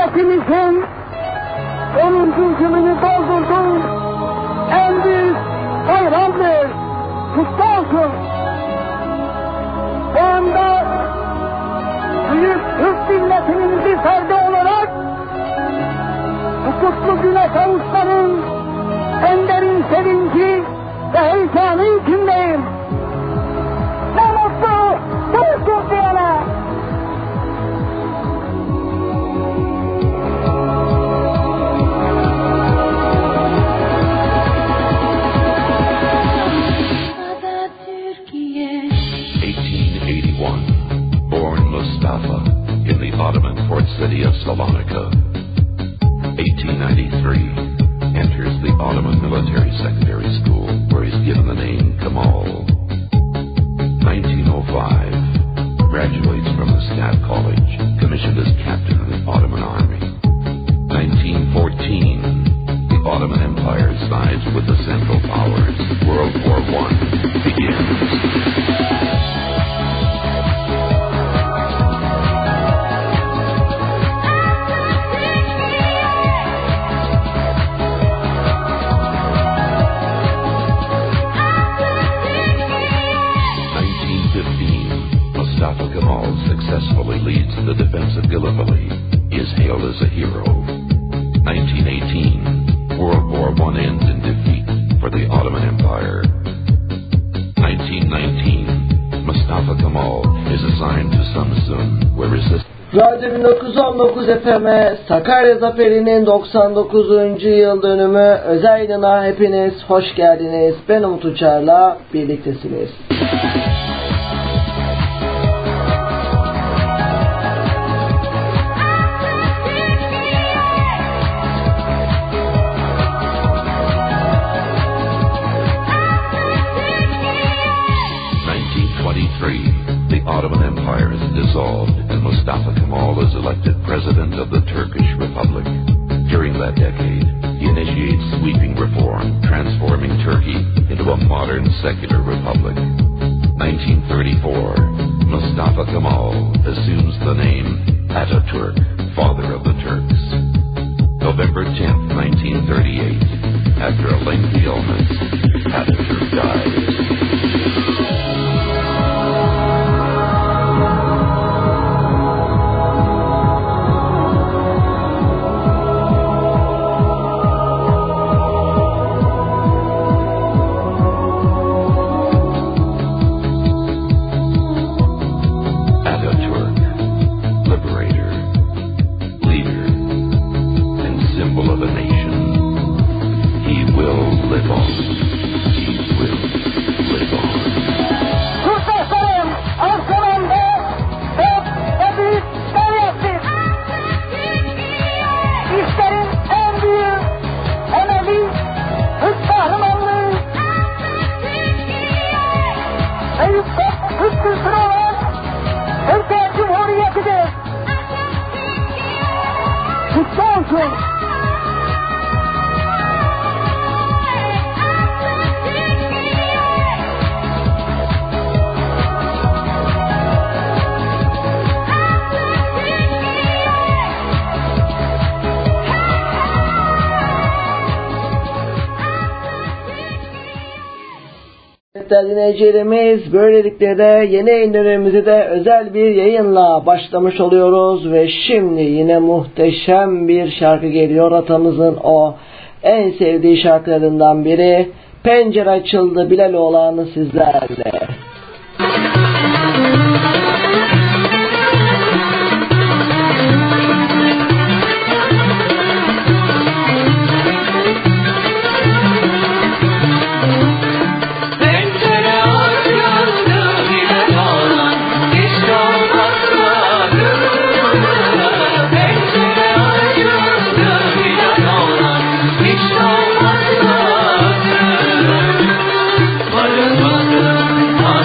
Cumhuriyetimizin 10. yılını doldurdum. En büyük bayramdır. Kutlu olsun. Bu anda büyük Türk milletinin bir ferdi olarak bu kutlu güne kavuşmanın en derin sevinci ve heyecanı içindeyim. Ne mutlu Türk diyene. Born Mustafa in the Ottoman port city of Salonika. 1893, enters the Ottoman Military Secondary School, where he's given the name Kemal. 1905, graduates from the Staff College, commissioned as captain of the Ottoman Army. 1914, the Ottoman Empire sides with the Central Powers. World War I begins. 1915, Mustafa Kemal successfully leads the defense of Gallipoli. He is hailed as a hero. 1918, World War I ends in defeat for the Ottoman Empire. 1919, Mustafa Kemal is assigned to Samsun, where resistance... Radyo 1919 FM'e Sakarya Zaferi'nin 99. yıl dönümü özel yayınına hepiniz hoş geldiniz. Ben Umut Uçar'la birliktesiniz. The Ottoman Empire is dissolved and Mustafa Kemal is elected president of the Turkish Republic. During that decade, he initiates sweeping reform, transforming Turkey into a modern secular republic. 1934, Mustafa Kemal assumes the name Ataturk, father of the Turks. November 10th, 1938, after a lengthy illness, Ataturk dies. Dinleyicilerimiz, böylelikle de yeni yayın dönemimize de özel bir yayınla başlamış oluyoruz ve şimdi yine muhteşem bir şarkı geliyor. Atamızın o en sevdiği şarkılarından biri, Pencere Açıldı Bilaloğlan'ı sizlerle. Varamadım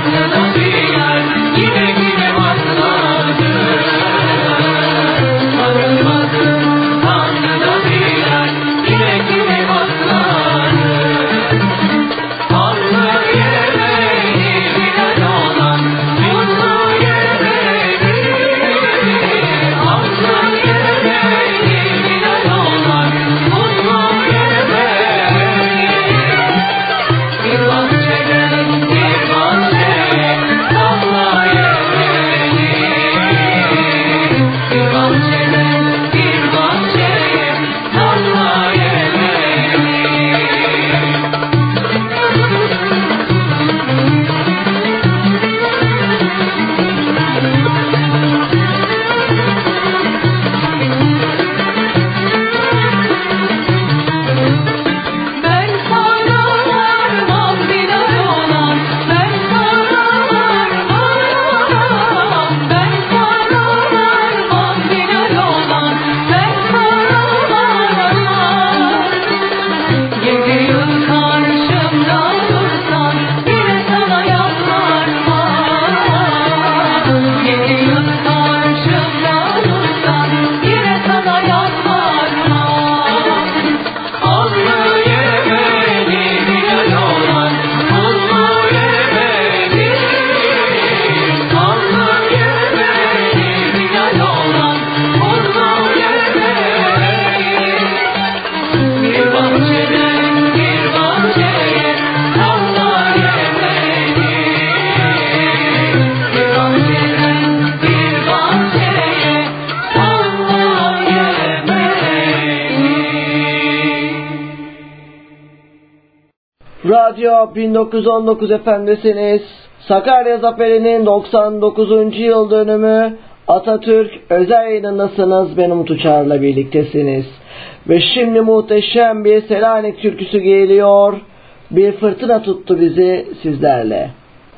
Radyo 1919 FM'desiniz. Sakarya Zaferi'nin 99. yıl dönümü Atatürk özel yayınındasınız. Ben Umut Uçar'la birliktesiniz. Ve şimdi muhteşem bir Selanik türküsü geliyor. Bir fırtına tuttu bizi sizlerle.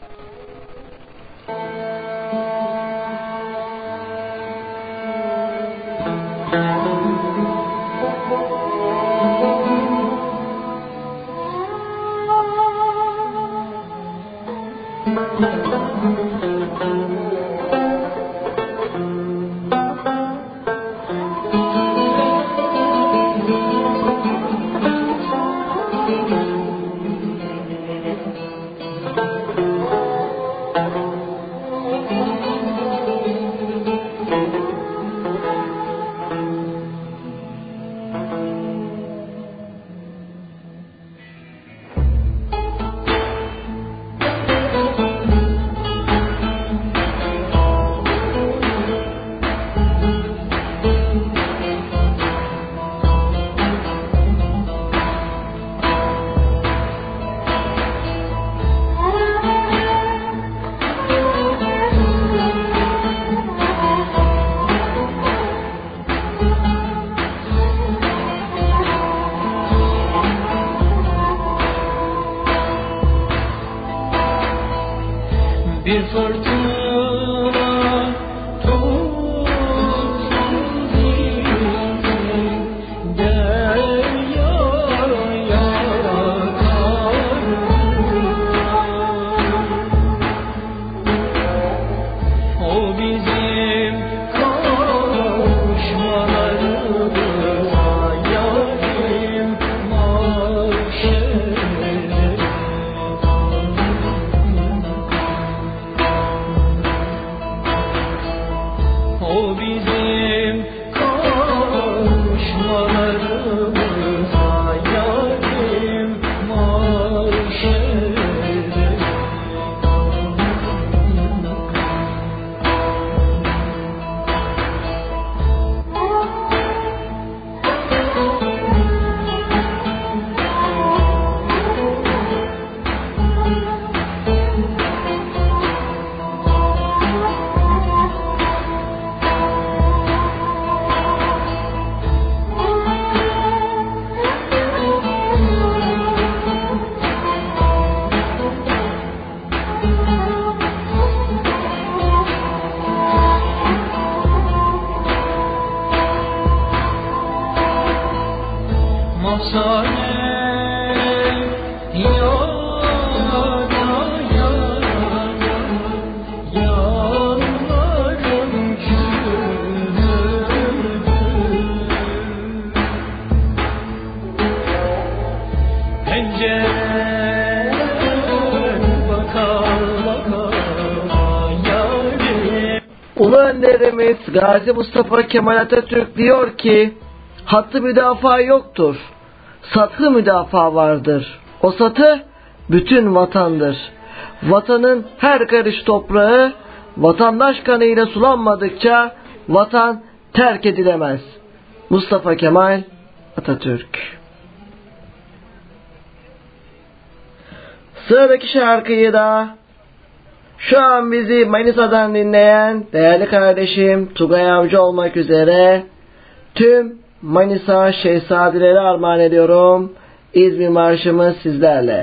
Ulu önderimiz Gazi Mustafa Kemal Atatürk diyor ki, hattı müdafaa yoktur, satı müdafaa vardır. O satı bütün vatandır. Vatanın her karış toprağı vatandaş kanıyla sulanmadıkça vatan terk edilemez. Mustafa Kemal Atatürk. Sıradaki şarkıyı da şu an bizi Manisa'dan dinleyen değerli kardeşim Tugay Avcı olmak üzere tüm Manisa Şehzadeleri armağan ediyorum. İzmir Marşımız sizlerle.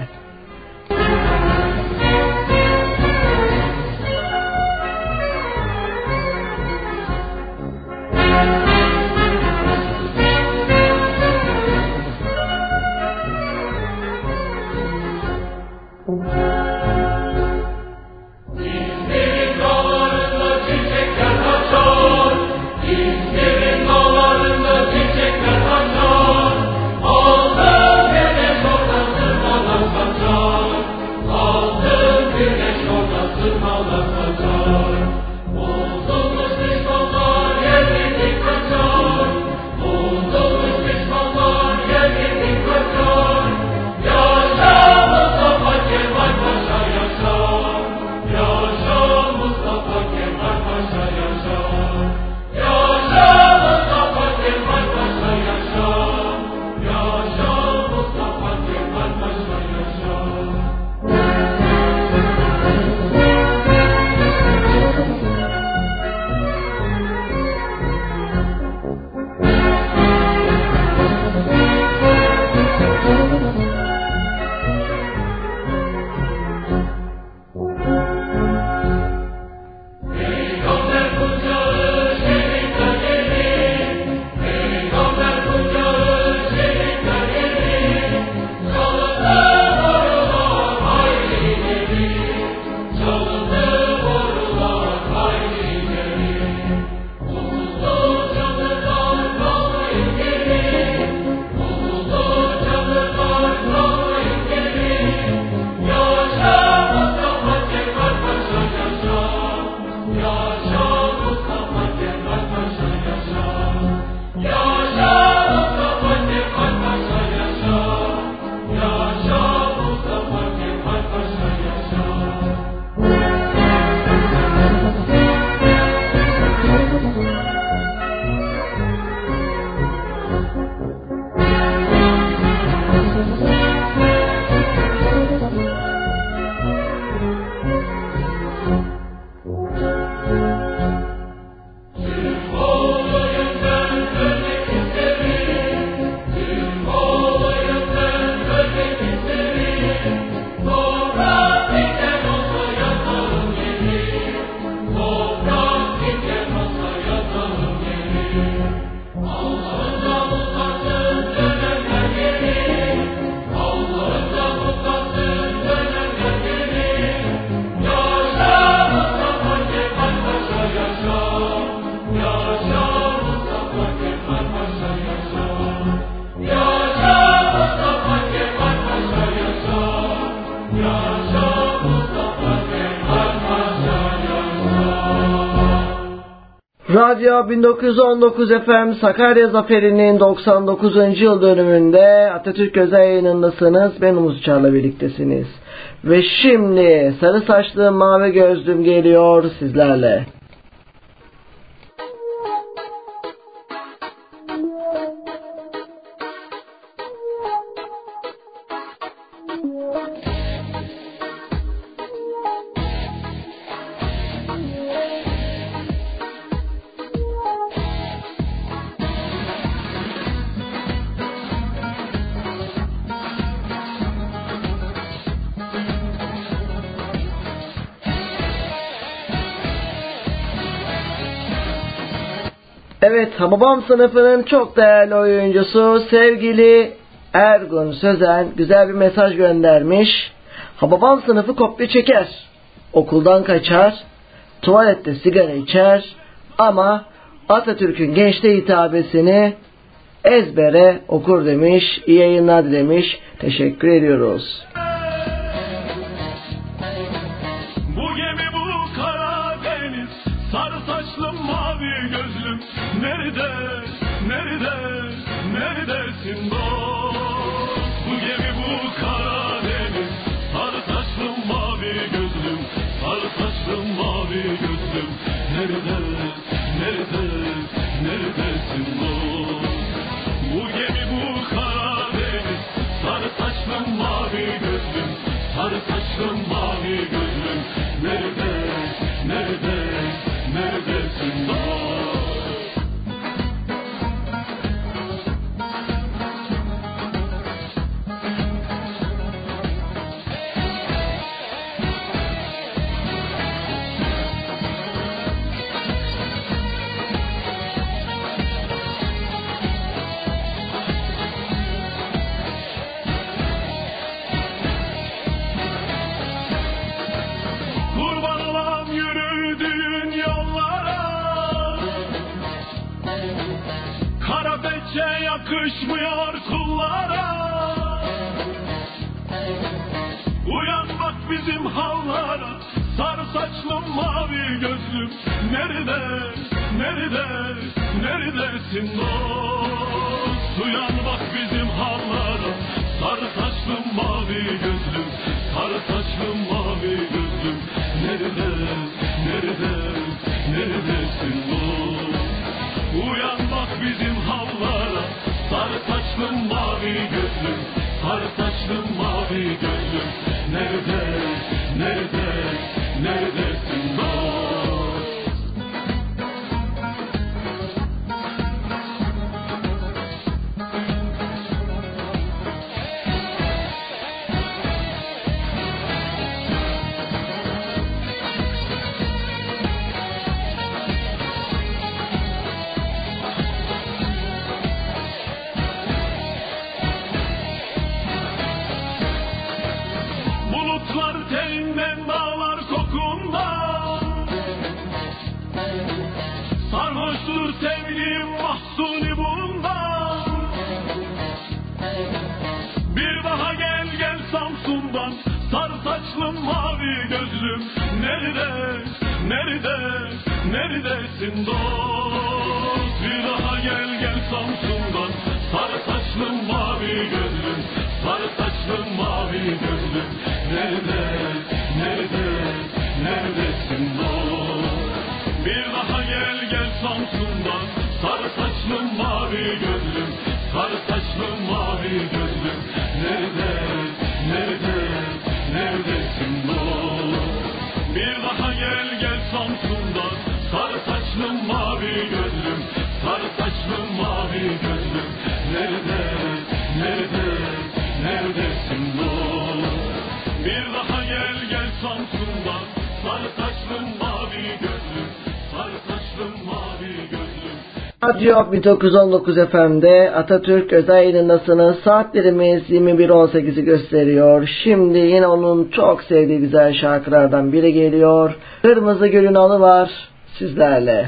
Yaşa Radyo 1919 FM Sakarya Zaferi'nin 99. yıl dönümünde Atatürk Özel Yayını'ndasınız. Ben Umut Uçar'la birliktesiniz. Ve şimdi sarı saçlı mavi gözlüm geliyor sizlerle. Evet, Hababam sınıfının çok değerli oyuncusu sevgili Ergun Sözen güzel bir mesaj göndermiş. Hababam sınıfı kopya çeker, okuldan kaçar, tuvalette sigara içer ama Atatürk'ün gençliğe hitabesini ezbere okur demiş. İyi yayınlar dilemiş. Teşekkür ediyoruz. Bu gemi bu Karadeniz, sarı saçlım mavi gözlüm, nerede, nerede, neredesin dost? Bu gemi bu Karadeniz, sarı saçlım mavi gözlüm, sarı saçlım mavi gözlüm, nerede, nerede, neredesin dost? Bu gemi bu Karadeniz, sarı saçlım mavi gözlüm, sarı saçlım mavi gözlüm, nerede, nerede, neredesin dost? Yakışmıyor kullara. Uyan bak bizim hallara, sarı saçlım mavi gözlüm, nerede, nerede, neredesin dost? Uyan bak bizim hallara, sarı saçlım mavi gözlüm, sarı saçlım mavi gözlüm, nerede, nerede, neredesin dost? Uyan bak bizim hallara, sarı saçlım mavi gözlüm, sarı saçlım mavi gözlüm, nerede, nerede, neredesin dost? Bulutlar teninden, dağlar kokundan, sarhoştur sevgilim mahzuni bundan. Bir daha gel gel Samsun'dan, sarı saçlım mavi gözlüm, nerede, nerede, neredesin dost? Bir daha gel gel Samsun'dan, sarı saçlım mavi gözlüm, sarı saçlım mavi gözlüm, nerede, nerede, neredesin dost? Bir daha gel gel Samsun'dan, sarı saçlım mavi gözlüm, sarı saçlım mavi gözlüm, nerede, nerede, neredesin dost? Bir daha gel gel Samsun'dan, sarı saçlım mavi gözlüm, sarı saçlım mavi gözlüm, nerede, nerede, neredesin dost? Bir daha gel gel Samsun'dan, sarı saçlım mavi gözlüm, sarı saçlım mavi gözlüm. Radyo 1919 FM'de Atatürk Özel Yayını'ndasınız. Saatlerimiz 21.18'i gösteriyor. Şimdi yine onun çok sevdiği güzel şarkılardan biri geliyor. Kırmızı Gül'ün Alı var sizlerle.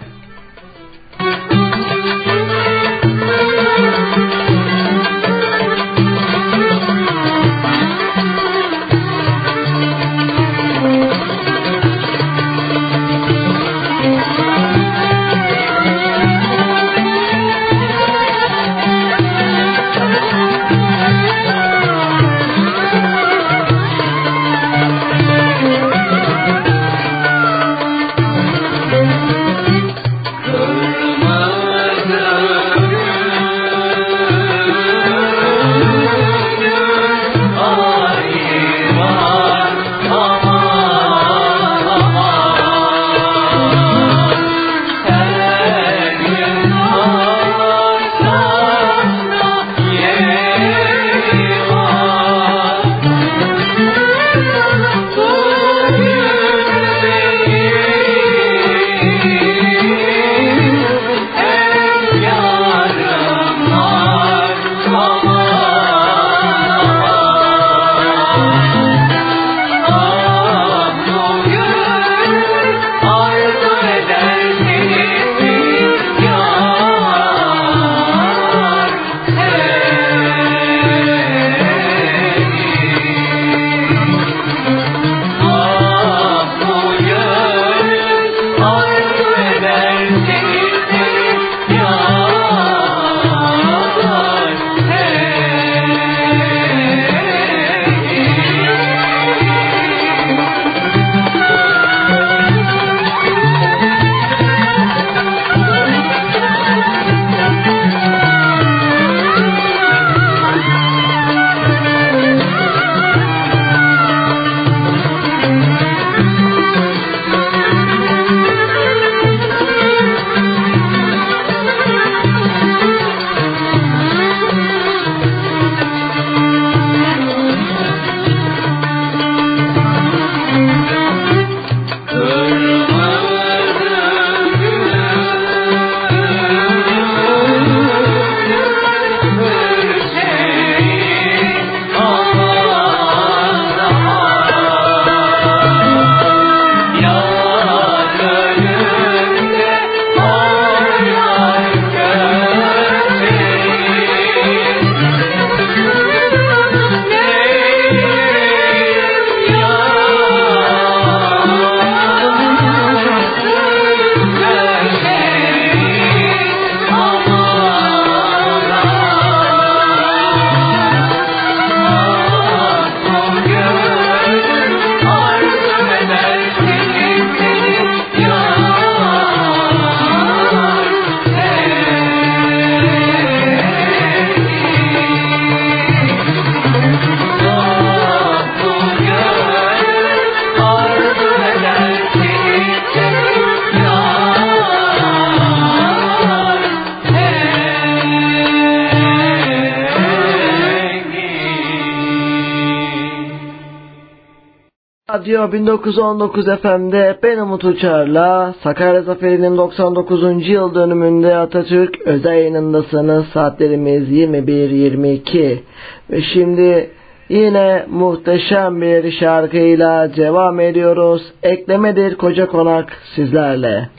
Radyo 1919 FM'de ben Umut Uçar'la Sakarya Zaferi'nin 99. yıl dönümünde Atatürk özel yayınındasınız. Saatlerimiz 21:22 ve şimdi yine muhteşem bir şarkıyla devam ediyoruz. Eklemedir Koca Konak sizlerle.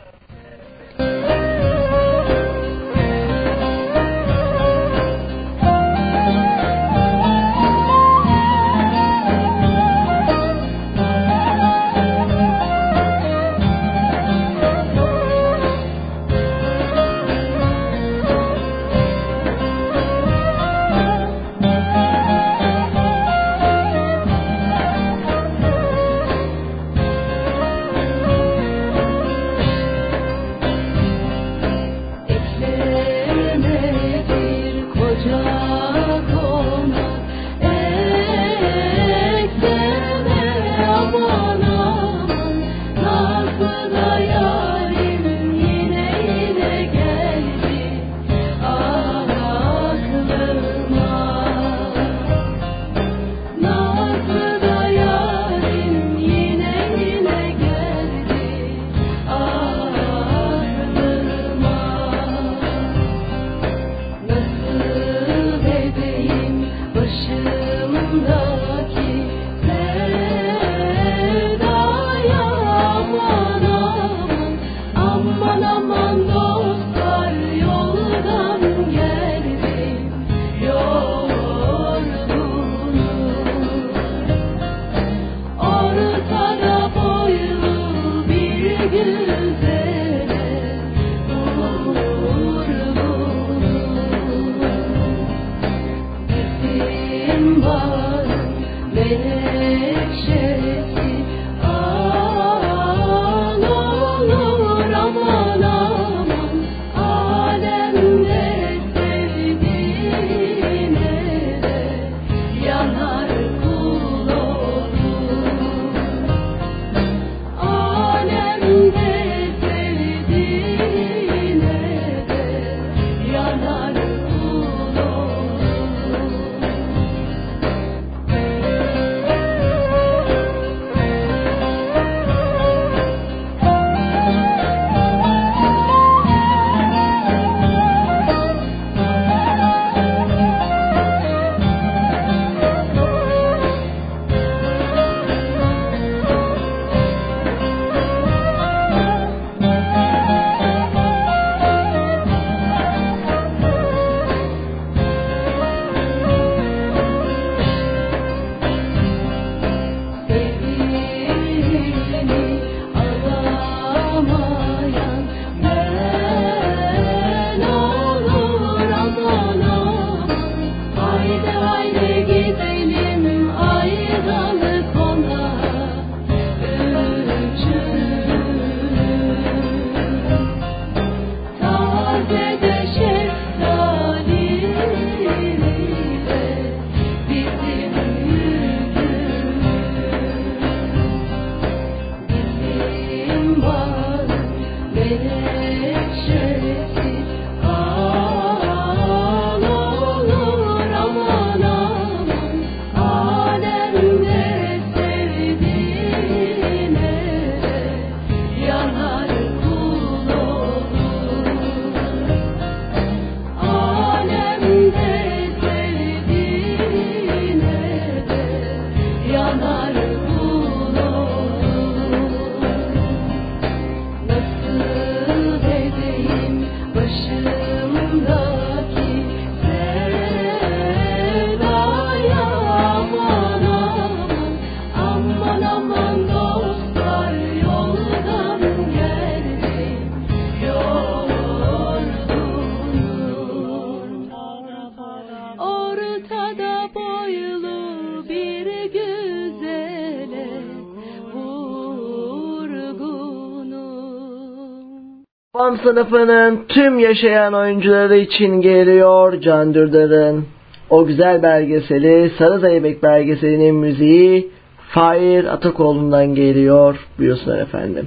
Babam sınıfının tüm yaşayan oyuncuları için geliyor Can Dürdar'ın o güzel belgeseli, Sarı Zeybek belgeselinin müziği Fahir Atakoğlu'ndan geliyor. Buyursunlar efendim.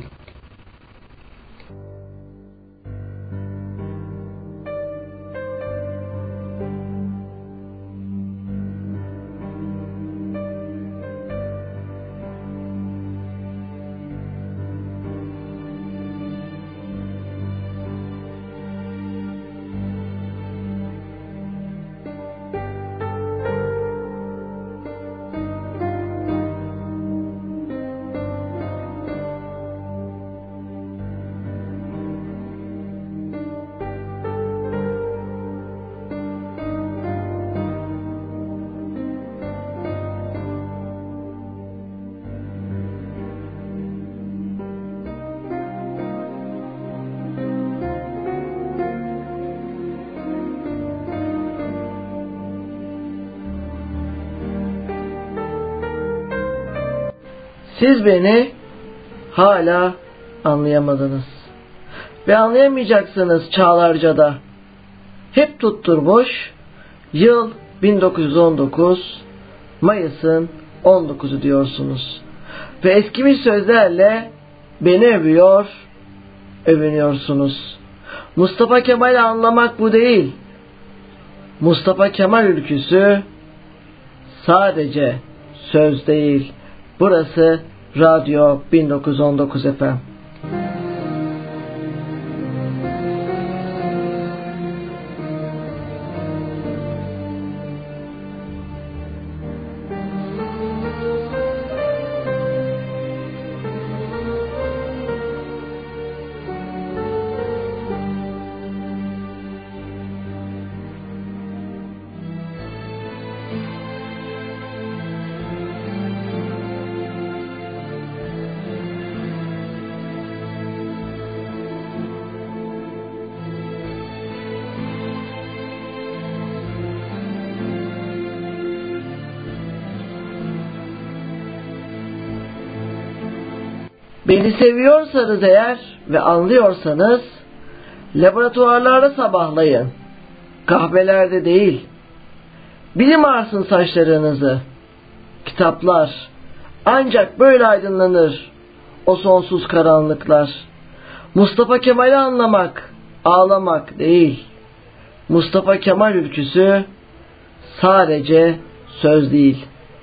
Siz beni hala anlayamadınız. Ve anlayamayacaksınız çağlarca'da. Hep tutturmuş, yıl 1919, Mayıs'ın 19'u diyorsunuz. Ve eskimiş sözlerle beni övüyor, övünüyorsunuz. Mustafa Kemal'i anlamak bu değil. Mustafa Kemal ülküsü sadece söz değil. Burası Radyo 1919 efendim. Beni seviyorsanız eğer ve anlıyorsanız laboratuvarlarda sabahlayın. Kahvelerde değil. Bilim arsın saçlarınızı. Kitaplar. Ancak böyle aydınlanır o sonsuz karanlıklar. Mustafa Kemal'i anlamak, ağlamak değil. Mustafa Kemal ülküsü sadece söz değil.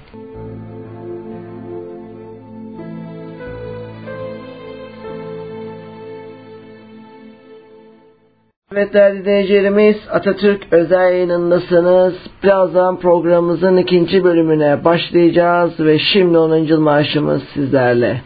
Evet değerli dinleyicilerimiz, Atatürk özel yayınındasınız. Birazdan programımızın 2. bölümüne başlayacağız ve şimdi 10. yıl marşımız sizlerle.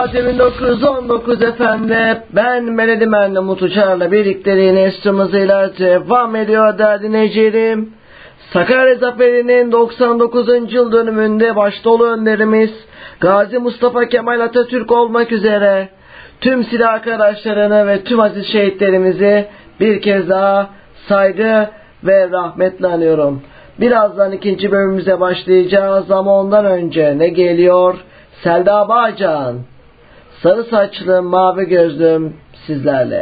Radyo 1919 efendim. Ben Melodi'den Umut Uçar'la birlikteliğine üstümüzüyle devam ediyor değerli dinleyicilerim. Sakarya Zaferi'nin 99. yıl dönümünde başta olan önderimiz Gazi Mustafa Kemal Atatürk olmak üzere tüm silah arkadaşlarını ve tüm aziz şehitlerimizi bir kez daha saygı ve rahmetle anıyorum. Birazdan ikinci bölümümüze başlayacağız ama ondan önce ne geliyor? Selda Bağcan, sarı saçlım, mavi gözlüm sizlerle.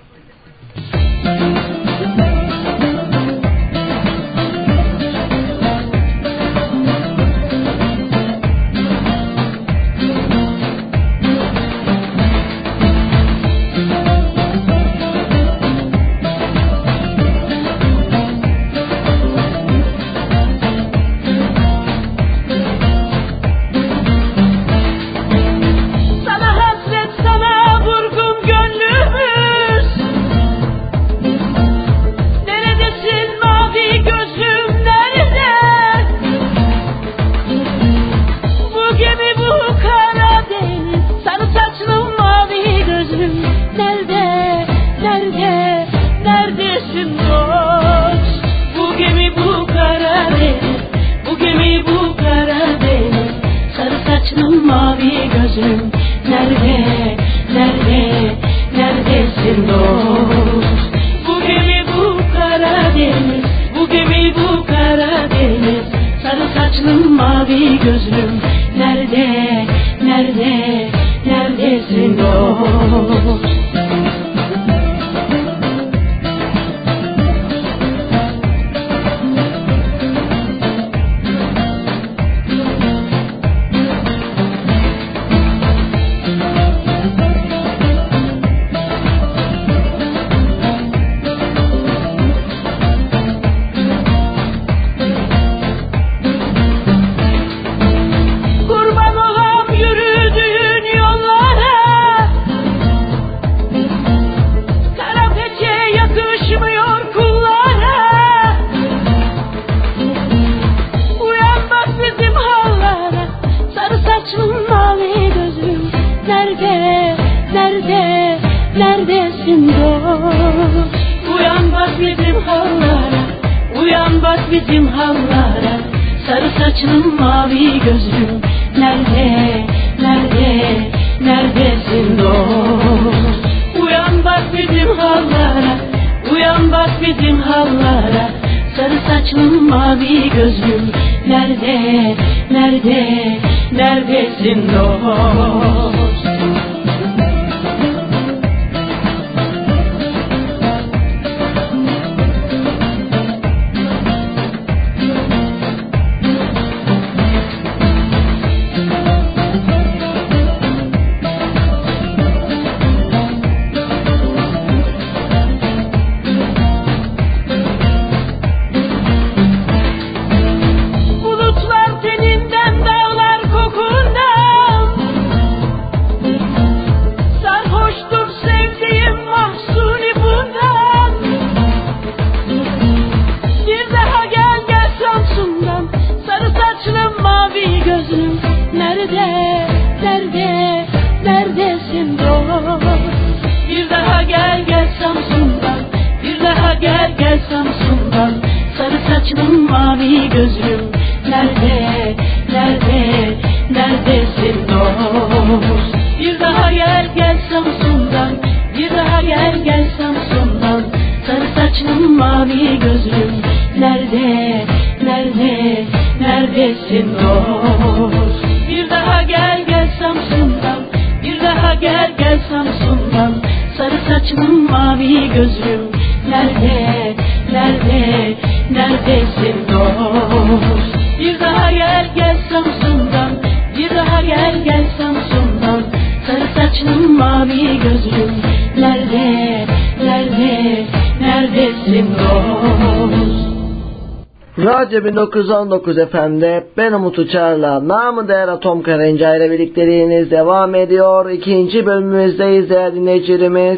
Radyo 1919 efendim. Ben Umut Uçar'la namı değer Atom Karınca ile birlikteliğiniz devam ediyor. İkinci bölümümüzdeyiz değerli dinleyicilerimiz.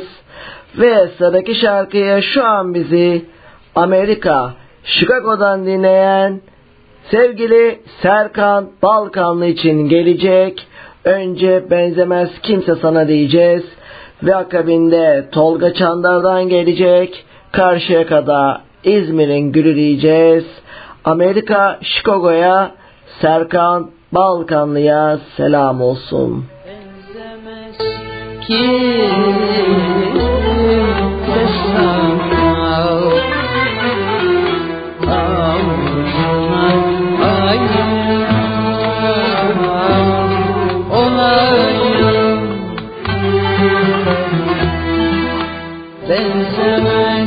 Ve sıradaki şarkıyı şu an bizi Amerika, Chicago'dan dinleyen sevgili Serkan Balkanlı için gelecek. Önce benzemez kimse sana diyeceğiz ve akabinde Tolga Çandar'dan gelecek Karşıyaka'da İzmir'in gülü diyeceğiz. Amerika Chicago'ya Serkan Balkanlı'ya selam olsun. Benzemez kimse sana, benzemez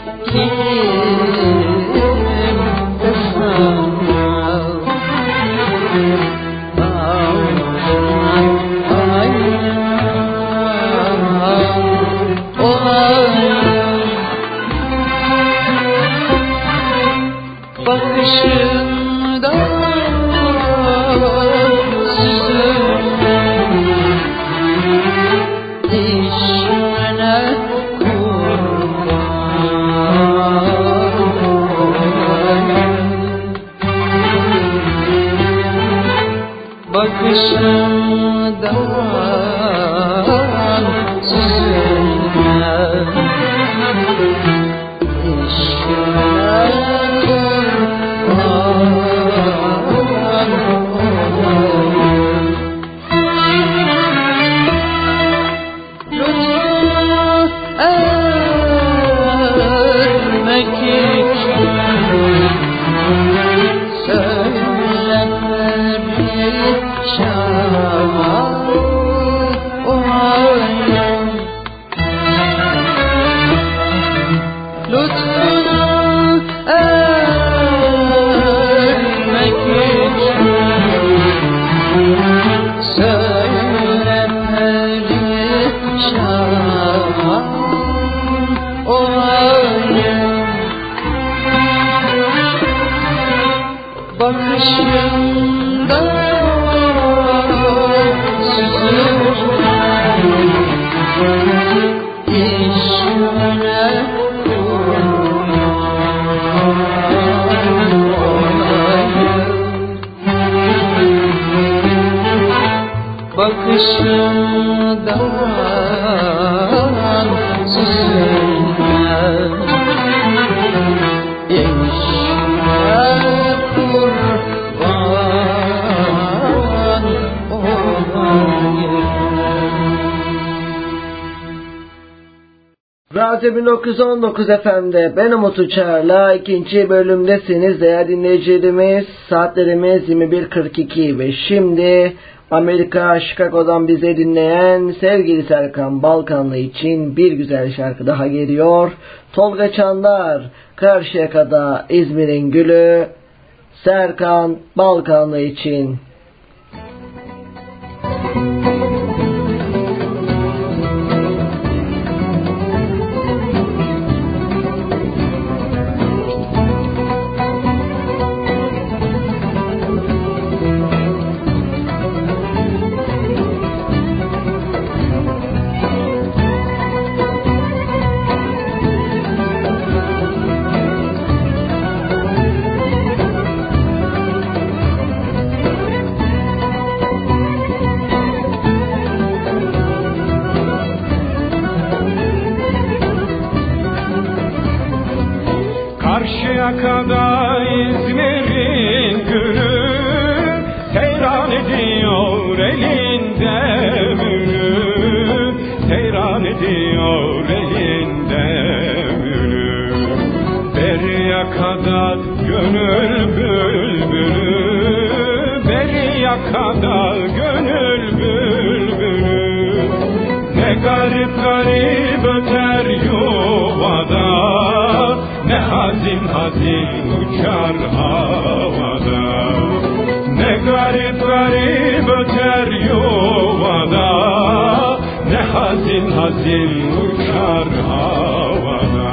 kimse sana, bakışında süzülen dişine bakışından süzülen dişine kurban olayım. Lütfu ermek için söylenmeli şah olayım. Lütfunu ermek için söylenmeli şah olayım. Bakışında süzülen dişine kurban olayım. Bakışından süzülen dişine kurban olayım. Radyo 1919 FM'de ben Umut Uçar'la ikinci bölümdesiniz değerli dinleyicilerimiz. Saatlerimiz 21.42 ve şimdi Amerika Chicago'dan bize dinleyen sevgili Serkan Balkanlı için bir güzel şarkı daha geliyor. Tolga Çandar, Karşıyaka'da İzmir'in gülü, Serkan Balkanlı için. Karşıyaka'da İzmir'in gülü seyran ediyor elinde mülü, seyran ediyor elinde mülü. Beryaka'da gönül bülbülü, Beryaka'da gönül bülbülü. Ne garip garip öter yuvada, ne hazin hazin uçar havada. Ne garip garip öter yuvada, ne hazin hazin uçar havada.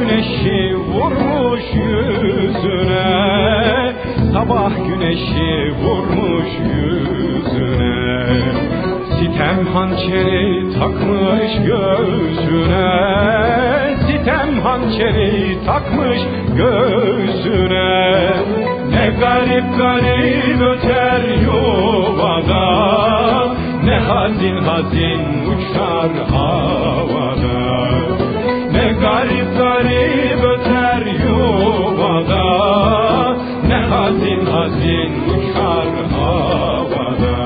güneşi vurmuş yüzüne, sabah güneşi vurmuş yüzüne. Sitem hançeri takmış göğsüne, sitem hançeri takmış göğsüne. Ne garip garip öter yuvada, ne hazin hazin uçar havada. Ne garip garip öter yuvada, ne hazin hazin uçar havada.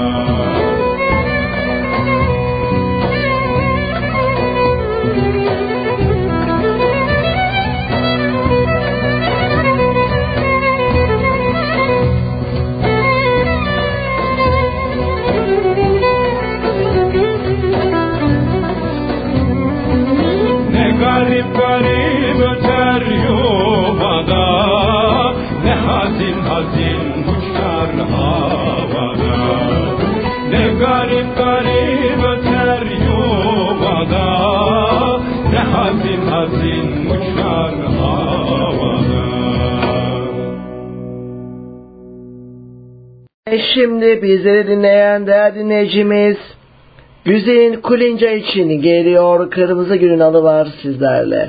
Garip garip öter yuvada, ne hazin hazin uçar havada. Ne garip garip öter yuvada, ne hazin hazin uçar havada. Şimdi bizleri dinleyen değerli dinleyicimiz Güzin Kulinca için geliyor. Kırmızı Gül'ün adı var sizlerle.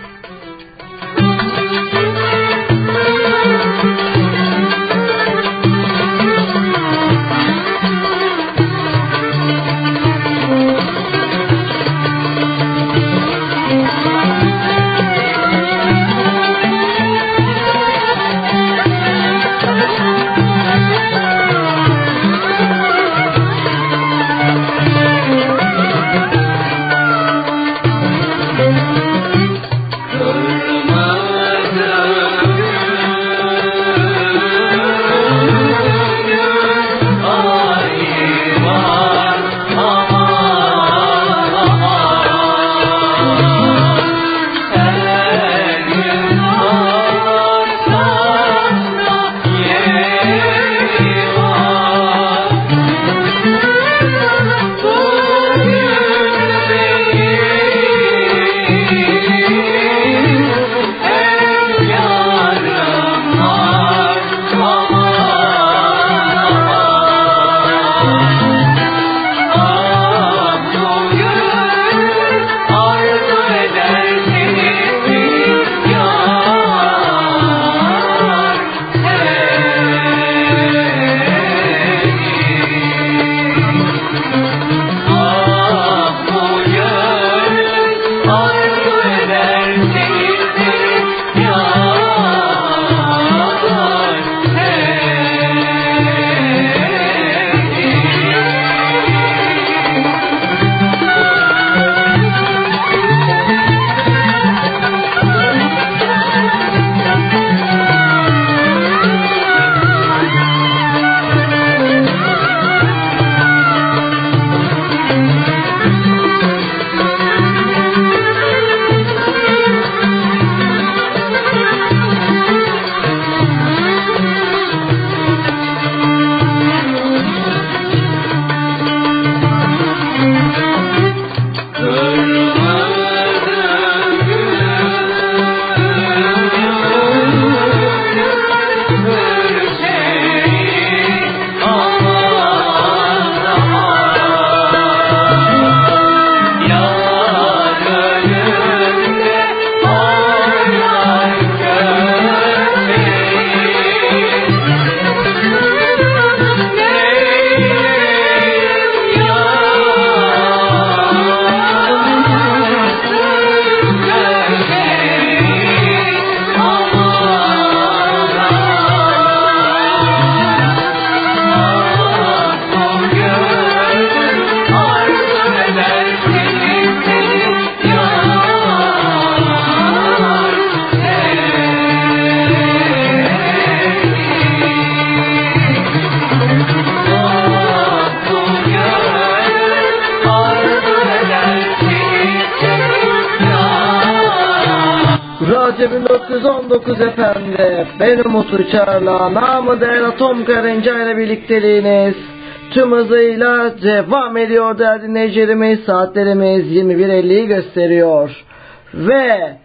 Radyo 1919 efendi, ben Umut Uçar'la, namı değer Atom Karınca ile birlikteliğiniz tüm hızıyla devam ediyor değerli dinleyicilerimiz. Saatlerimiz 21.50'yi gösteriyor ve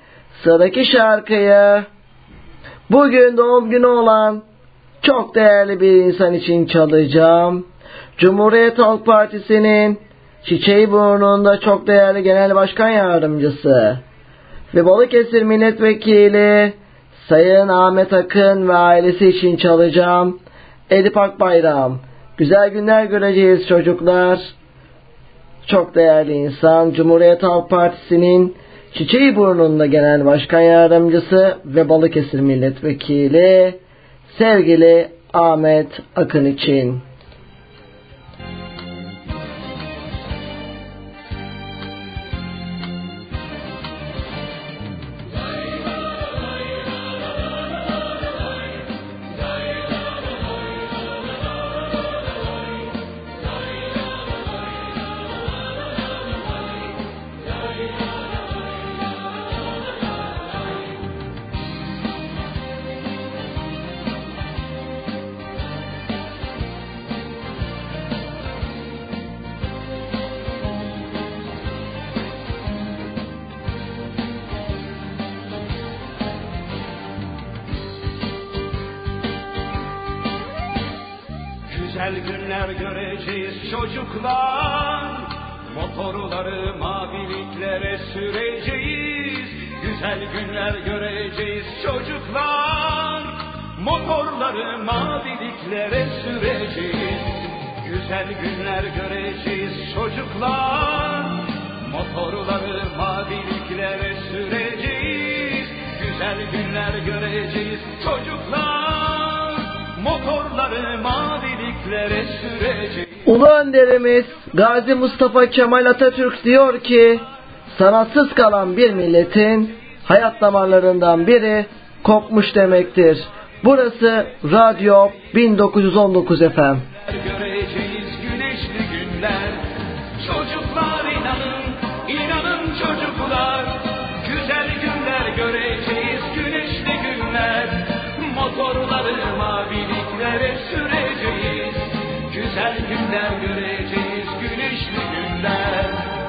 sıradaki şarkıyı bugün doğum günü olan çok değerli bir insan için çalacağım. Cumhuriyet Halk Partisi'nin Çiçeğiburnunda çok değerli Genel Başkan Yardımcısı ve Balıkesir Milletvekili Sayın Ahmet Akın ve ailesi için çalacağım. Edip Akbayram. Güzel günler göreceğiz çocuklar. Çok değerli insan, Cumhuriyet Halk Partisi'nin Çiçeğiburnunda Genel Başkan Yardımcısı ve Balıkesir Milletvekili sevgili Ahmet Akın için. Güzel günler göreceğiz çocuklar, motorları maviliklere süreceğiz. Güzel günler göreceğiz çocuklar, motorları maviliklere süreceğiz. Güzel günler göreceğiz çocuklar, motorları maviliklere süreceğiz. Güzel günler göreceğiz çocuklar, motorları maviliklere süreceğiz. Ulu önderimiz Gazi Mustafa Kemal Atatürk diyor ki, sanatsız kalan bir milletin hayat damarlarından biri kopmuş demektir. Burası Radyo 1919 FM. Göreceğiz güneşli günler. Çocuklar inanın, inanın çocuklar. Güzel günler göreceğiz güneşli günler. Motorları maviliklere süreceğiz. Güzel günler göreceğiz güneşli günler.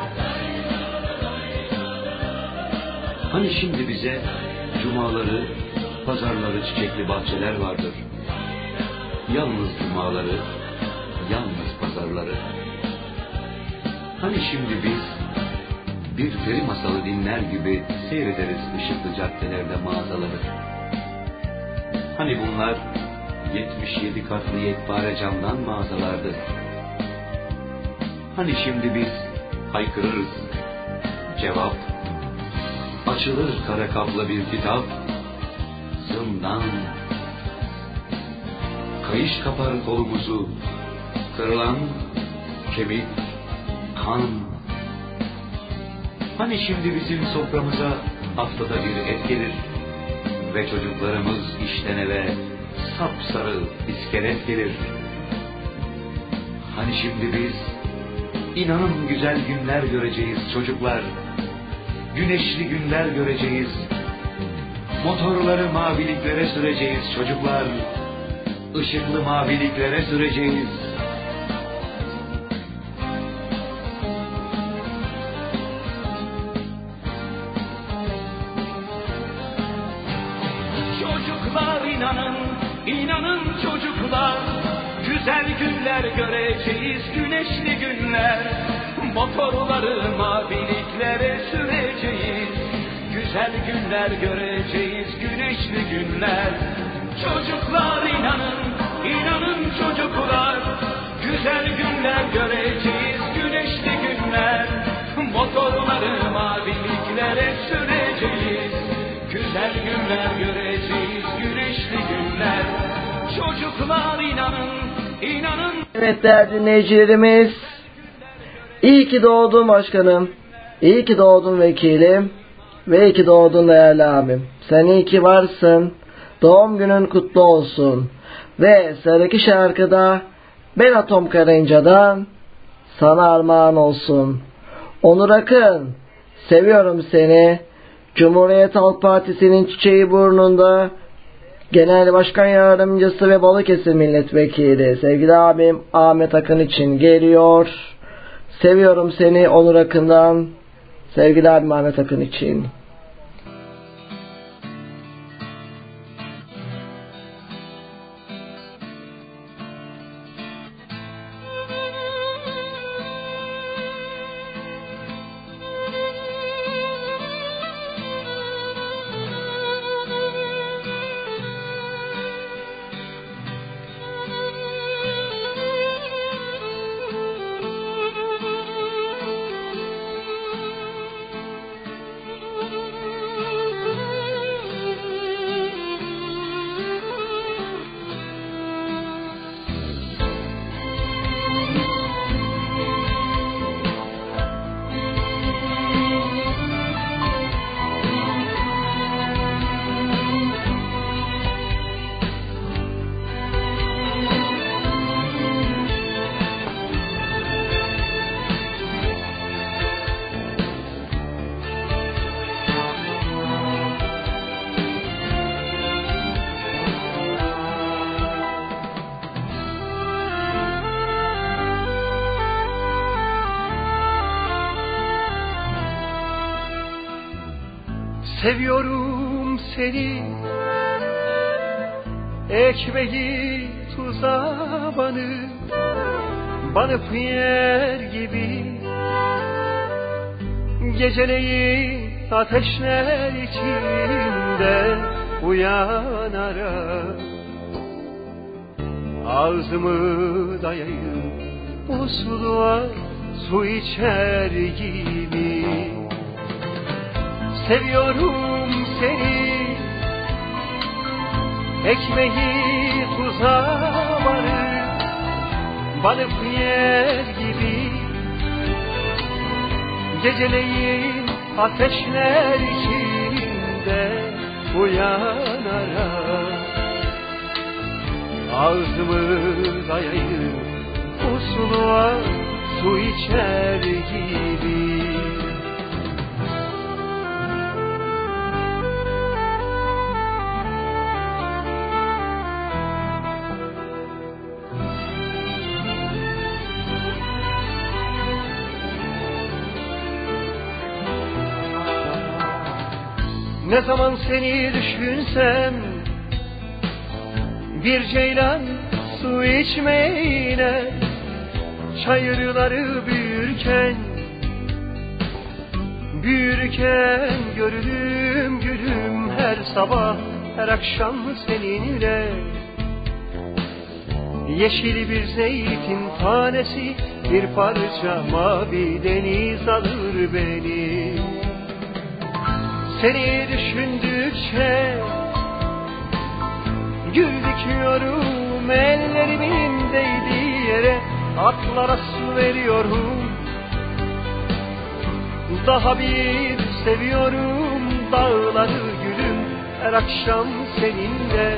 Hani şimdi bize cumaları, pazarları, çiçekli bahçeler vardır. Yalnız cumaları, yalnız pazarları. Hani şimdi biz bir peri masalı dinler gibi seyrederiz ışıklı caddelerde mağazaları. Hani bunlar 77 katlı yekpare camdan mağazalardı. Hani şimdi biz haykırırız. Cevap, açılır kara kaplı bir kitap. Zindan. Kayış kapar kolumuzu. Kırılan kemik, kan. Hani şimdi bizim soframıza haftada bir et gelir ve çocuklarımız işten eve sapsarı iskelet gelir. Hani şimdi biz inanın güzel günler göreceğiz çocuklar. Güneşli günler göreceğiz. Motorları maviliklere süreceğiz çocuklar. Işıklı maviliklere süreceğiz. Çocuklar inanın, inanın çocuklar. Güzel günler göreceğiz güneşli günler. Motorları maviliklere süreceğiz. Güzel günler göreceğiz güneşli günler. Çocuklar inanın, inanın çocuklar. Güzel günler göreceğiz güneşli günler. Motorları maviliklere süreceğiz. Güzel günler göreceğiz güneşli günler. Çocuklar inanın, inanın. Evet değerli dinleyicilerimiz, iyi ki doğdun başkanım, iyi ki doğdun vekilim ve iyi ki doğdun değerli abim. Sen iyi ki varsın, doğum günün kutlu olsun. Ve sıradaki şarkıda Ben Atom Karınca'dan sana armağan olsun. Onur Akın, seviyorum seni. Cumhuriyet Halk Partisi'nin Çiçeğiburnunda Genel Başkan Yardımcısı ve Balıkesir Milletvekili sevgili abim Ahmet Akın için geliyor. Seviyorum seni Onur Akın'dan sevgili abim Ahmet Akın için. Seviyorum seni, ekmeği tuza banıp yer gibi. Geceleyin ateşler içinde uyanarak ağzımı dayayıp musluğa su içer gibi. Seviyorum seni, ekmeği tuza banıp yer gibi. Geceleyin ateşler içinde uyanarak ağzımı dayayıp musluğa su içer gibi. Ne zaman seni düşünsem bir ceylan su içmeyine, çayırları büyürken görürüm gülüm her sabah her akşam seninle. Yeşil bir zeytin tanesi, bir parça mavi deniz alır beni. Seni düşündükçe gül dikiyorum, ellerimin değdiği yere atlara su veriyorum. Daha bir seviyorum dağları gülüm her akşam seninle.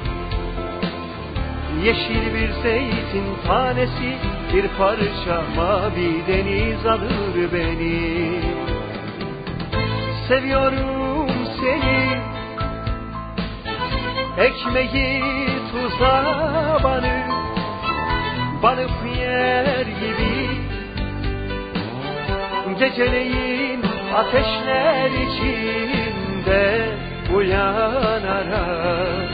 Yeşil bir zeytin tanesi, bir parça mavi deniz alır beni. Seviyorum seni, ekmeği tuza banıp yer gibi. Geceleyin ateşler içinde uyanarak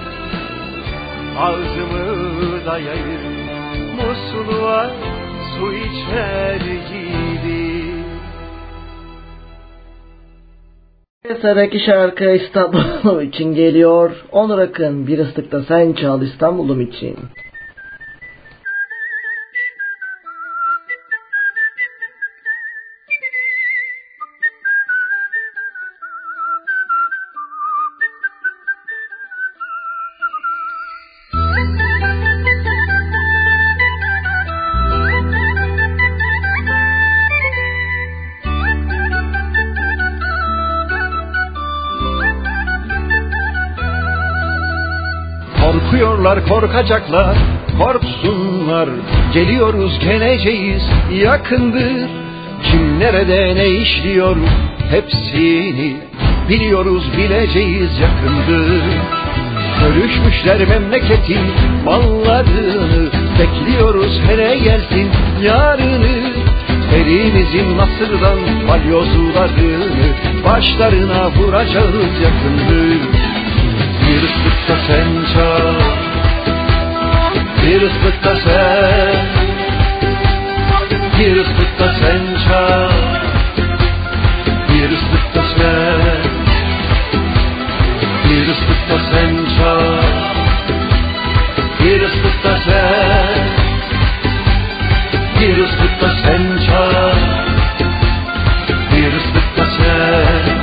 ağzımı dayayıp musluğa su içer gibi. Sıradaki şarkı İstanbul'um için geliyor. Onur Akın, Bir Islıkta Sen Çal İstanbul'um için. Korkuyorlar, korkacaklar, korksunlar. Geliyoruz, geleceğiz, yakındır. Kim nerede ne işliyor hepsini biliyoruz, bileceğiz, yakındır. Bölüşmüşler memleketin mallarını, bekliyoruz hele gelsin yarını. Elimizin nasırdan balyozlarını başlarına vuracağız, yakındır. Bir ıslıkta sen çal, bir ıslıkta sen, bir ıslıkta sen çal, bir ıslıkta sen, bir ıslıkta sen çal, bir ıslıkta sen, bir ıslıkta sen çal, bir ıslıkta sen.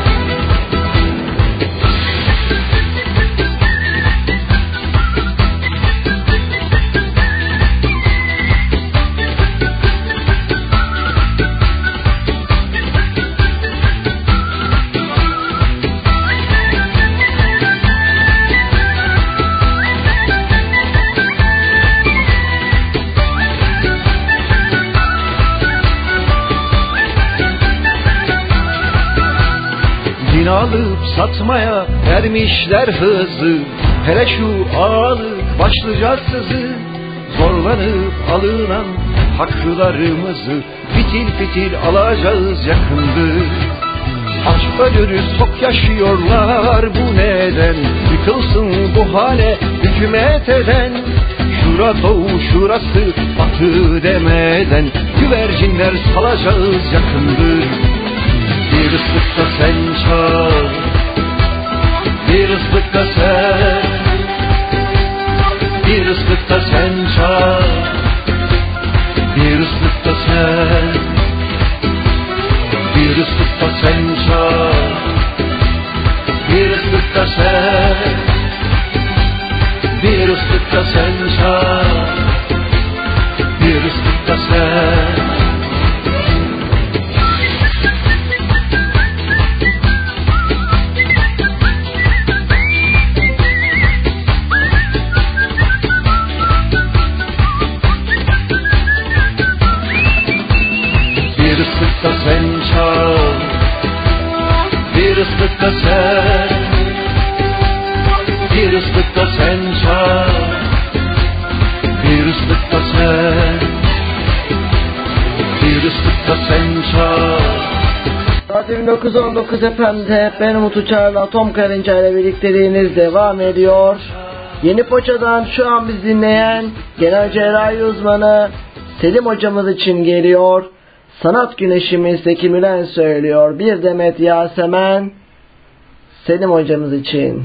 Alıp satmaya vermişler hızı, hele şu ağalık başlıcasızı. Zorlanıp alınan haklarımızı fitil fitil alacağız, yakındır. Aç ölürüz tok yaşıyorlar, bu neden? Yıkılsın bu hale hükümet eden. Şura doğu şurası batı demeden güvercinler salacağız yakındır. Bir ıslıkta sen çal, bir ıslıkta sen, bir ıslıkta sen çal, bir ıslıkta sen, bir ıslıkta sen çal, bir ıslıkta sen, bir ıslıkta sen çal, bir ıslıkta sen. Bir ıslıkta sen çal, bir ıslıkta sen, bir ıslıkta sen çal, bir ıslıkta sen, bir ıslıkta sen çal. Saat 19.19 efendim. Ben Umut Uçar'la Atom Karınca ile birlikteliğiniz devam ediyor. Yeni Foça'dan şu an biz dinleyen genel cerrahi uzmanı Selim hocamız için geliyor. Sanat güneşimiz Zeki Müren söylüyor. Bir demet Yasemen Selim hocamız için.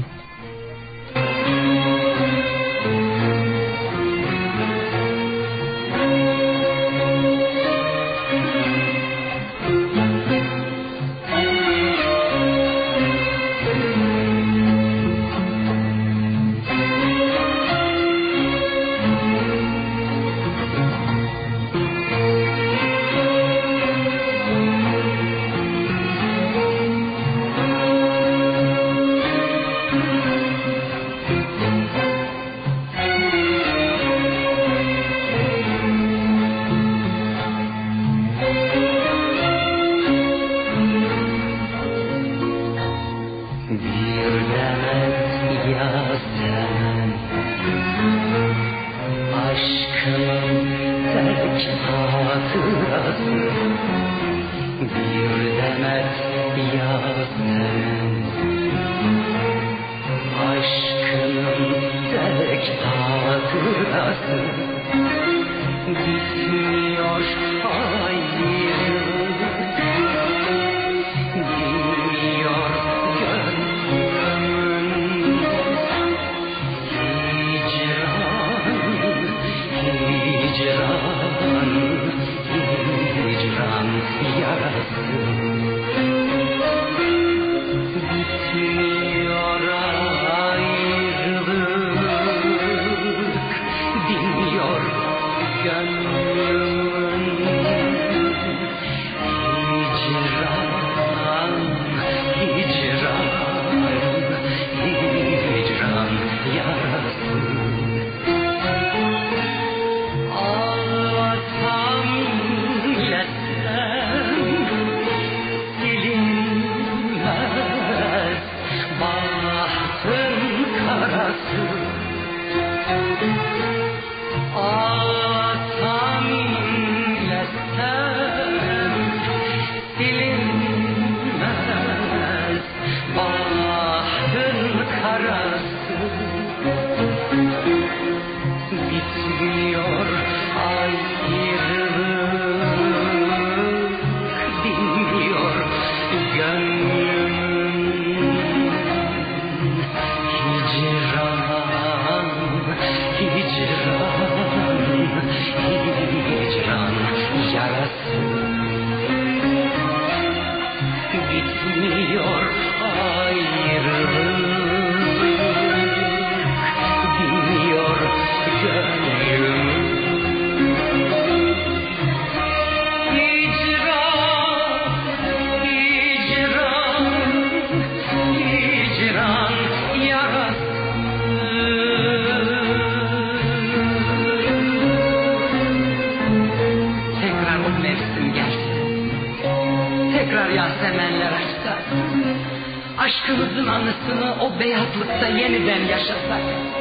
Aşkımızın anısını o beyazlıkta yeniden yaşasak.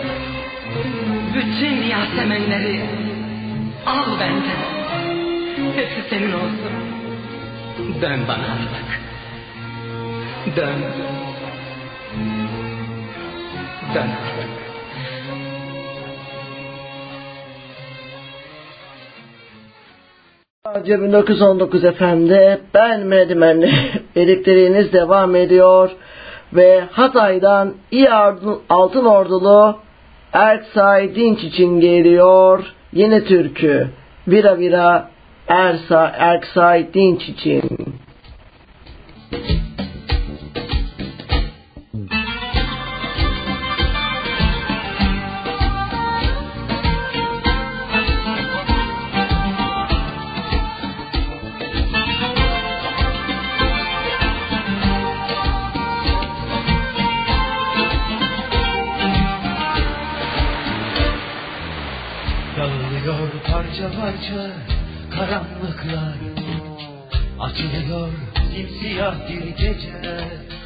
Bütün Yasemenleri al benden. Hepsi senin olsun. Dön bana artık. Dön. Dön artık. Radyo 1919 FM'de ben Medimen'le birlikteliğiniz devam ediyor ve Hatay'dan İyi Altın Ordulu Erksay Dinç için geliyor yeni türkü Vira Vira Erksay Dinç için. Parça parça karanlıklar açılıyor, simsiyah bir gece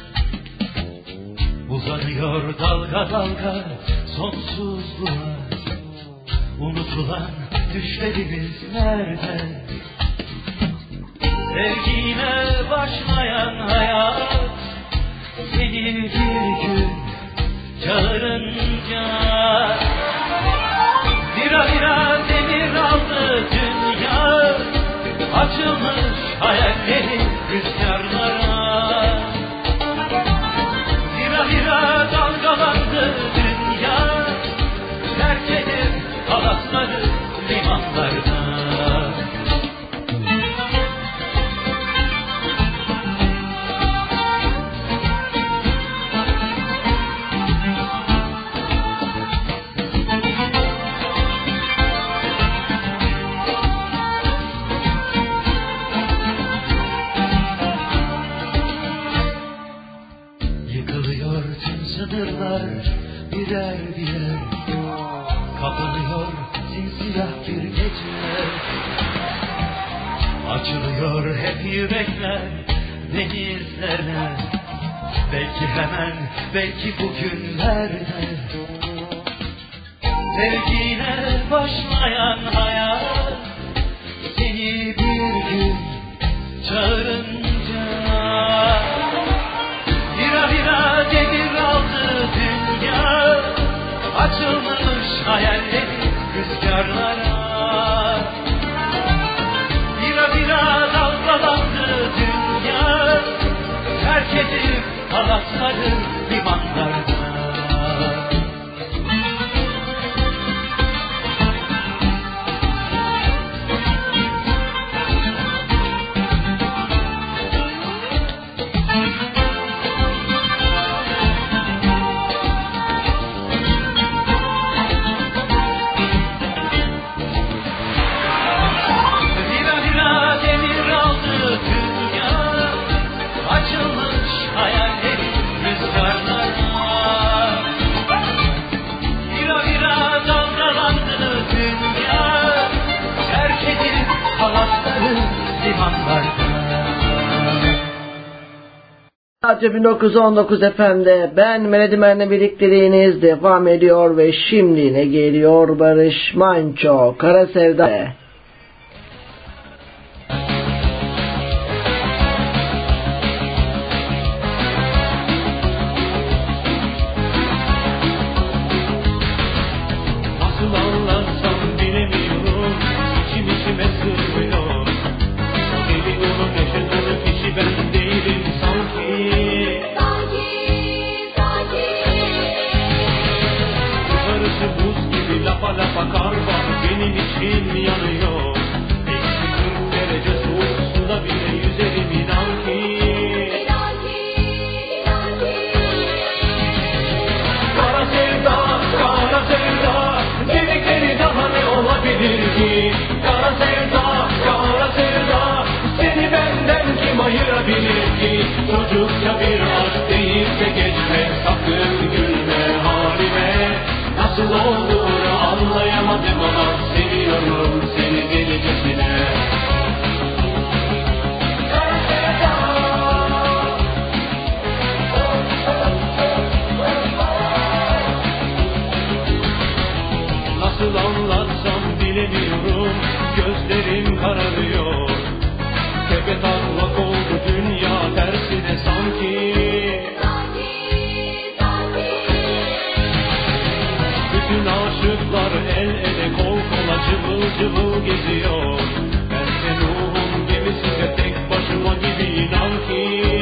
uzanıyor dalga dalga sonsuzluğa. Unutulan düşlerimiz nerede? Sevgiyle başlayan hayat seni bir gün çağırınca vira vira demir aldı dünya, açılmış hayallerin rüzgarlara. Vira vira dalgalandı dünya, terk edip halatları limanlarda. Sınırlar birer birer kapanıyor simsiyah bir gece. Açılıyor hep yürekler denizlere. Belki hemen, belki bugünlerde. Sevgiyle başlayan hayat seni bir gün çağırınca vira vira demir aldı dünya, açılmış hayallerin rüzgarlara. Vira vira dalgalandı dünya, terk edip halatları limanlarda. Radyo 1919 FM'de ben Medimen'le birlikteliğiniz devam ediyor ve şimdi ne geliyor? Barış Manço, Kara Sevda. Çocukça bir aşk değilse geçme, sakın gülme halime. Nasıl olduğunu anlayamadım ama seviyorum seni delicesine. Nasıl anlatsam bilemiyorum, gözlerim kararıyor. Tepe taklak oldu dünya tersine sanki. Bütün aşıklar el ele kol kola cıvıl cıvıl geziyor. Bense Nuh'un gemisinde tek başıma gibi inan ki.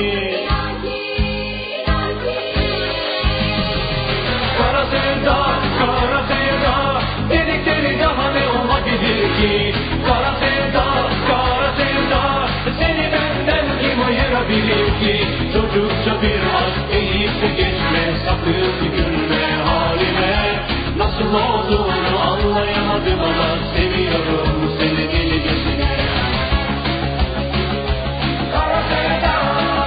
Kara sevda, kara sevda, dedikleri daha ne olabilir ki? Kara sevda, kara sevda, seni benden kim ayırabilir ki? Çocukça bir aşk deyip de geçme, sakın gülme halime. Nasıl olduğunu anlayamadım ama seviyorum seni delicesine. Kara sevda.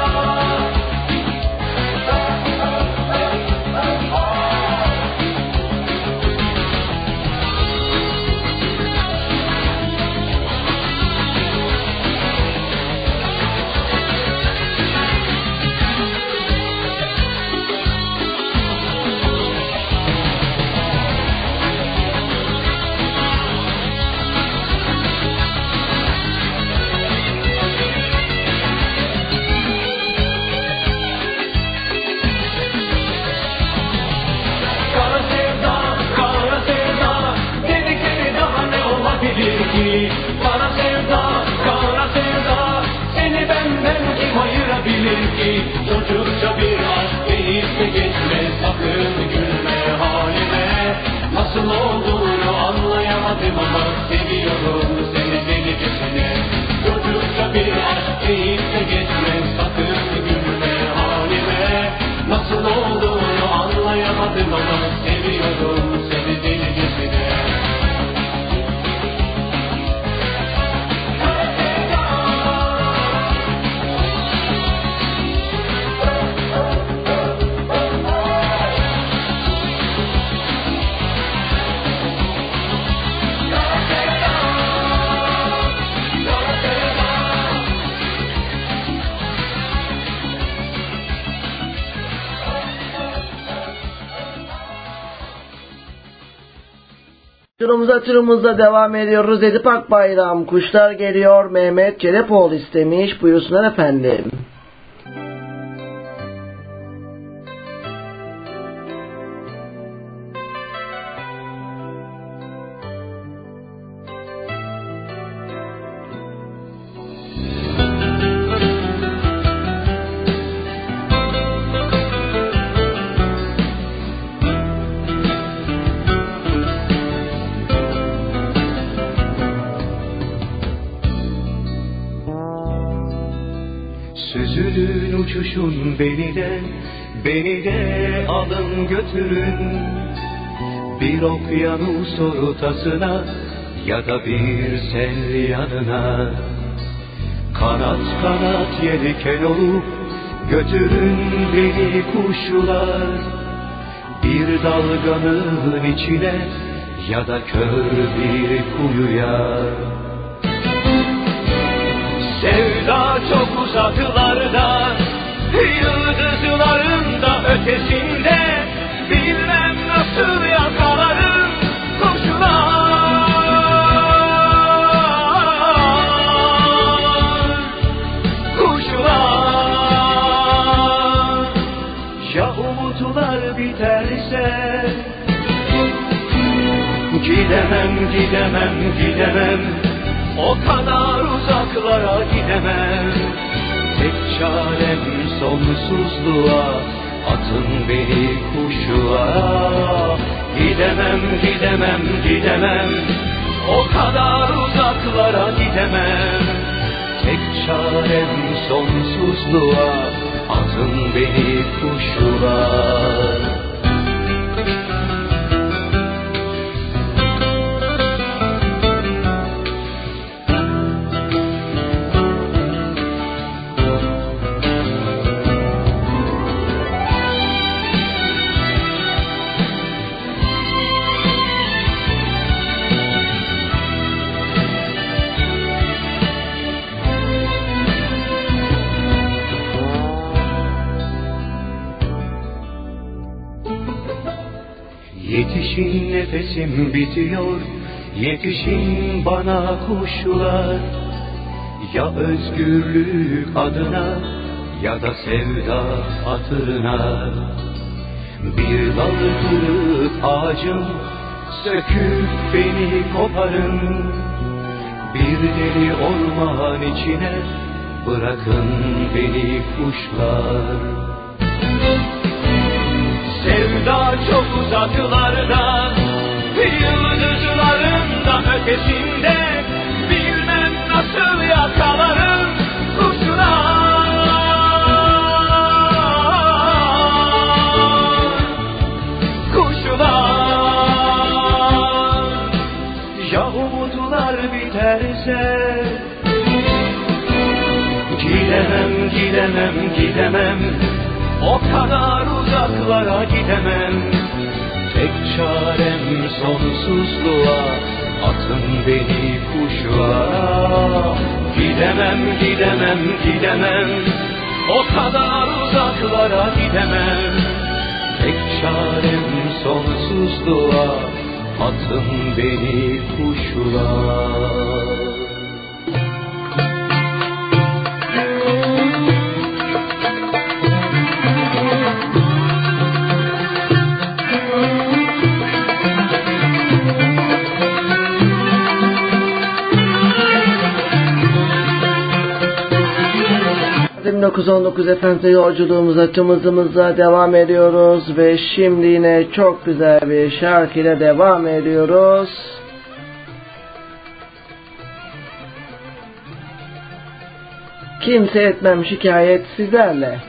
Kara sevda, kara sevda, seni benden kim ayırabilir ki? Çocukça bir aşk deyip de geçme, sakın gülme halime. Nasıl olduğunu anlayamadım ama seviyorum seni delicesine. Çocukça bir aşk deyip de geçme, sakın gülme halime. Nasıl olduğunu anlayamadım ama seviyorum seni delicesine. Turumuzda devam ediyoruz. Edip Akbayram, Kuşlar Geliyor, Mehmet Celepoğlu istemiş. Buyursunlar efendim. Uçuşun beni de alın götürün. Bir okyanus ortasına ya da bir sel yanına. Kanat kanat yelken olup götürün beni kuşlar. Bir dalganın içine ya da kör bir kuyuya. Sevda çok uzaklarda, yıldızların da ötesinde, bilmem nasıl yakalarım kuşlar. Kuşlar. Ya umutlar biterse, gidemem, o kadar uzaklara gidemem. Tek çarem sonsuzluğa, atın beni kuşluğa. Gidemem, o kadar uzaklara gidemem. Tek çarem sonsuzluğa, atın beni kuşluğa. Yetişin nefesim bitiyor, yetişin bana kuşlar. Ya özgürlük adına ya da sevda hatırına. Bir dalı kırık ağacım, söküp beni koparın. Bir deli orman içine bırakın beni kuşlar. Sevda çok uzaklarda, yıldızların da ötesinde, bilmem nasıl yakalarım kuşlar. Kuşlar, ya umutlar biterse, gidemem, gidemem, gidemem, o kadar uzaklara gidemem. Tek çarem sonsuzluğa, atın beni kuşlara. Gidemem, gidemem, gidemem, o kadar uzaklara gidemem. Tek çarem sonsuzluğa, atın beni kuşlara. ...1919 Efendi yolculuğumuza tüm hızımızla devam ediyoruz ve şimdi yine çok güzel bir şarkıyla devam ediyoruz. Kimse etmem şikayet sizlerle.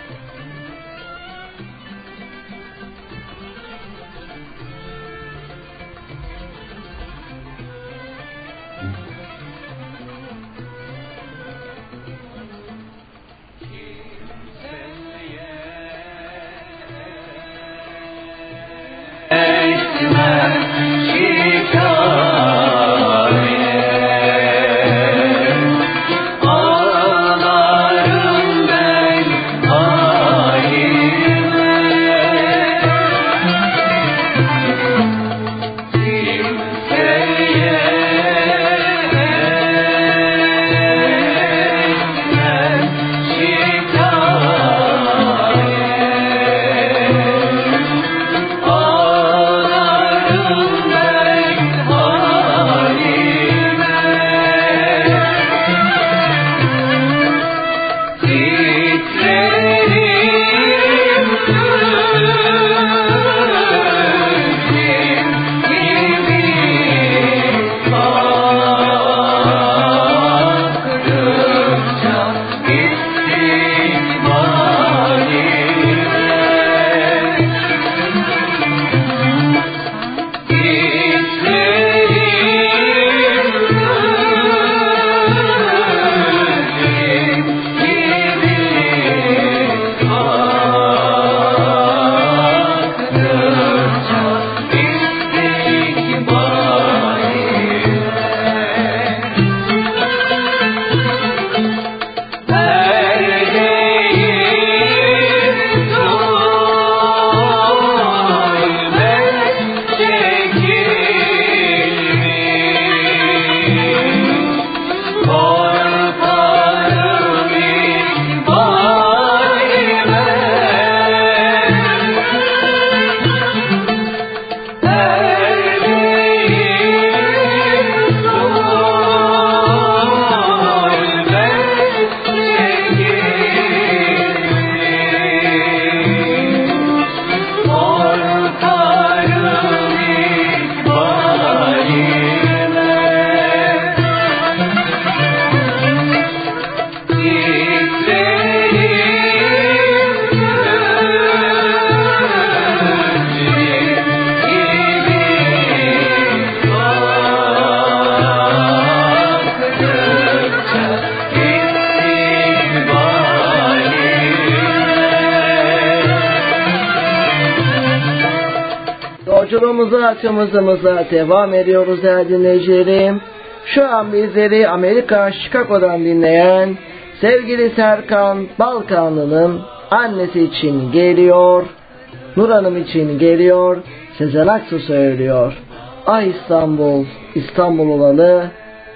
Yolculuğumuza, tüm hızımıza devam ediyoruz değerli dinleyicilerim. Şu an bizleri Amerika Chicago'dan dinleyen sevgili Serkan Balkanlı'nın annesi için geliyor, Nur Hanım için geliyor, Sezen Aksu söylüyor. Ah İstanbul, İstanbul olalı.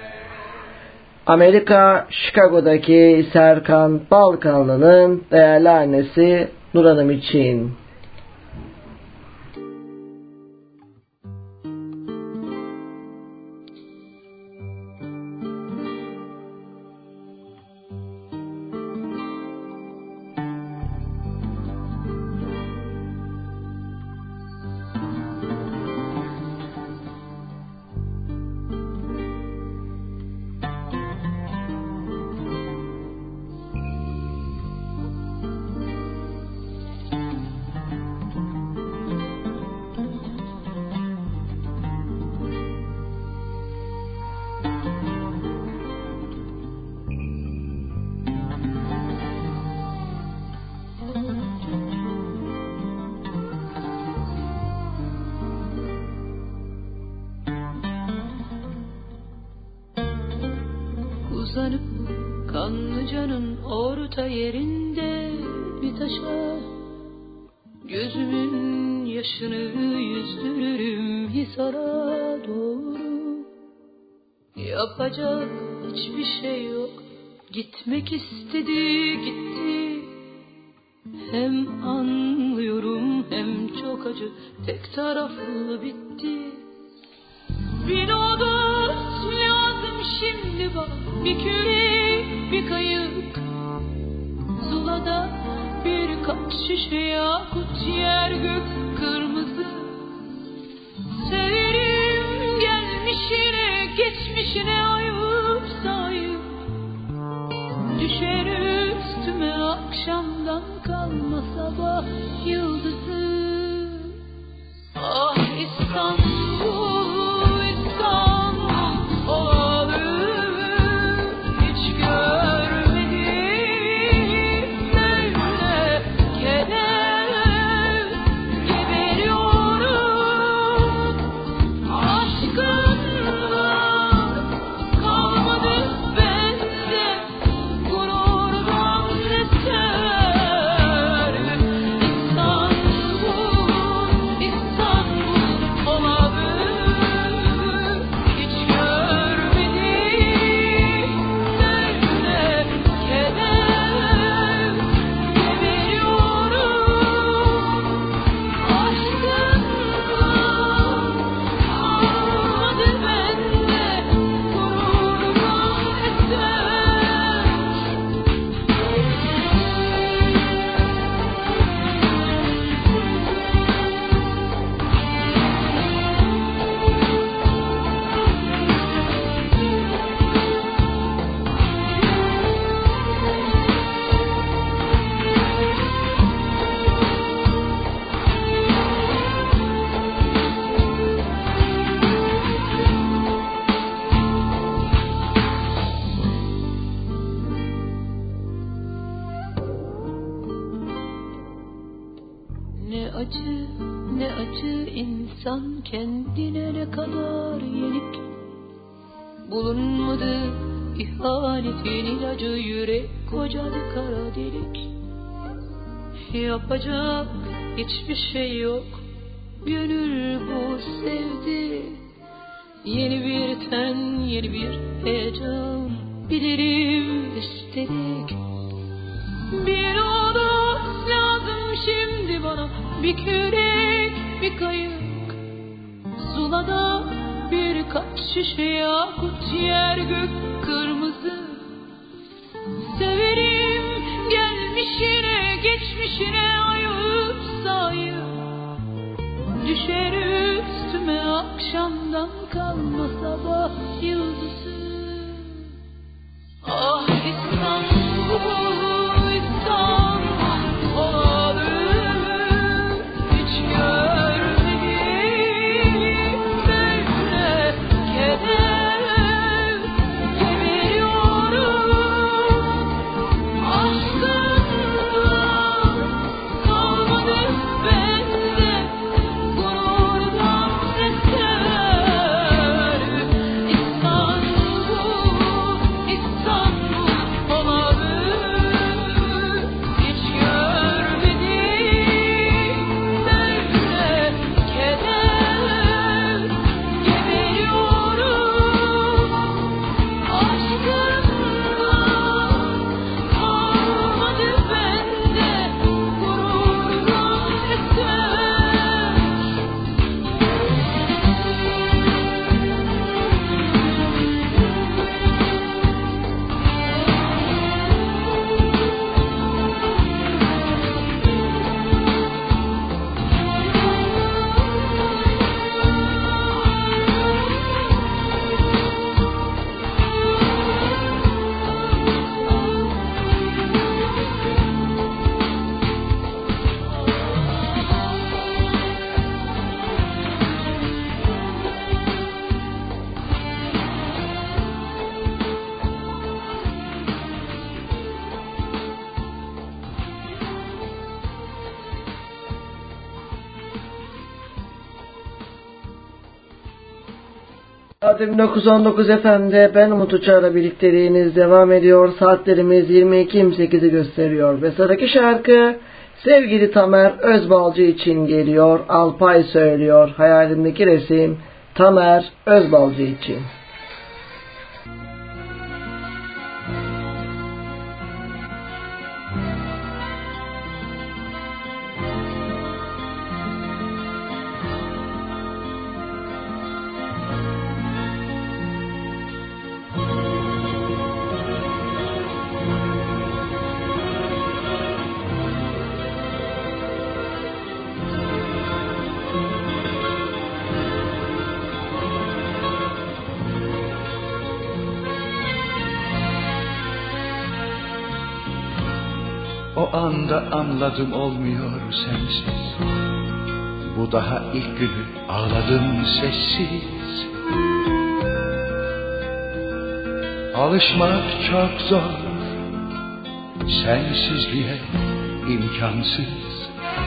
Amerika Chicago'daki Serkan Balkanlı'nın değerli annesi Nur Hanım için. uzanıp Kanlıca'nın orta yerinde bir taşa gözümün yaşını yüzdürürüm Hisar'a doğru. Yapacak hiçbir şey yok, gitmek istedi gitti. Hem anlıyorum hem çok acı, tek taraflı bitti. Bir dost lazım şimdi bana, bir kürek bir kayık. Zula'da birkaç şişe yakut, yer gök kırmızı. Severim gelmişine geçmişine ayıp sayıp. Düşer üstüme akşamdan kalma sabah yıldızı. Ah İstanbul, İstanbul ovalı, hiç görmedim böyle keder, geberiyorum aşkınla, kalmadı bende gururdan eser. İstanbul, İstanbul ovalı, hiç görmedim böyle keder, geberiyorum aşkınla, kalmadı bende gururdan eser. Ne acı insan kendine ne kadar yenik. Bulunmadı ihanetin ilacı, yürek kocadı kara delik. Yapacak hiçbir şey yok, gönül bu sevdi. Yeni bir ten, yeni bir heyecan, bilirim istedik. Bir oda lazım şimdi bana, bir kürek bir kayık. Zula'da birkaç şişe yakut, yer gök kırmızı. Severim gelmişine geçmişine ayıp sayıp. Düşer üstüme akşamdan kalma sabah yıldızı. Ah İstanbul, İstanbul ovalı, hiç görmedim böyle keder, geberiyorum aşkınla, kalmadı bende gururdan 1919 FM'de ben Umut Uçar'la birlikteliğiniz devam ediyor. Saatlerimiz 22.28'i gösteriyor. Ve sıradaki şarkı sevgili Tamer Özbalcı için geliyor. Alpay söylüyor. Hayalimdeki resim Tamer Özbalcı için. O anda anladım olmuyor sensiz. Bu daha ilk günü ağladım sessiz. Alışmak çok zor, sensizliğe imkansız.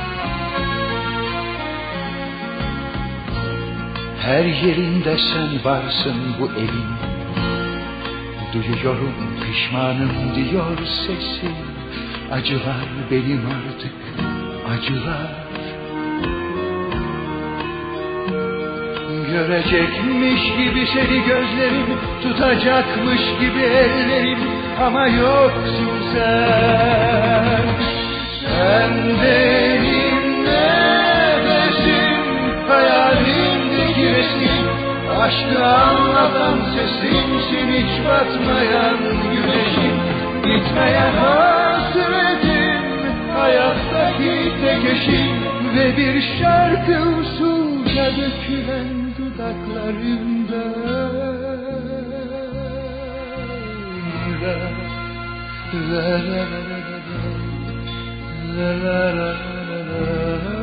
Her yerinde sen varsın bu evin. Duyuyorum pişmanım diyor sesin. Acılar benim artık, acılar. Görecekmiş gibi seni gözlerim, tutacakmış gibi ellerim, ama yoksun sen. Sen benim nefesim, hayalimdeki resim, aşkı anlatan sesimsin, hiç batmayan güneşim, bitmeyen hasretim, hayattaki tek eşim ve bir şarkı usulca dökülen dudaklarımda. La la la la la la la.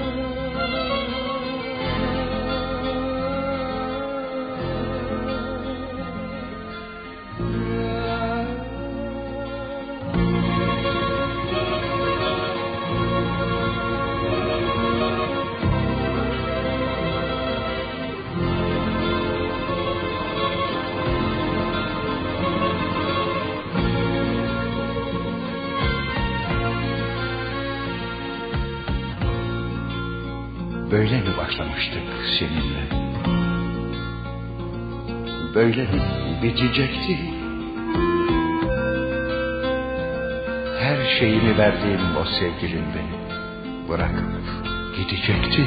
Böyle mi başlamıştık seninle? Böyle mi bitecekti? Her şeyimi verdiğim o sevgilim beni bırakıp gidecekti.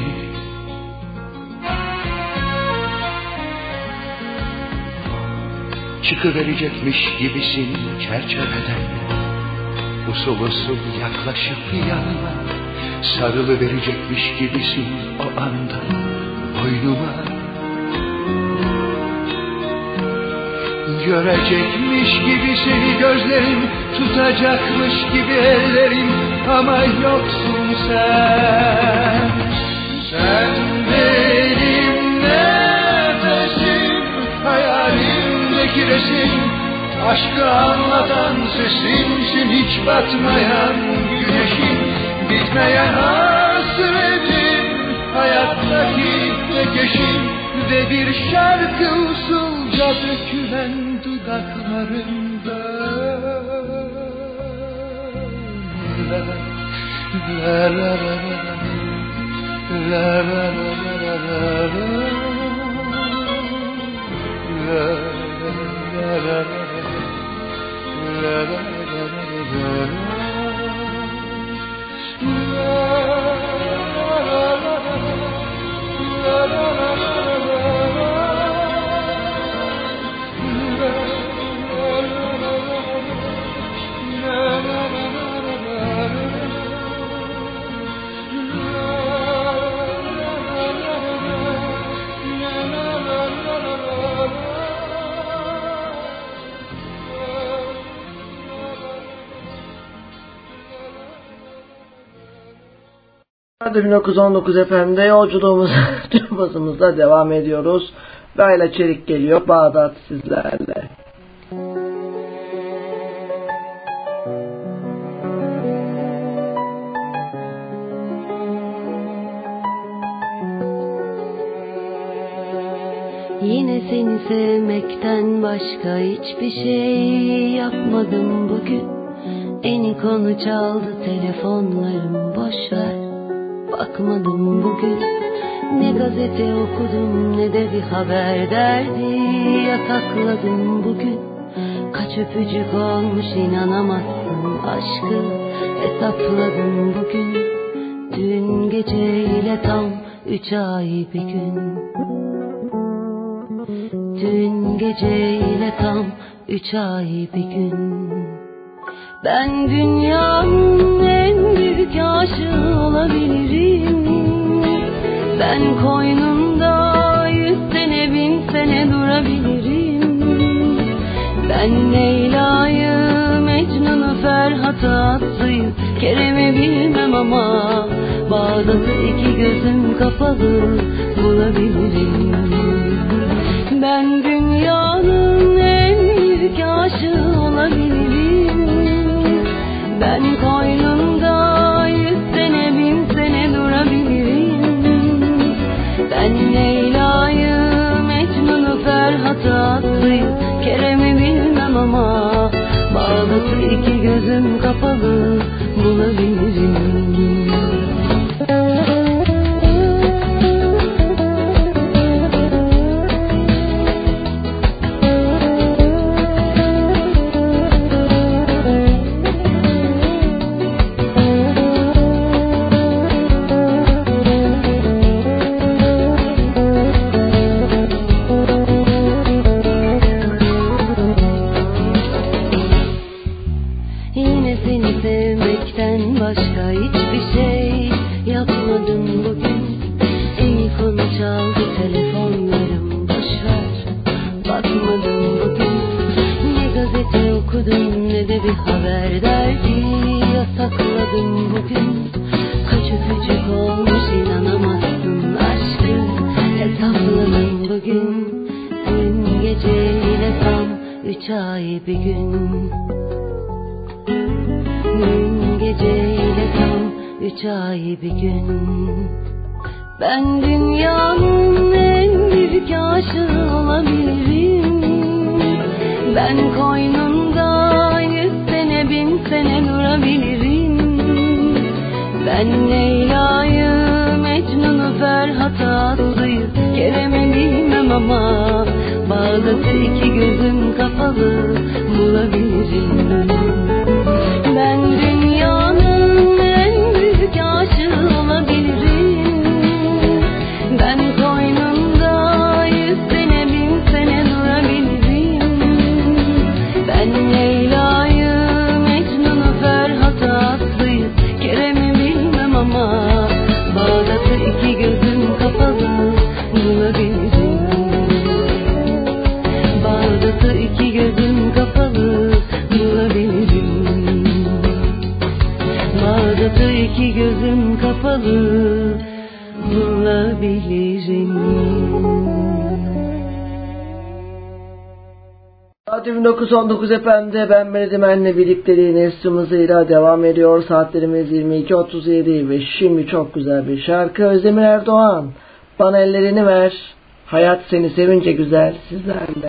Çıkıverecekmiş gibisin çerçeveden, usul usul yaklaşıp yanıma, sarılıverecekmiş gibisin o anda boynuma. Görecekmiş gibi seni gözlerim, tutacakmış gibi ellerim, ama yoksun sen. Sen benim nefesim, hayalimdeki resim, aşkı anlatan sesimsin, hiç batmayan güneşim, bitmeyen hasretim, hayattaki tek eşim ve bir şarkı usulca dökülen dudaklarımda. La la la la la la la la la. Radyo 1919 FM'de yolculuğumuzda devam ediyoruz. Bayla Çelik geliyor, Bağdat sizlerle. Yine seni sevmekten başka hiçbir şey yapmadım bugün. En konu çaldı telefonlarım, boşver, bakmadım bugün. Ne gazete okudum ne de bir haber derdi yatakladım bugün. Kaç öpücük olmuş inanamazsın, aşkı hesapladım bugün. Dün geceyle tam 3 ay bir gün. Dün geceyle tam 3 ay bir gün. Ben dünyanın en büyük aşığı olabilirim. Ben koynunda 100 sene 1000 sene durabilirim. Ben Leyla'yı, Mecnun'u, Ferhat'ı, Aslı'yı, Kerem'i bilmem ama Bağdat'ı iki gözüm kapalı bulabilirim. Ben dünyanın en büyük aşığı olabilirim. Ben koynunda 100 sene 1000 sene durabilirim. Ben Leyla'yı, Mecnun'u, Ferhat'ı, Aslı'yı, Kerem'i bilmem ama Bağdat'ı iki gözüm kapalı bulabilirim. Ben dünyanın en büyük aşığı olabilirim. Ben koynunda 100 sene 1000 sene durabilirim. Ben Leyla'yı, Mecnun'u, Ferhat'ı, Aslı'yı, Kerem'i bilmem ama Bağdat'ı iki gözüm kapalı bulabilirim. Ben dünyanın en büyük aşığı olabilirim. Ben koynunda 100 sene 1000 sene durabilirim. Ben Leyla'yı, Mecnun'u, Ferhat'ı, Aslı'yı, Kerem'i bilmem ama Bağdat'ı iki gözüm kapalı bulabilirim. Bağdat'ı iki gözüm kapalı bulabilirim. Bağdat'ı iki gözüm kapalı bulabilirim. Saat 19.19 efendim. Ben Melodi'menle birlikteliğiniz hızıyla devam ediyor. Saatlerimiz 22.37 ve şimdi çok güzel bir şarkı. Özdemir Erdoğan, bana ellerini ver. Hayat seni sevince güzel, sizlerle.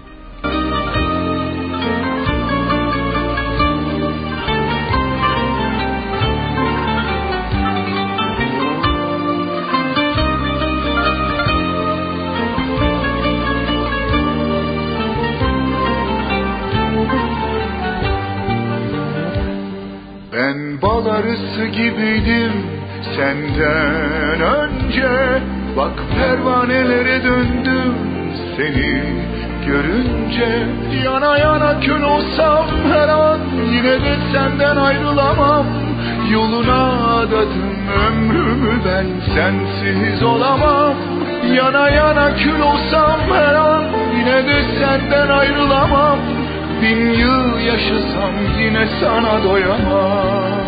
Ben bal arısı gibiydim senden önce. Bak pervanelere döndüm seni görünce. Yana yana kül olsam her an yine de senden ayrılamam. Yoluna adadım ömrümü, ben sensiz olamam. Yana yana kül olsam her an yine de senden ayrılamam. 1000 yıl yaşasam yine sana doyamam.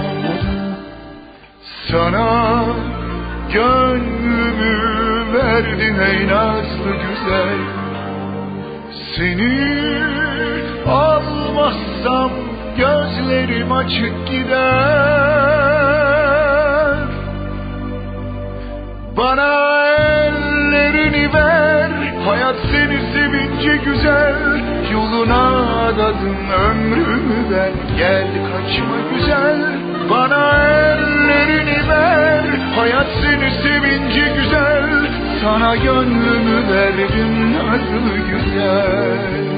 Sana gönlümü verdim ey nazlı güzel. Seni almazsam gözlerim açık gider. Bana ellerini ver, Hayat seni sevince güzel, yoluna adadım ömrümü ben. Gel kaçma güzel, bana ellerini ver. Hayat seni sevince güzel, sana gönlümü verdim nazlı güzel.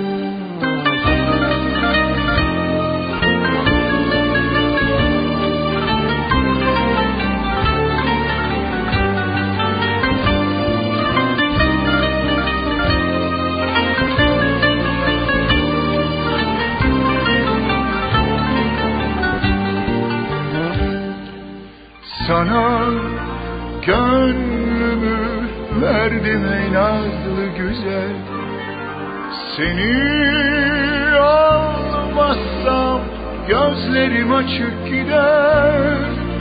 Sana gönlümü verdim ey nazlı güzel. Seni almazsam gözlerim açık gider.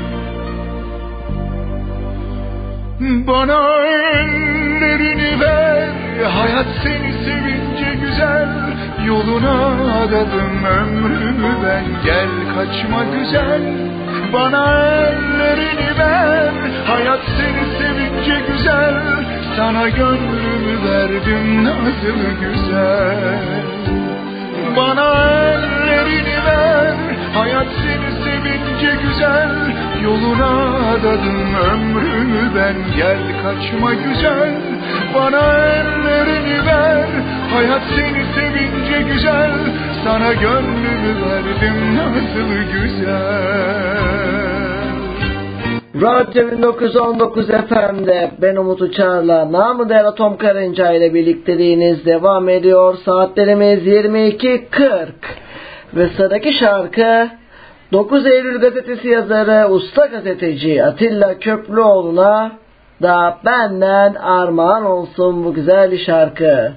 Bana ellerini ver, hayat seni sevince güzel. Yoluna adadım ömrümü ben, gel kaçma güzel. Bana ellerini ver, hayat seni sevince güzel. Sana gönlümü verdim nazlı güzel. Bana ellerini ver, hayat seni sevince güzel. Yoluna adadım ömrümü ben, gel kaçma güzel. Bana ellerini ver, hayat seni sevince güzel. Sana gönlümü verdim nazlı güzel. Radyo 1919 FM'de ben Umut Uçar'la namı değer Atom Karınca ile birlikteliğiniz devam ediyor. Saatlerimiz 22.40 ve sıradaki şarkı 9 Eylül gazetesi yazarı usta gazeteci Atilla Köprülüoğlu'na da benden armağan olsun bu güzel şarkı.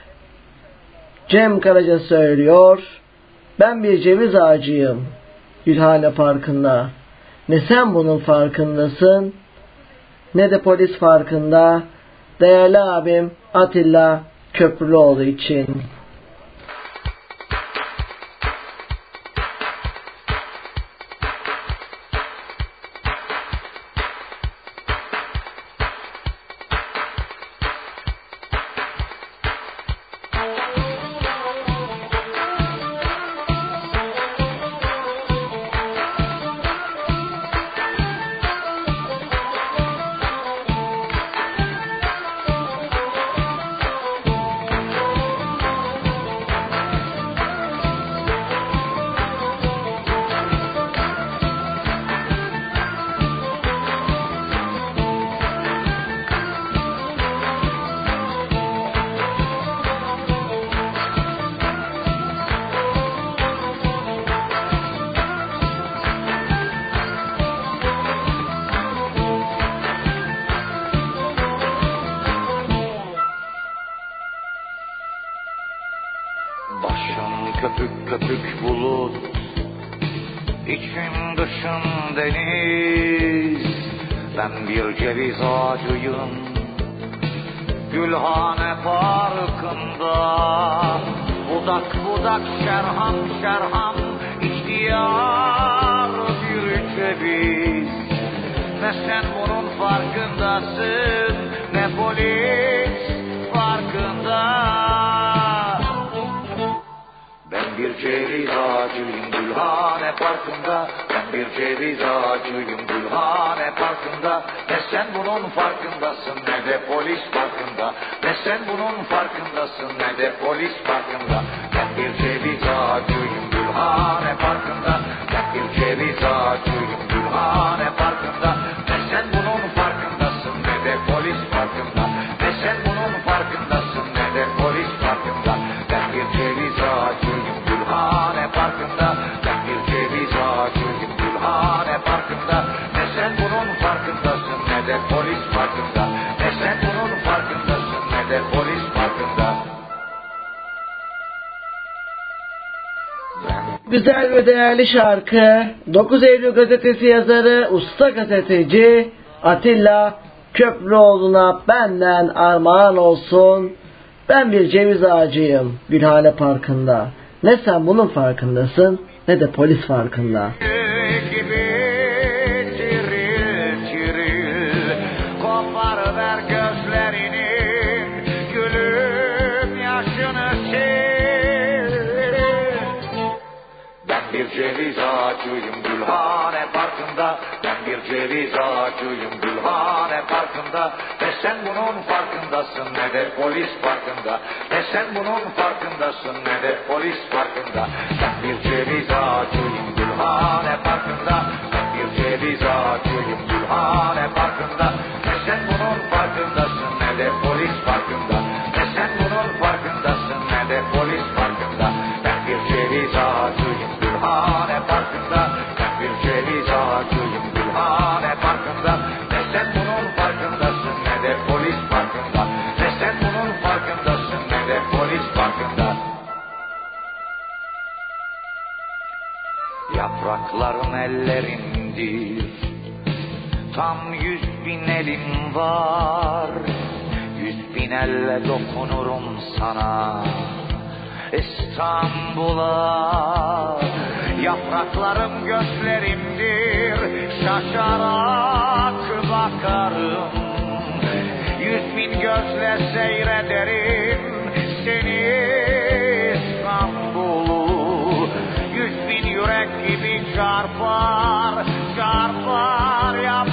Cem Karaca söylüyor. Ben bir ceviz ağacıyım Gülhane Parkı'nda. Ne sen bunun farkındasın, ne de polis farkında. Değerli abim Atilla Köprülüoğlu için. Güzel ve değerli şarkı 9 Eylül gazetesi yazarı usta gazeteci Atilla Köprülüoğlu'na benden armağan olsun. Ben bir ceviz ağacıyım Gülhane Parkı'nda. Ne sen bunun farkındasın, ne de polis farkında. ceviz ağacıyım Gülhane Parkı'nda. Ben bir ceviz ağacıyım Gülhane Parkı'nda. Ne sen bunun farkındasın ne de polis farkında. Ne sen bunun farkındasın ne de polis farkında. Ben bir ceviz ağacıyım Gülhane Parkı'nda. Ben bir ceviz ağacıyım Gülhane Parkı'nda. Ne sen bunun farkındasın ne de polis farkında. Ne sen bunun farkındasın ne de polis farkında. Ben bir ceviz ağacıyım Gülhane Parkı'nda. Ben bir ceviz ağacıyım Gülhane Parkı'nda. Ne sen bunun farkındasın ne de polis farkında. Ne sen bunun farkındasın ne de polis farkında. Yaprakların ellerindir, tam 100.000 elim var. 100.000 elle dokunurum sana İstanbul'a. Yapraklarım gözlerimdir, şaşarak bakarım. 100.000 gözle seyrederim seni İstanbul'u. 100.000 yürek gibi çarpar, çarpar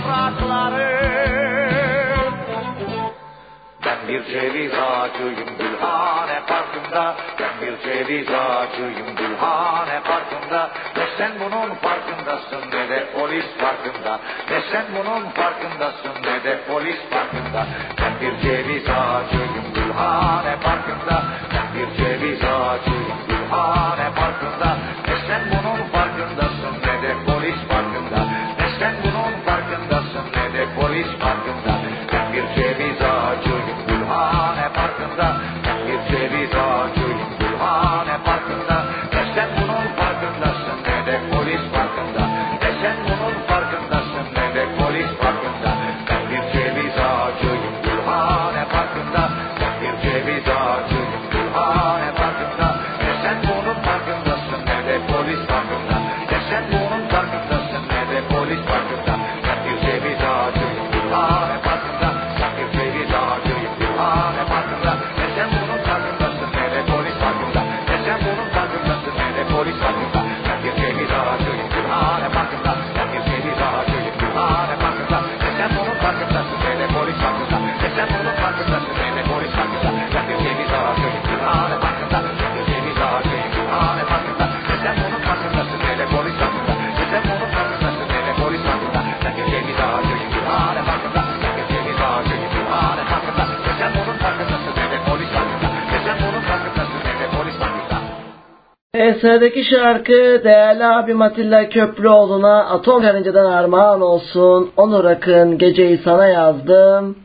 yapraklarım. Ben bir ceviz ağacıyım Gülhane Parkı'nda. Ben bir ceviz ağacıyım Gülhane Parkı'nda. Ne sen bunun farkındasın ne de polis farkında. Ne sen bunun farkındasın ne de polis farkında. Ben bir ceviz ağacıyım Gülhane Parkı'nda. Ben bir ceviz ağacıyım Gülhane Parkı'nda. Ne sen bunun farkındasın ne de polis farkında. Ne sen bunun farkındasın ne de polis farkında. Ben bir ceviz ağacıyım Gülhane Parkı'nda. Ben bir ceviz ağacıyım Gülhane Parkı'nda. Ne sen bunun farkındasın ne de polis farkında. Ne sen bunun farkındasın ne de polis farkında. Ben bir ceviz ağacıyım Gülhane Parkı'nda. Ben bir ceviz ağacıyım Gülhane Parkı'nda. Ne sen bunun farkındasın ne de polis farkında. Ne sen bunun farkındasın ne de polis farkında. Ben bir ceviz ağacıyım Gülhane Parkı'nda. Ben bir ceviz ağacıyım Gülhane Parkı'nda. Ne sen bunun farkındasın ne de polis farkında. Ne sen bunun farkındasın ne de polis farkında. Ben bir ceviz ağacıyım Gülhane Parkı'nda. Ben bir ceviz ağacıyım Gülhane Parkı'nda. Ne sen bunun farkındasın ne de polis farkında. Ne sen bunun farkındasın ne de polis farkında. Ben bir ceviz ağacıyım Gülhane Parkı'nda. Ben bir ceviz ağacıyım Gülhane Parkı'nda. Ne sen bunun farkındasın ne de polis farkında. Ne sen bunun farkındasın ne de polis farkında. Ben bir ceviz ağacıyım Gülhane Parkı'nda. Ben bir ceviz ağacıyım Gülhane Parkı'nda. Ne sen bunun farkındasın ne de polis farkında. Ne sen bunun farkındasın ne de polis farkında. Sıradaki şarkı değerli abim Atilla Köprüoğlu'na Atom Karınca'dan armağan olsun. Onur Akın Geceyi Sana Yazdım.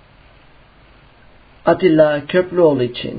Atilla Köprüoğlu için.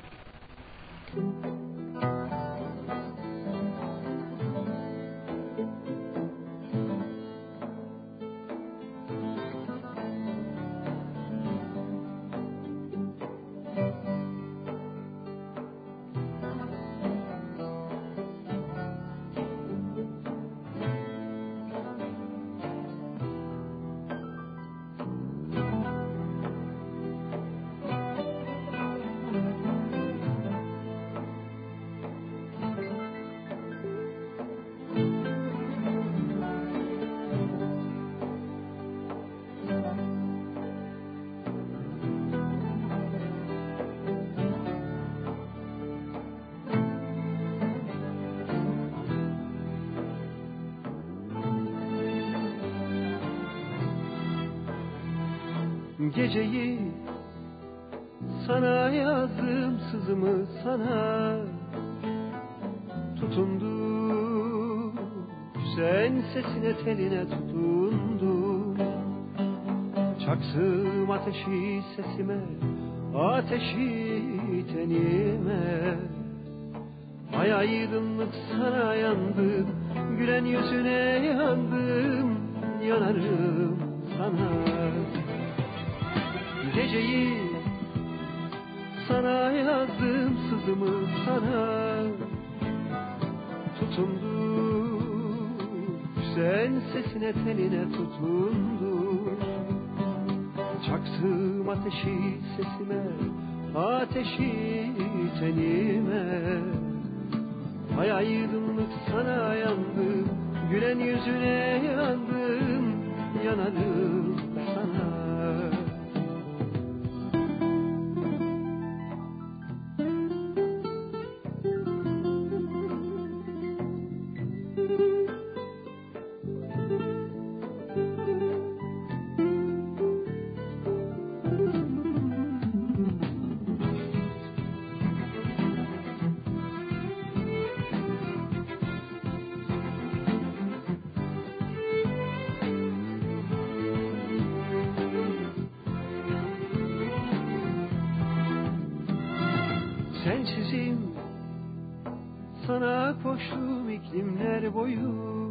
Geceyi sana yazdım, sızımı sana tutundum, sen sesine teline tutundum. Çaksım ateşi sesime, ateşi tenime. Ay aydınlık sana yandım, gülen yüzüne yandım, yanarım sana. Geceyi sana yazdım, sızımı sana tutundum, sen sesine teline tutundum. Çaksım ateşi sesime, ateşi tenime. Ay aydınlık sana yandım, gülen yüzüne yandım, yanarım sana. Sensizim sana koştum iklimler boyu,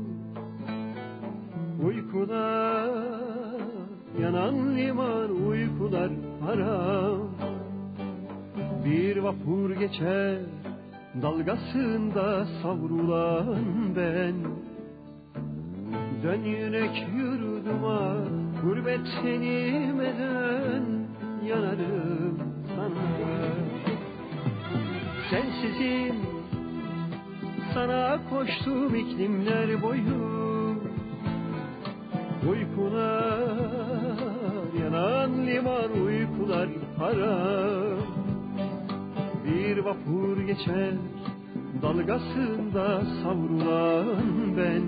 uykuda yanan liman, uykular haram. Bir vapur geçer dalgasında savrulan ben, dön yürek yurduma, gurbet senime dön, yanarım sana. Sensizim sana koştum iklimler boyu, uykular yanan liman, uykular haram. Bir vapur geçer dalgasında savrulan ben,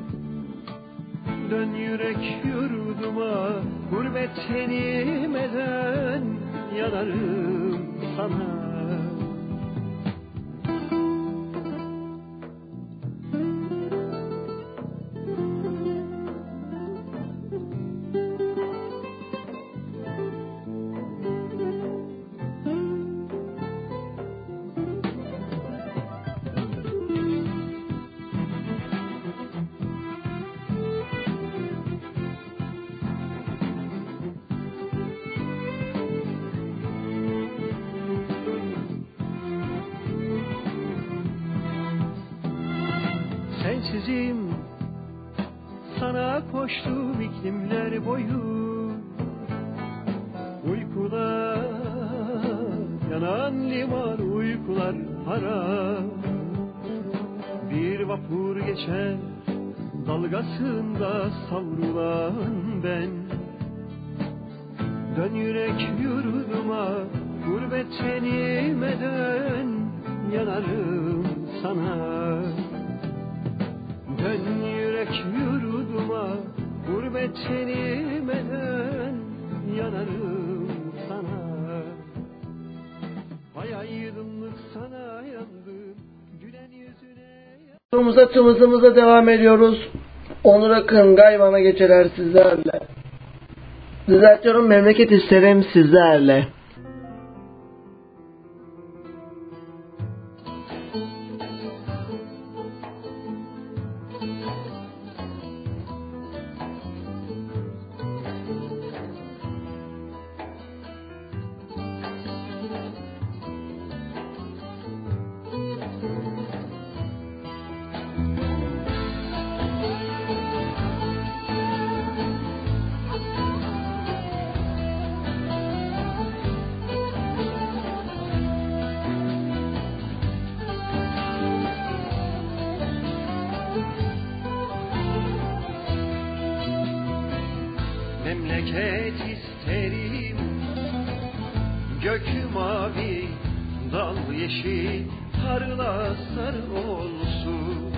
dön yürek yurduma, gurbet tenime dön, yanarım sana. Sensizim sana koştum iklimler boyu, uykuda yanan liman, uykular haram. Bir vapur geçer dalgasında savrulan ben, dön yürek yurduma, gurbet tenime dön, yanarım sana. Dön yürek yurduma, gurbet tenime dön, yanarım sana. Ay aydınlık sana yandım, gülen yüzüne. Tımızımıza devam ediyoruz. Onur Akın, Gayvan'a geçeler sizlerle. Düzeltiyorum, memleket isterim sizlerle. Memleket isterim, gök mavi, dal yeşil, tarla sarı olsun.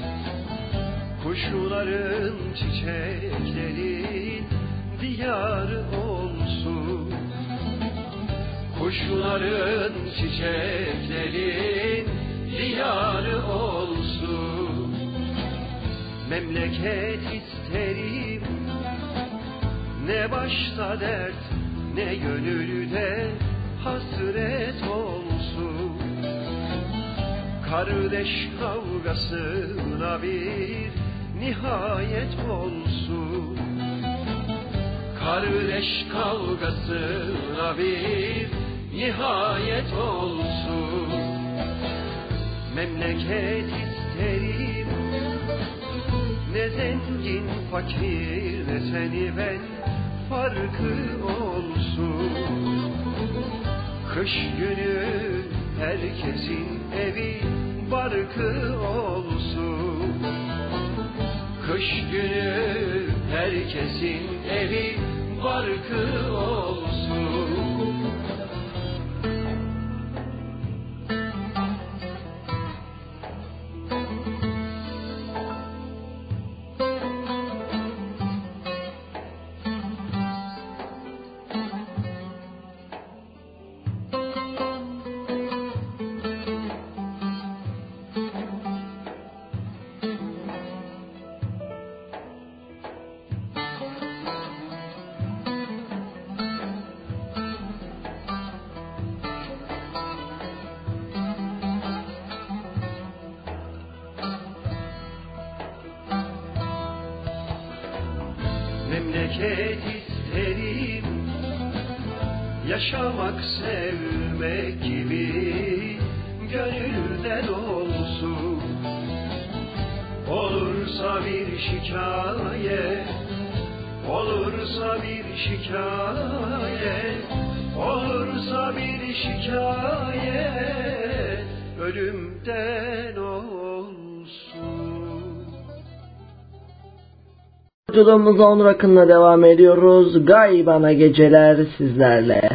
Kuşların, çiçeklerin diyarı olsun. Kuşların, çiçeklerin diyarı olsun. Memleket isterim, ne başta dert, ne gönülde hasret olsun. Kardeş kavgasına bir nihayet olsun. Kardeş kavgasına bir nihayet olsun. Memleket isterim, ne zengin fakir, ne seni ben farkı olsun. Kış günü herkesin evi barkı olsun. Kış günü herkesin evi barkı olsun. Memleket isterim, yaşamak sevmek gibi gönülden olsun. Olursa bir şikayet, olursa bir şikayet, olursa bir şikayet ölümden olsun. Yolculuğumuza Onur Akın'la devam ediyoruz. Gay bana geceler sizlerle.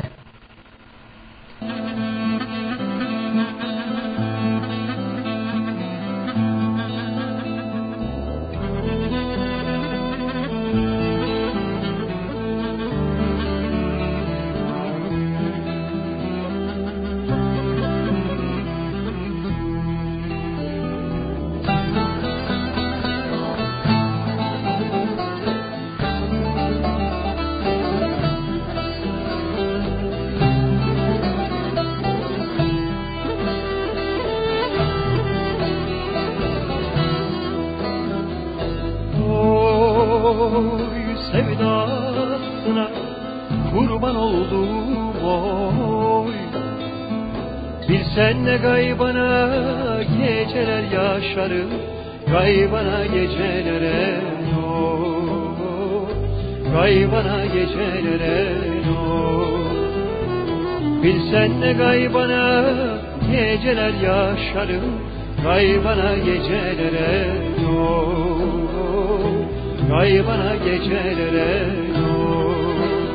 Sevdasına kurban oldum oy. Bilsen ne gaybana geceler yaşarım, gaybana gecelere oy, gaybana gecelere oy. Bilsen ne gaybana geceler yaşarım, gaybana gecelere oy, gaybana gecelere oy.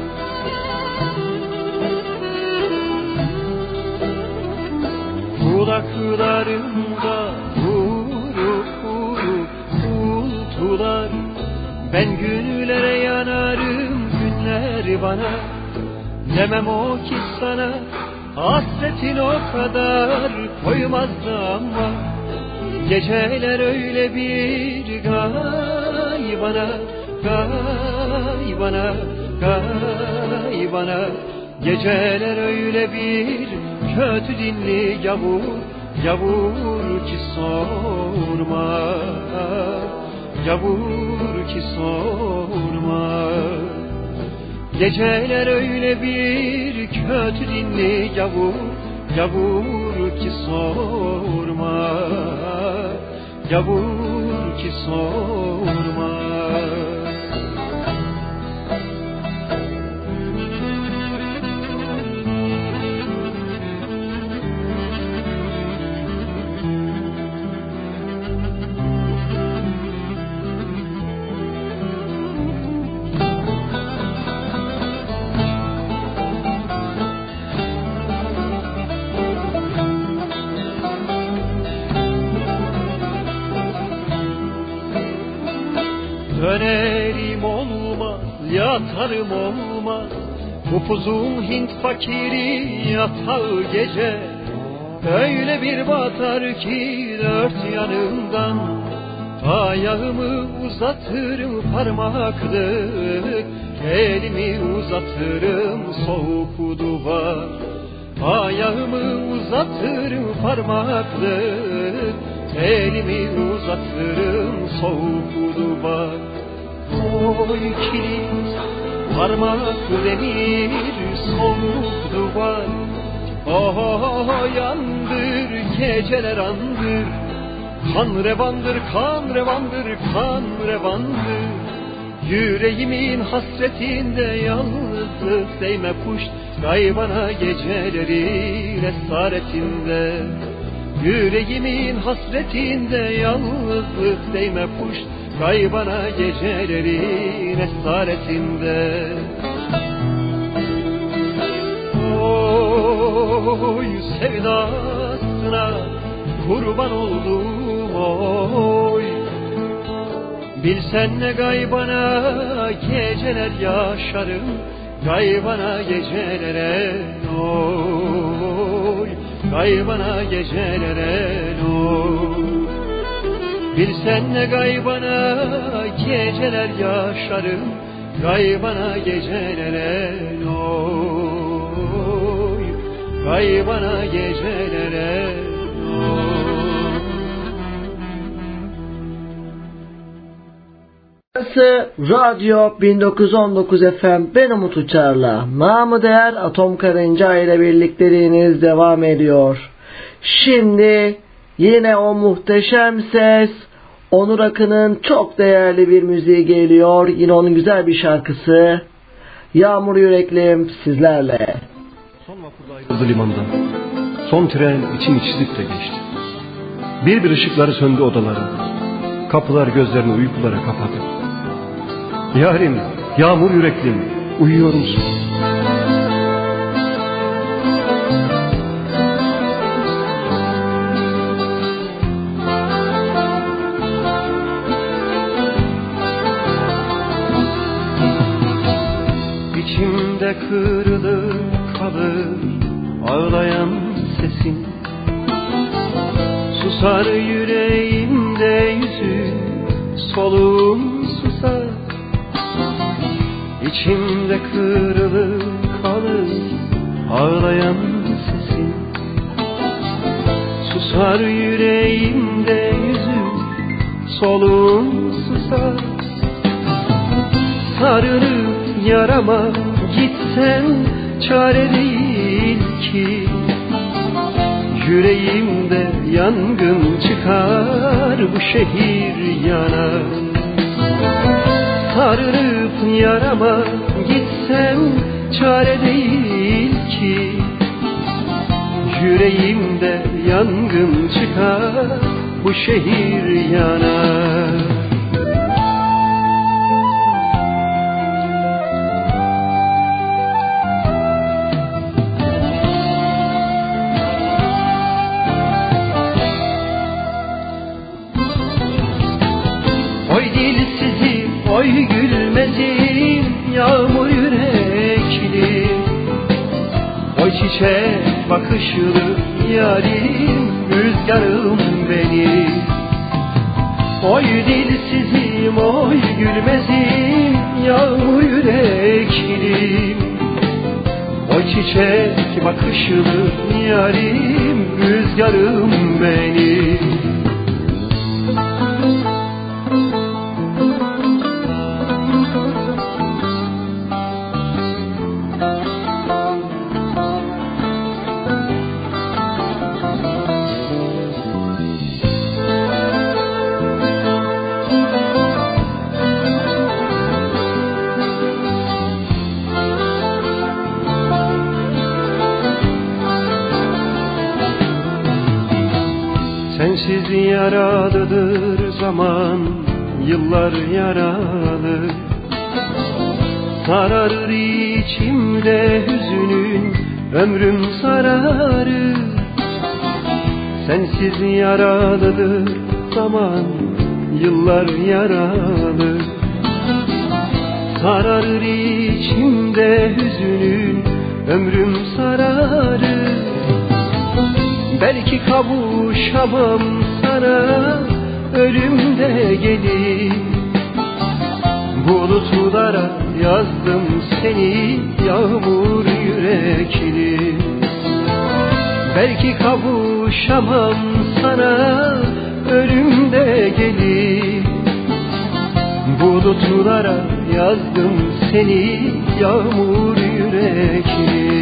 Kulaklarımda vuru vuru kultular, ben günlere yanarım, günler bana. Demem o ki sana, hasretin o kadar koymazdı ama geceler öyle bir gaybana, gaybana, gaybana. Geceler öyle bir kötü dinli yavur, yavur ki sorma, yavur ki sorma. Geceler öyle bir kötü dinli yavur, yavur ki sorma, yavur ki sorma. Dönerim olmaz, yatarım olmaz, upuzun Hint fakiri yatağı gece. Öyle bir batar ki dört yanımdan, ayağımı uzatırım parmaklık, elimi uzatırım soğuk duvar. Ayağımı uzatırım parmaklık, elimi uzatırım soğuk duvar. Oy kilit, parmak demir, soğuk duvar. Oh yandır, geceler andır, kan revandır, kan revandır, kan revandır. Yüreğimin hasretinde yalnızlık değme kuş, gaybana gecelerin esaretinde. Yüreğimin hasretinde yalnızlık değme puş, kaybana gecelerin esaretinde. Oy sevdasına kurban oldum oy. Bilsen ne gaybana geceler yaşarım, gaybana gecelere oy, gaybana gecelere oy. Bilsen ne gaybana geceler yaşarım, gaybana gecelere oy, gaybana gecelere oy. Radyo 1919 FM, ben Umut Uçar'la namı değer Atom Karınca ile birlikteliğiniz devam ediyor. Şimdi yine o muhteşem ses, Onur Akın'ın çok değerli bir müziği geliyor. Yine onun güzel bir şarkısı, Yağmur Yüreklim sizlerle. Son vapurla ayrıldı limandan, son tren içini çizip de geçti. Bir ışıkları söndü odaların, kapılar gözlerini uykulara kapadı. Yarim, yağmur yüreklim, uyuyor musun? İçimde kırılır kalır ağlayan sesin, susar yüreğimde yüzün, soluğum susar. İçimde kırılır kalır ağlayan sesin, susar yüreğimde yüzüm, soluğum susar. Sarılıp yarama gitsen çare değil ki, yüreğimde yangın çıkar, bu şehir yanar. Sarılıp yarama gitsem çare değil ki, yüreğimde yangın çıkar, bu şehir yanar. Oy dilsizim, oy gülmezim, yağmur yürekli, oy çiçek bakışlı yarim, rüzgarım benim. Oy dilsizim, oy gülmezim, yağmur yürekli, oy çiçek bakışlı yarim, rüzgarım benim. Sensiz yaralıdır zaman, yıllar yaralı. Sararır içimde hüzünün, ömrüm sararır. Sensiz yaralıdır zaman, yıllar yaralı. Sararır içimde hüzünün, ömrüm sararır. Belki kavuşamam sana, ölümde gelir. Bulutlara yazdım seni, yağmur yürekli. Belki kavuşamam sana, ölümde gelir. Bulutlara yazdım seni, yağmur yürekli.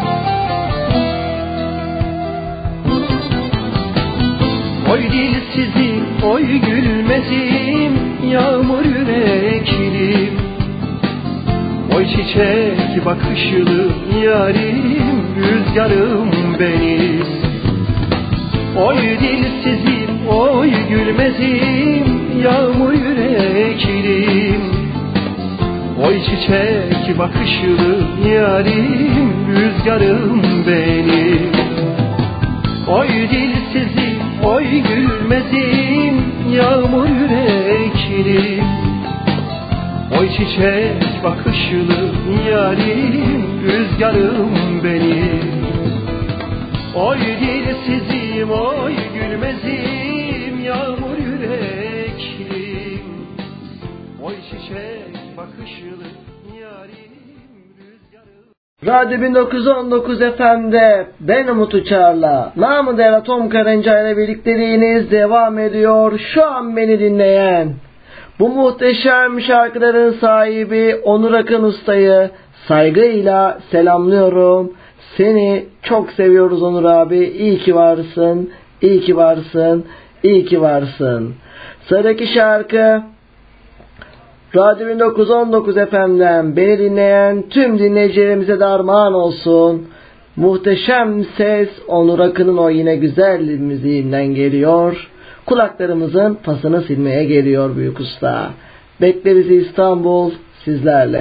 Oy dilsiz dilsizim, oy gülmezim, yağmur yüreklim. Oy çiçek bakışlı yarim, rüzgarım benim. Oy dilsizim, oy gülmezim, yağmur yüreklim. Oy çiçek bakışlı yarim, rüzgarım benim. Oy dilsizim, oy gülmezim, yağmur yüreklim. Oy çiçek bakışlı yarim, rüzgarım benim. Oy dilsizim, oy gülmezim, yağmur yüreklim. Oy çiçek bakışlı yarim, rüzgarım. Radyo 1919 FM'de ben Umut Uçar'la namı değer Atom Karınca ile birlikteliğiniz devam ediyor. Şu an beni dinleyen bu muhteşem şarkıların sahibi Onur Akın Usta'yı saygıyla selamlıyorum. Seni çok seviyoruz Onur abi. İyi ki varsın, iyi ki varsın, iyi ki varsın. Sıradaki şarkı Radyo 1919 FM'den beni dinleyen tüm dinleyicilerimize de armağan olsun. Muhteşem ses Onur Akın'ın o yine güzel müziğinden geliyor. Kulaklarımızın pasını silmeye geliyor büyük usta. Bekle bizi İstanbul sizlerle.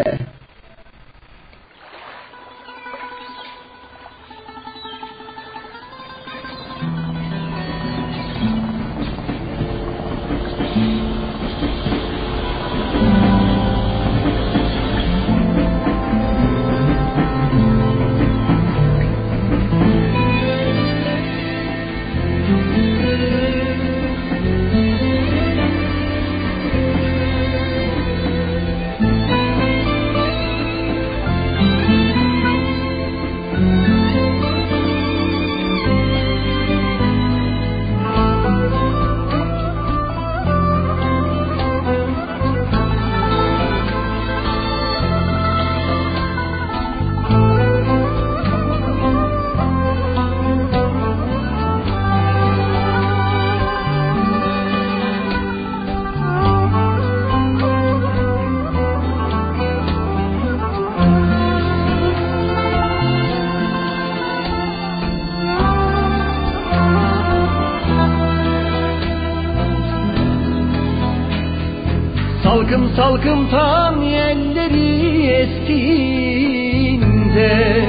Salkım salkım tam yelleri estiğinde,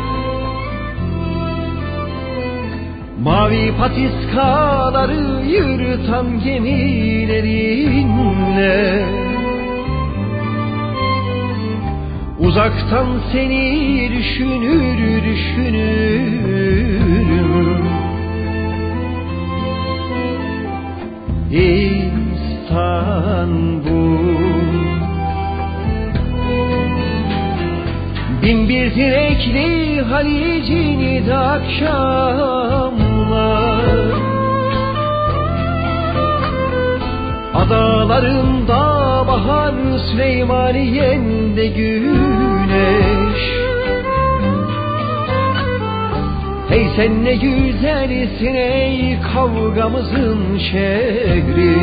mavi patiskaları yırtan gemilerinle, uzaktan seni düşünür düşünürüm. İstanbul, bin bir direkli Halic'in de akşamlar, adalarında bahar, Süleymaniye'nde güneş. Hey sen ne güzelsin ey kavgamızın şehri,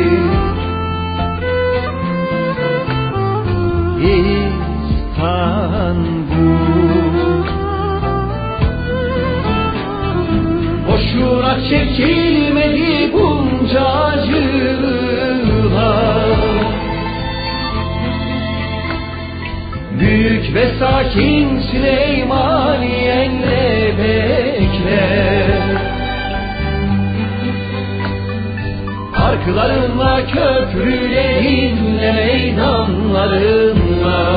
İstanbul. Boşuna çekilmedi bunca acılar, büyük ve sakin Süleymaniye'nle bekler. Parklarınla, köprülerinle, meydanlarınla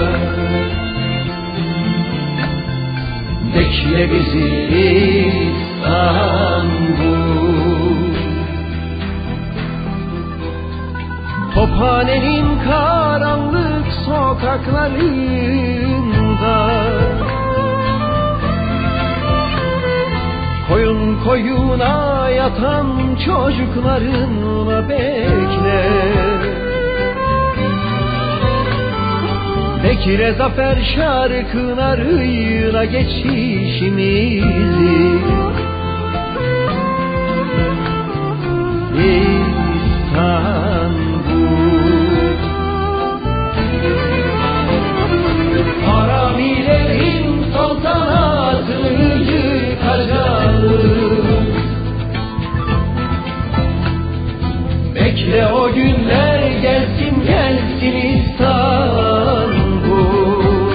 bekle bizi İstanbul. Tophane'nin karanlık sokaklarında, koyun koyuna yatan çocuklarınla bekle. Bekle zafer şarkılarıyla geçişimizi. Bekle o günler gelsin gelsin İstanbul.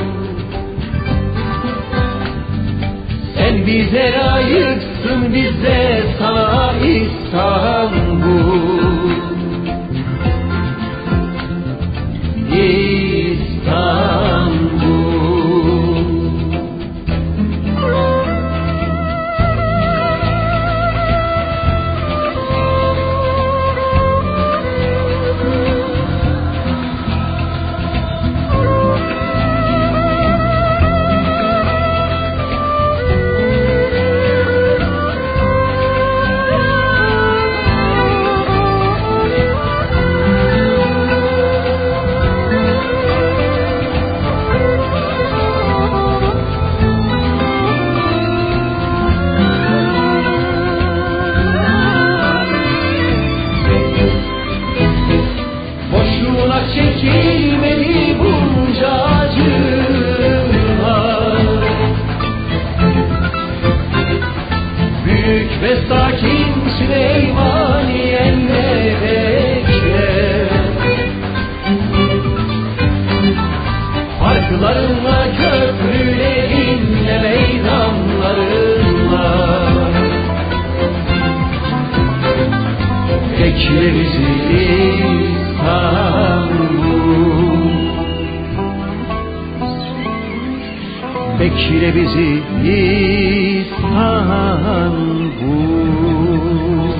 Sen bize layıksın, bize sana İstanbul. İstanbul. Çekilmeli bunca acılar. Büyük ve sakin Süleymaniye'nde bekle. Farklarınla, köprülerinle, meydanlarınla bekle bizi bekle bizi İstanbul.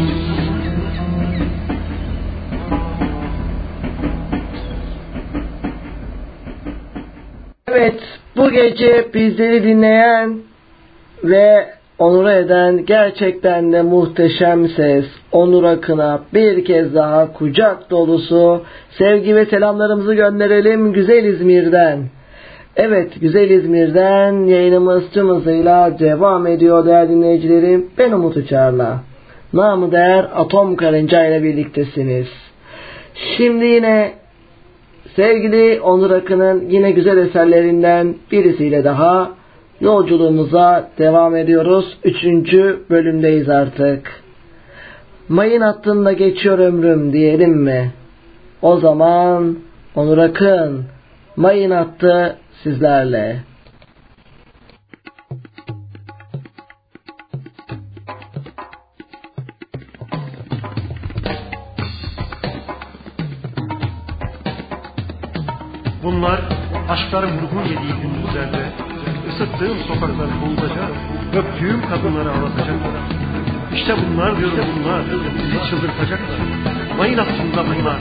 Evet, bu gece bizleri dinleyen ve onur eden gerçekten de muhteşem ses Onur Akın'a bir kez daha kucak dolusu sevgi ve selamlarımızı gönderelim güzel İzmir'den. Evet, güzel İzmir'den yayınımız tüm hızıyla devam ediyor değerli dinleyicilerim. Ben Umut Uçar'la, namı değer Atom Karınca ile birliktesiniz. Şimdi yine sevgili Onur Akın'ın yine güzel eserlerinden birisiyle daha yolculuğumuza devam ediyoruz. 3. bölümdeyiz artık. Mayın hattında geçiyor ömrüm diyelim mi? O zaman Onur Akın, Mayın hattı sizlerle. Bunlar aşkların ruhun yediği gündüzlerde ısıttığım sokakları boğulacak, öptüğüm kadınları ağlatacaklar. İşte bunlar diyorum, bunlar bizi çıldırtacaklar. Mayın hattında bunlar.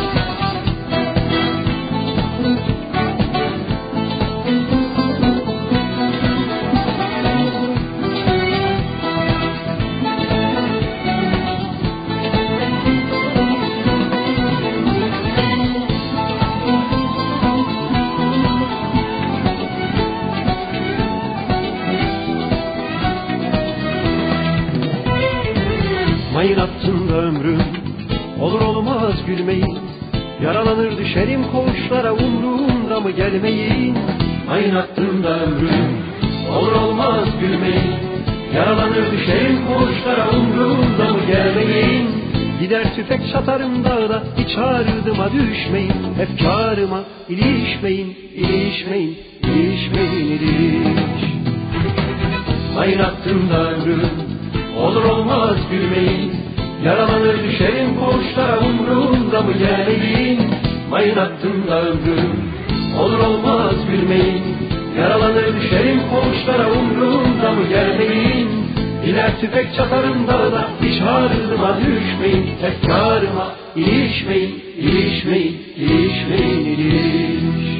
Mayın hattında ömrüm, olur olmaz gülmeyin. Yaralanır düşerim koğuşlara, umrumda mı gelmeyin? Mayın hattında ömrüm, olur olmaz gülmeyin. Yaralanır düşerim koğuşlara, umrumda mı gelmeyin? Gider tüfek çatarım dağda, hiç ardıma düşmeyin. Efkarıma ilişmeyin, ilişmeyin, ilişmeyin, iliş. Mayın hattında ömrüm, olur olmaz gülmeyin. Yaralanır düşerim koğuşlara, umrumda mı gelmeyin? Mayın hattında ömrüm, olur olmaz gülmeyin. Yaralanır düşerim koğuşlara, umrumda mı gelmeyin? Diler tüfek çatarım dağda, hiç ardıma düşmeyin. Efkarıma ilişmeyin, ilişmeyin, ilişmeyin, iliş.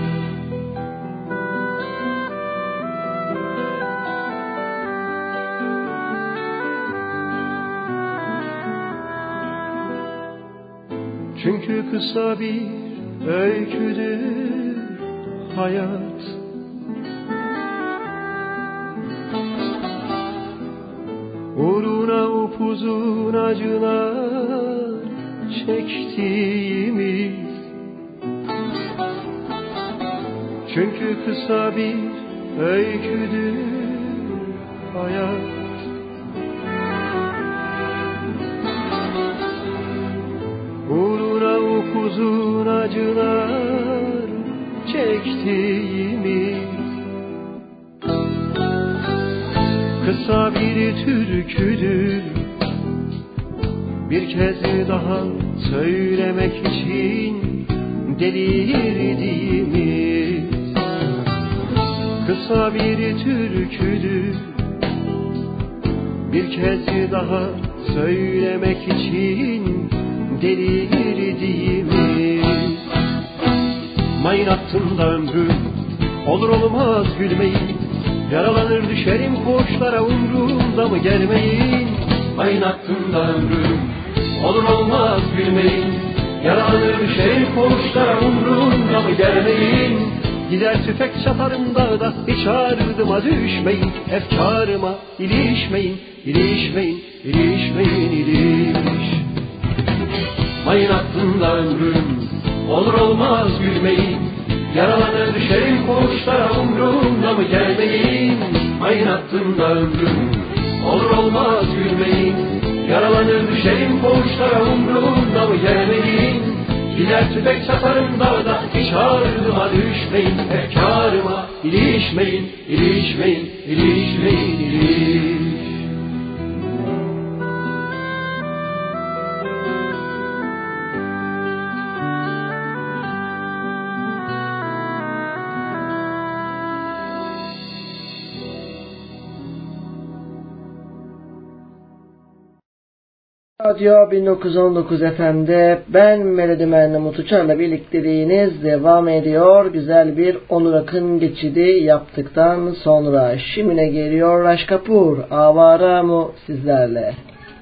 Çünkü kısa bir öyküdür hayat. Uğruna upuzun acılar çektiğimiz. Çünkü kısa bir öyküdür hayat. Uğruna upuzun acılar çektiğimiz kısa bir türküdür. Bir kez daha söylemek için delirdiğimiz kısa bir türküdür. Bir kez daha söylemek için delirdiğimiz. Mayın hattında ömrüm olur olmaz gülmeyin, yaralanır düşerim koğuşlara umrumda mı gelmeyin. Mayın hattında ömrüm olur olmaz gülmeyin, yaralanır düşerim koğuşlara umrumda mı gelmeyin. Gider tüfek çatarım dağda hiç ardıma düşmeyin, efkarıma ilişmeyin, ilişmeyin, ilişmeyin, iliş. Mayın hattında ömrüm olur olmaz gülmeyin, yaralanır düşerim koğuşlara umrumda mı gelmeyin. Mayın hattında ömrüm olur olmaz gülmeyin, yaralanır düşerim koğuşlara umrumda mı gelmeyin. Gider tüfek çatarım dağda hiç ardıma düşmeyin, efkarıma ilişmeyin, ilişmeyin, ilişmeyin, iliş. Radyo 1919 FM'de ben Melodi Mernamut Uçar'la birlikteliğiniz devam ediyor. Güzel bir Onur Akın geçidi yaptıktan sonra şimdine geliyor Raj Kapoor, Avara Mu sizlerle.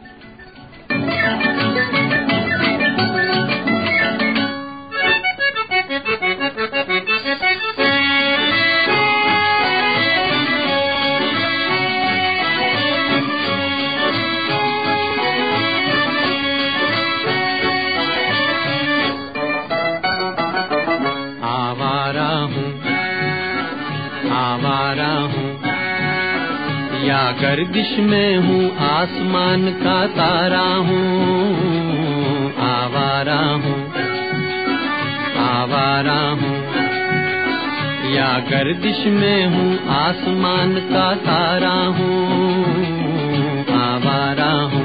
या गर्दिश में हूँ आसमान का तारा हूँ, आवारा हूँ, आवारा हूँ। या गर्दिश में हूँ आसमान का तारा हूँ, आवारा हूँ।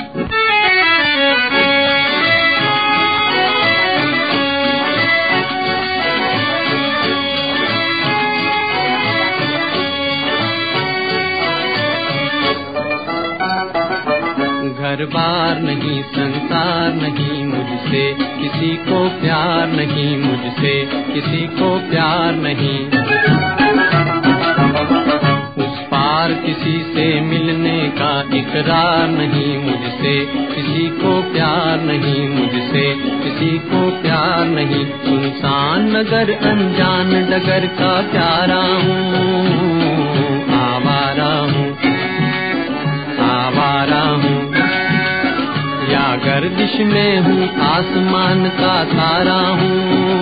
घर बार नहीं संसार नहीं मुझसे किसी को प्यार नहीं, मुझसे किसी को प्यार नहीं। उस पार किसी से मिलने का इकरार नहीं, मुझसे किसी को प्यार नहीं, मुझसे किसी को प्यार नहीं। सुनसान नगर अनजान डगर का प्यारा हूँ, आवारा हूँ, आवारा हूँ। या गर्दिश में हूँ आसमान का तारा हूँ,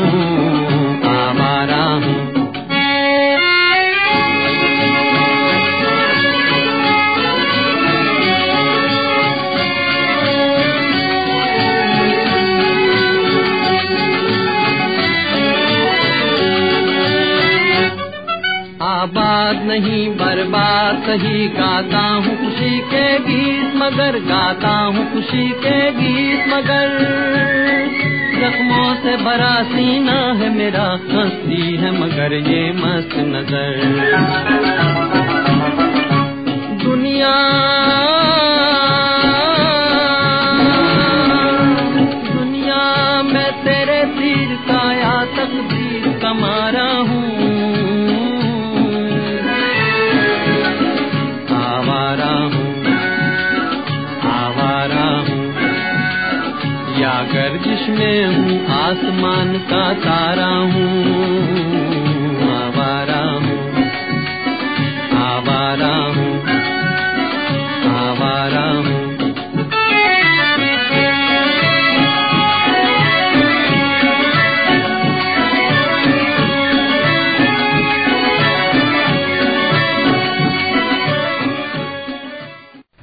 आवारा हूँ। आबाद नहीं बर्बाद सही गाता हूँ खुशी के गीत, मगर गाता हूँ खुशी के गीत मगर। जख्मों से भरा सीना है मेरा, हंसती है मगर ये मस्त नजर। दुनिया दुनिया मैं तेरे तीर का या तकदीर का मारा हूँ, गर्दिश में हूँ आसमान का तारा हूँ, आवारा हूँ, आवारा हूँ, आवारा हूँ।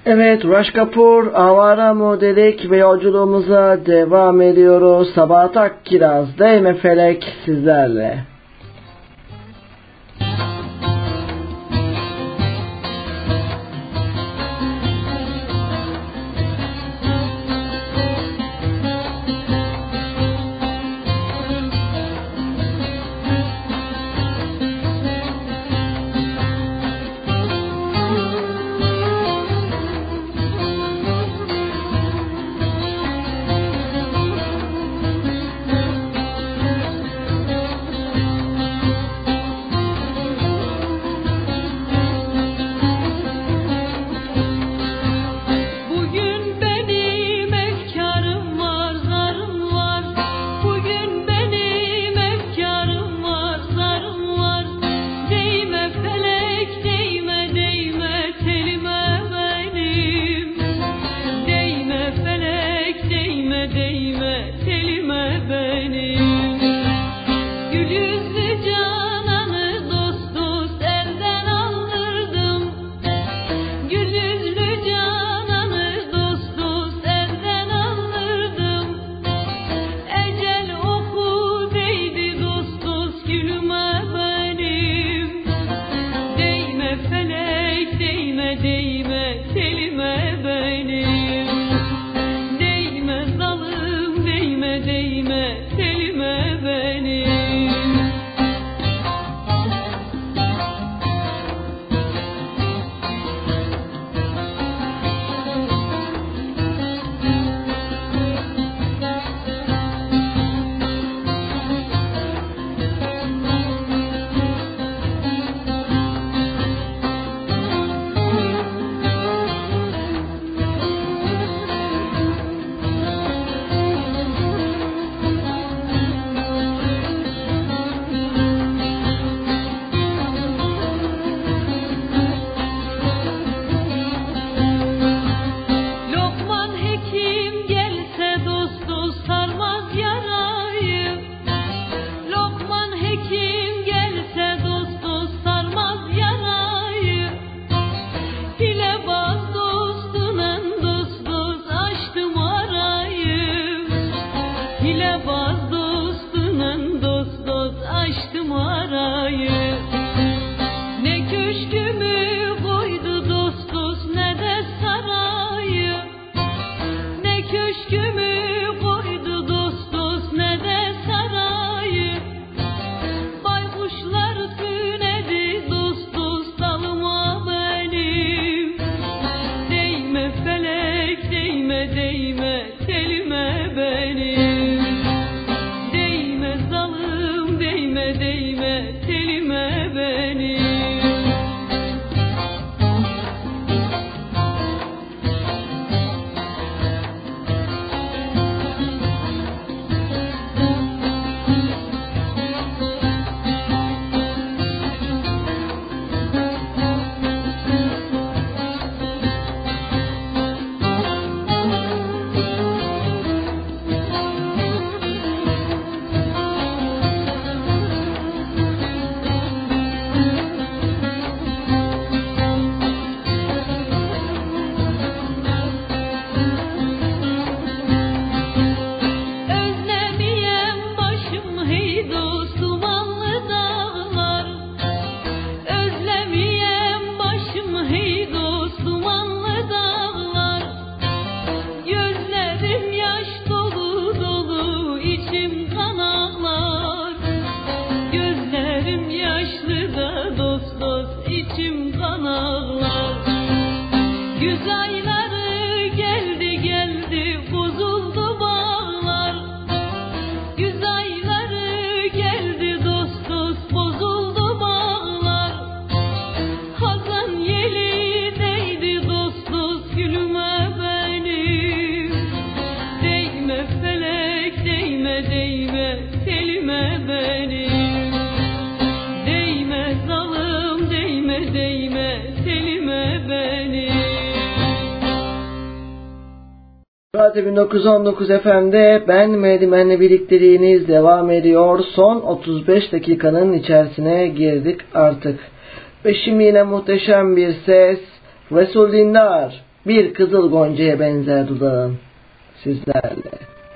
Evet, Raj Kapoor, Avara Modelik ve yolculuğumuza devam ediyoruz. Sabahat Akkiraz, Değme Felek sizlerle. Radyo 1919 FM'de ben Mehdimen'le birlikteliğiniz devam ediyor. Son 35 dakikanın içerisine girdik artık. Ve şimdi yine muhteşem bir ses. Resul Dindar, Bir kızıl goncaya benzer dudağın sizlerle.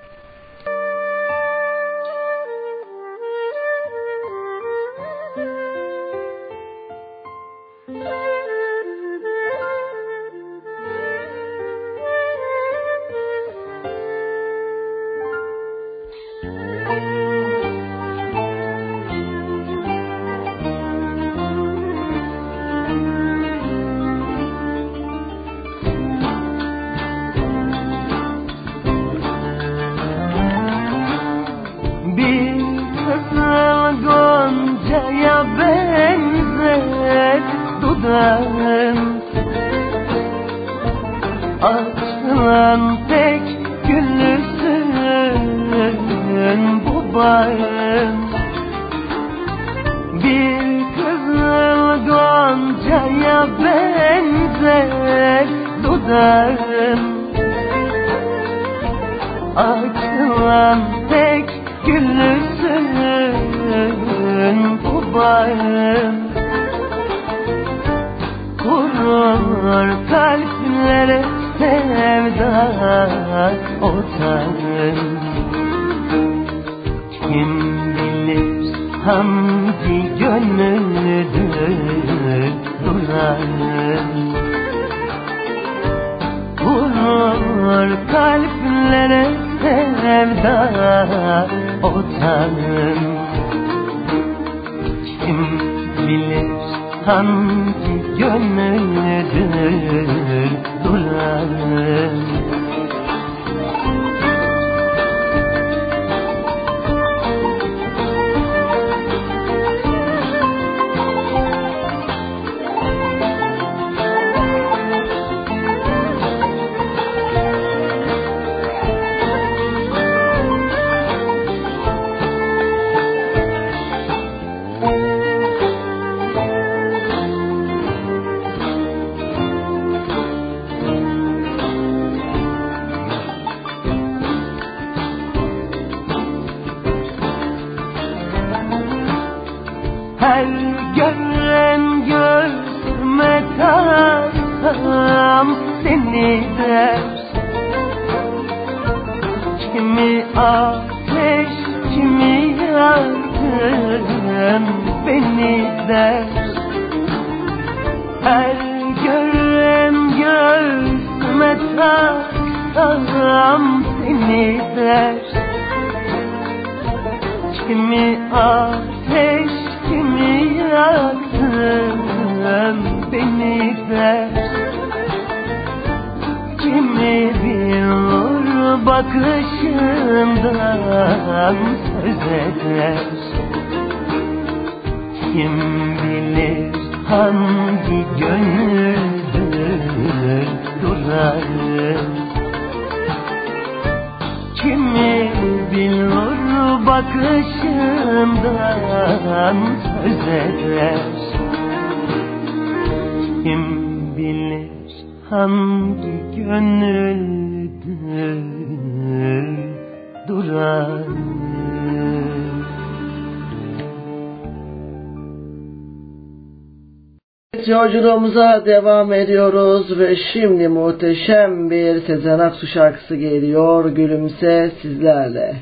Yolculuğumuza devam ediyoruz ve şimdi muhteşem bir Sezen Aksu şarkısı geliyor. Gülümse sizlerle.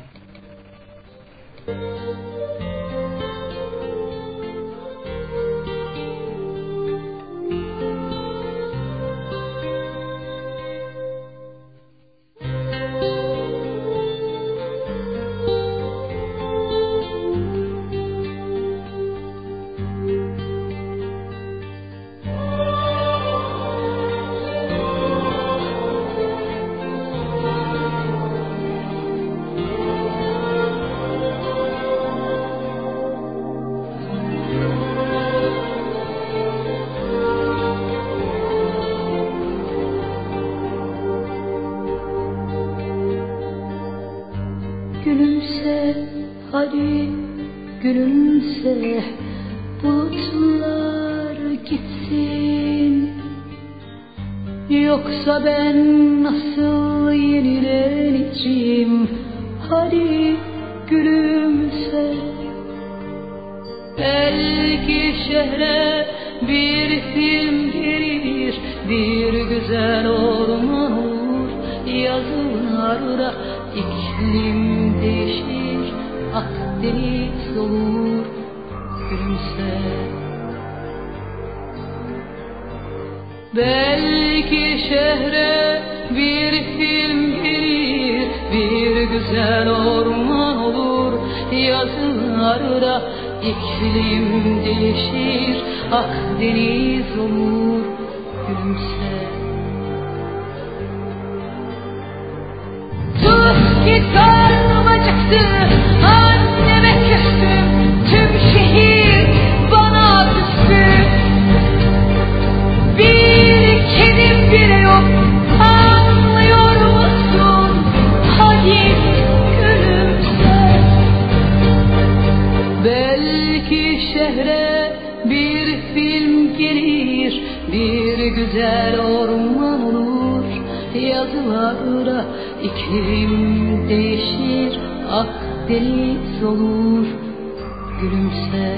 Gülümse, hadi gülümse, bulutlar gitsin. Yoksa ben nasıl yenileneceğim? Hadi gülümse. Belki şehre bir film gelir, bir güzel olur yazılarda iklim değişir, Akdeniz olur, gülümse. Belki şehre bir film gelir, bir güzel orman olur, yazılarda iklim değişir, Akdeniz olur, gülümse. Tuz ki karnım acıktı, anneme küstüm, tüm şehir bana küstü. Bir kedim bile yok, anlıyor musun? Hadi gülümse. Belki şehre bir film gelir, bir güzel orman olur, yazılarda iklim değişir, Akdeniz olur, gülümse.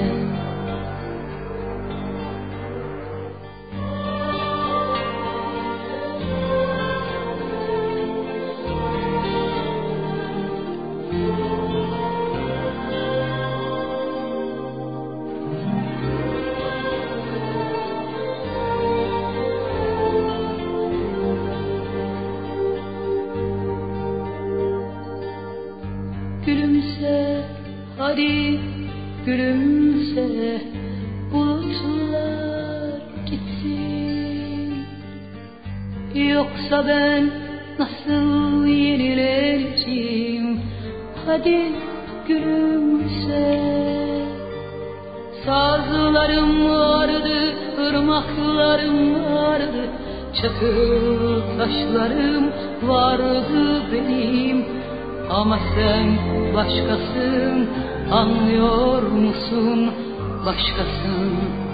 Gülümse, hadi gülümse, bulutlar gitsin. Yoksa ben nasıl yenileneceğim? Hadi gülümse. Sazlarım vardı, ırmaklarım vardı, çakıl taşlarım vardı benim. Ama sen başkasın, anlıyor musun? Başkasın.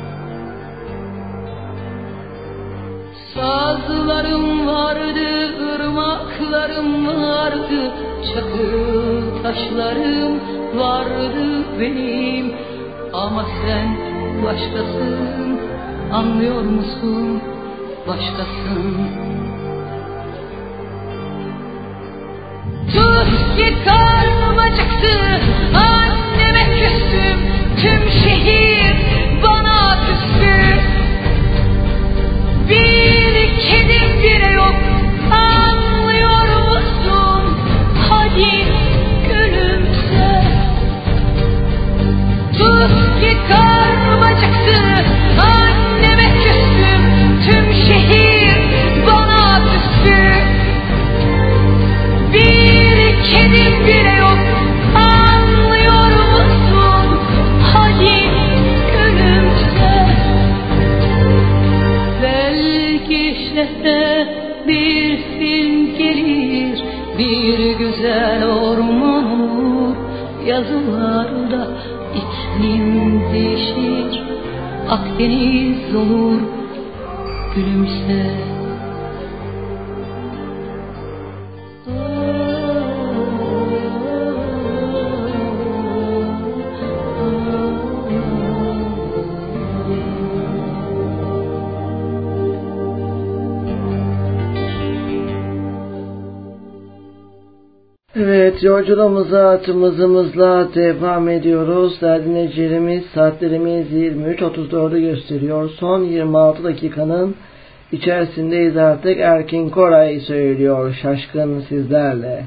Sazlarım vardı, ırmaklarım vardı, çakıl taşlarım vardı benim. Ama sen başkasın, anlıyor musun? Başkasın. Tuz ki karnım acıktı, anneme küstüm, tüm şehir bana küstü. Bir kedim bile yok, anlıyor musun? Hadi gülümse. Tuz ki karnım acıktı, anneme küstüm, tüm şehir bana küstü. Bir kedim bile yok, anlıyor musun? Hadi gülümse. Belki şehre bir film gelir, bir güzel orman olur, yazılarda iklim değişir, Akdeniz olur, gülümse. Evet, yolculuğumuza tımızımızla devam ediyoruz. Değerli dinleyicilerimiz, saatlerimiz 23.34'ü gösteriyor. Son 26 dakikanın içerisindeyiz artık. Erkin Koray söylüyor, Şaşkın sizlerle.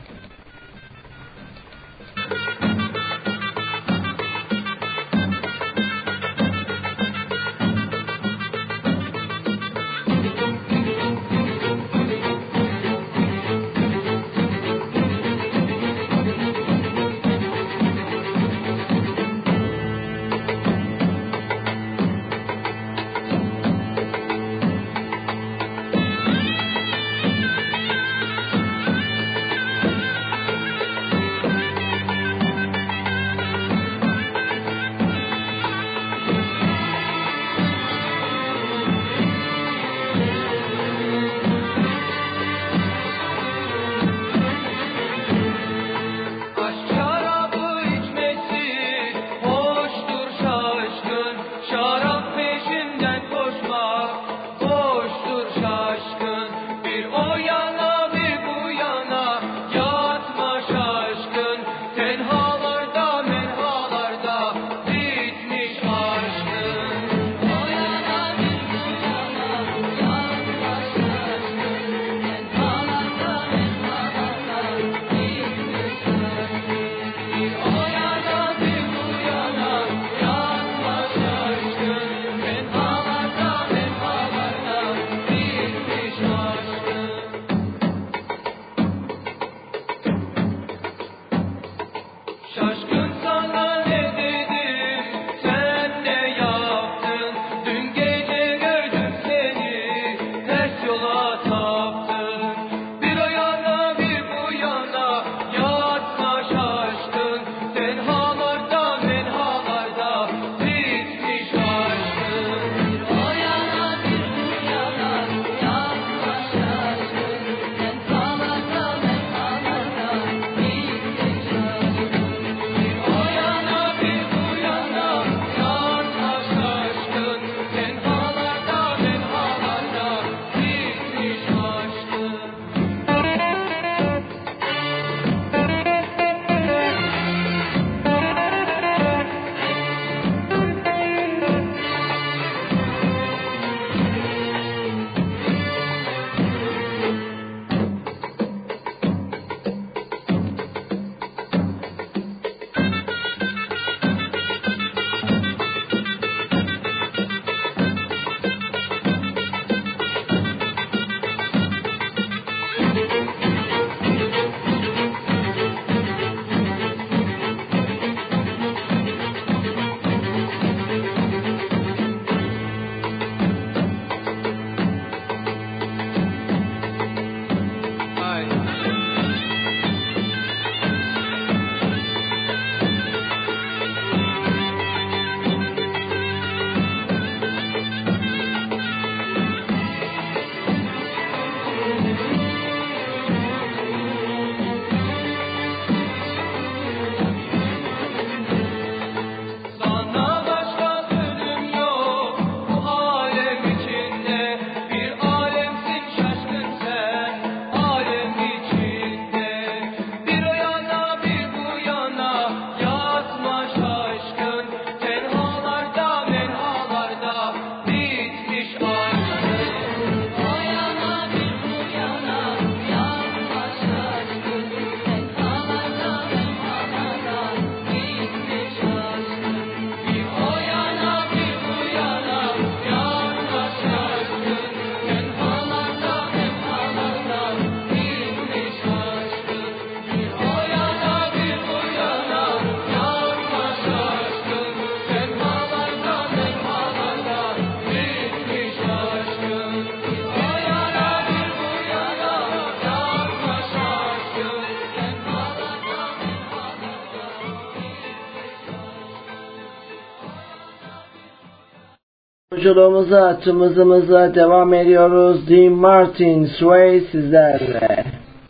Yolculuğumuza, tımızımıza devam ediyoruz. Dean Martin, Sway sizlerle.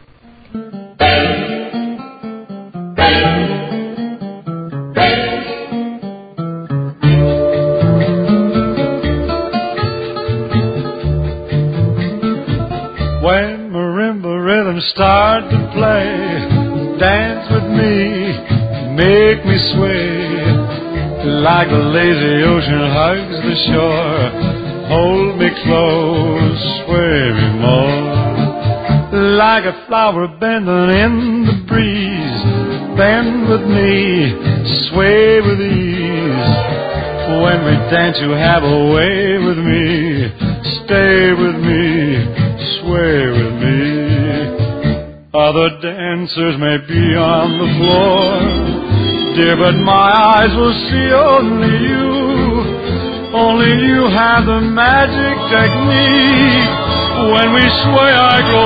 When marimba rhythms start to play, dance with me, make me sway. Like the lazy ocean hugs the shore, hold me close, sway me more. Like a flower bending in the breeze, bend with me, sway with ease. When we dance you have a way with me, stay with me, sway with me. Other dancers may be on the floor, dear, but my eyes will see only you. Only you have the magic technique. When we sway, I grow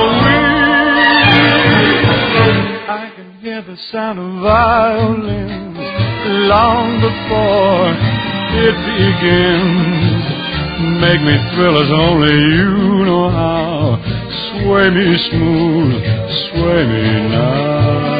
weak. I can hear the sound of violins long before it begins. Make me thrill as only you know how. Sway me smooth, sway me now.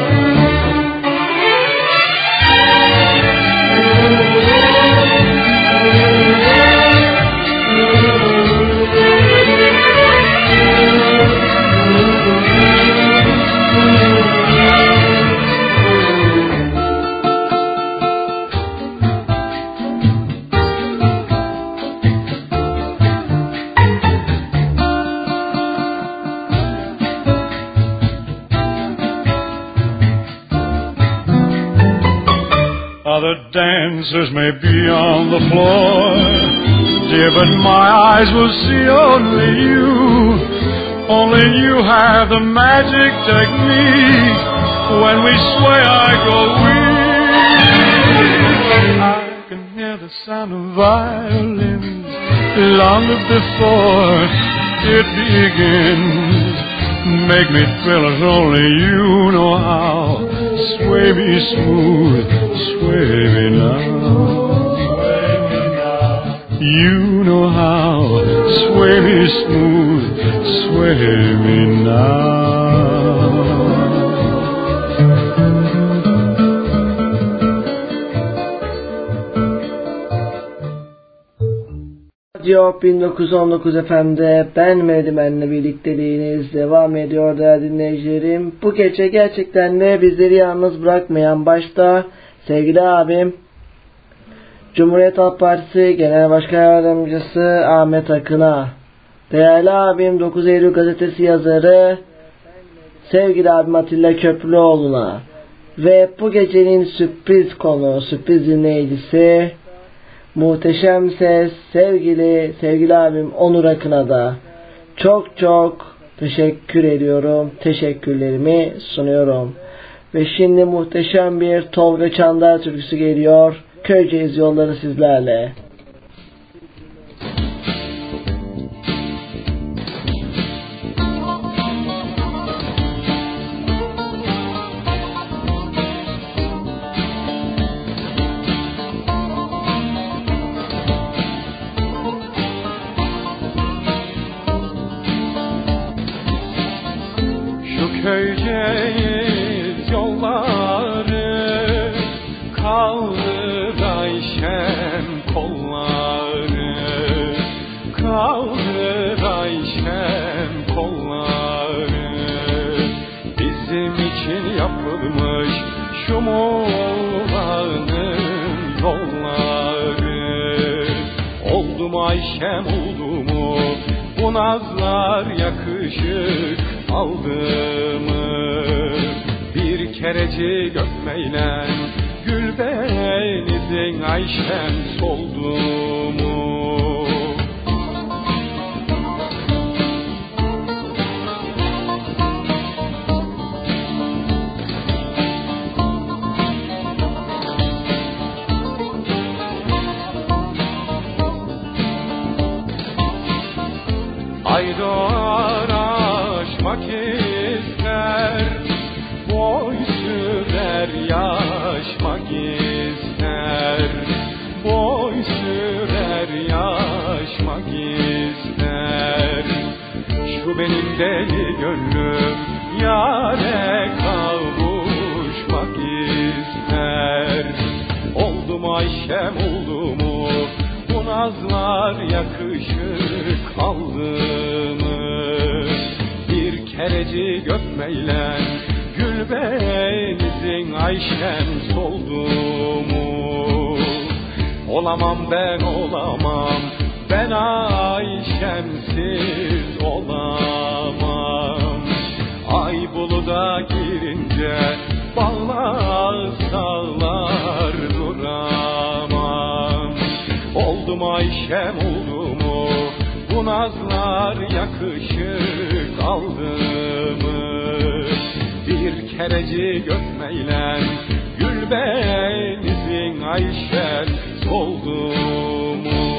Other dancers may be on the floor, dear, but my eyes will see only you. Only you have the magic technique. When we sway, I grow weak. the sound of violins long before it begins. Make me thrill as only you know how. Sway me smooth, sway me now. You know how. Sway me smooth, sway me now. Radyo 1919 FM'de ben Medimen'le birlikteliğiniz devam ediyor değerli dinleyicilerim. Bu gece gerçekten de bizleri yalnız bırakmayan başta sevgili abim Cumhuriyet Halk Partisi Genel Başkan Yardımcısı Ahmet Akın'a, değerli abim 9 Eylül Gazetesi yazarı sevgili abim Atilla Köprülüoğlu'na ve bu gecenin sürpriz konu, sürpriz dinleyicisi muhteşem ses sevgili abim Onur Akın'a da çok çok teşekkür ediyorum. Teşekkürlerimi sunuyorum. Ve şimdi muhteşem bir Tolga Çandar türküsü geliyor. Köyceğiz yolları sizlerle. Köyceğiz yolları kaldır Ayşem kolları, kaldır Ayşem kolları. Bizim için yapılmış şu Muğla'nın yolları. Oldu mu Ayşem oldu mu bu nazlar yakışık aldı mı? Bir kerecik öpmeyle gül benizin Ayşem soldu mu? Ay doğar aşmak ister, boy sürer yaşmak ister, boy sürer yaşmak ister. Şu benim deli gönlüm yâre kavuşmak ister. Oldu mu Ayşem oldu mu bu nazlar yakışık aldı mı? Bir kerecik öpmeyle gül benizin Ayşem soldu mu? Olamam ben olamam, ben Ayşemsiz olamam. Ay buluda girince bağlar sağlar duramam. Oldu mu Ayşem oldu mu bu nazlar yakışık aldı mı? Bir kerecik öpmeyle gül benizin Ayşem soldu mu?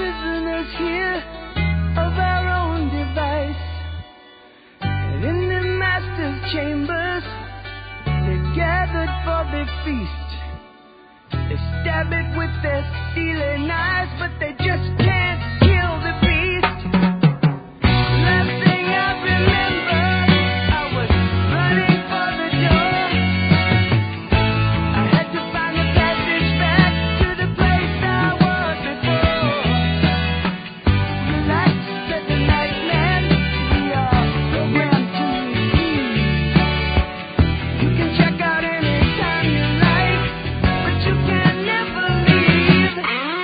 prisoners here of our own device. And in the master's chambers, they're gathered for the feast. They stab it with their stealing knives, but they just can't kill the beast. Last thing I remember, I was running for the door. I had to find the passage back to the place I was before. Relax, said the night man, we are programmed to receive. You can check out anytime you like, but you can never leave.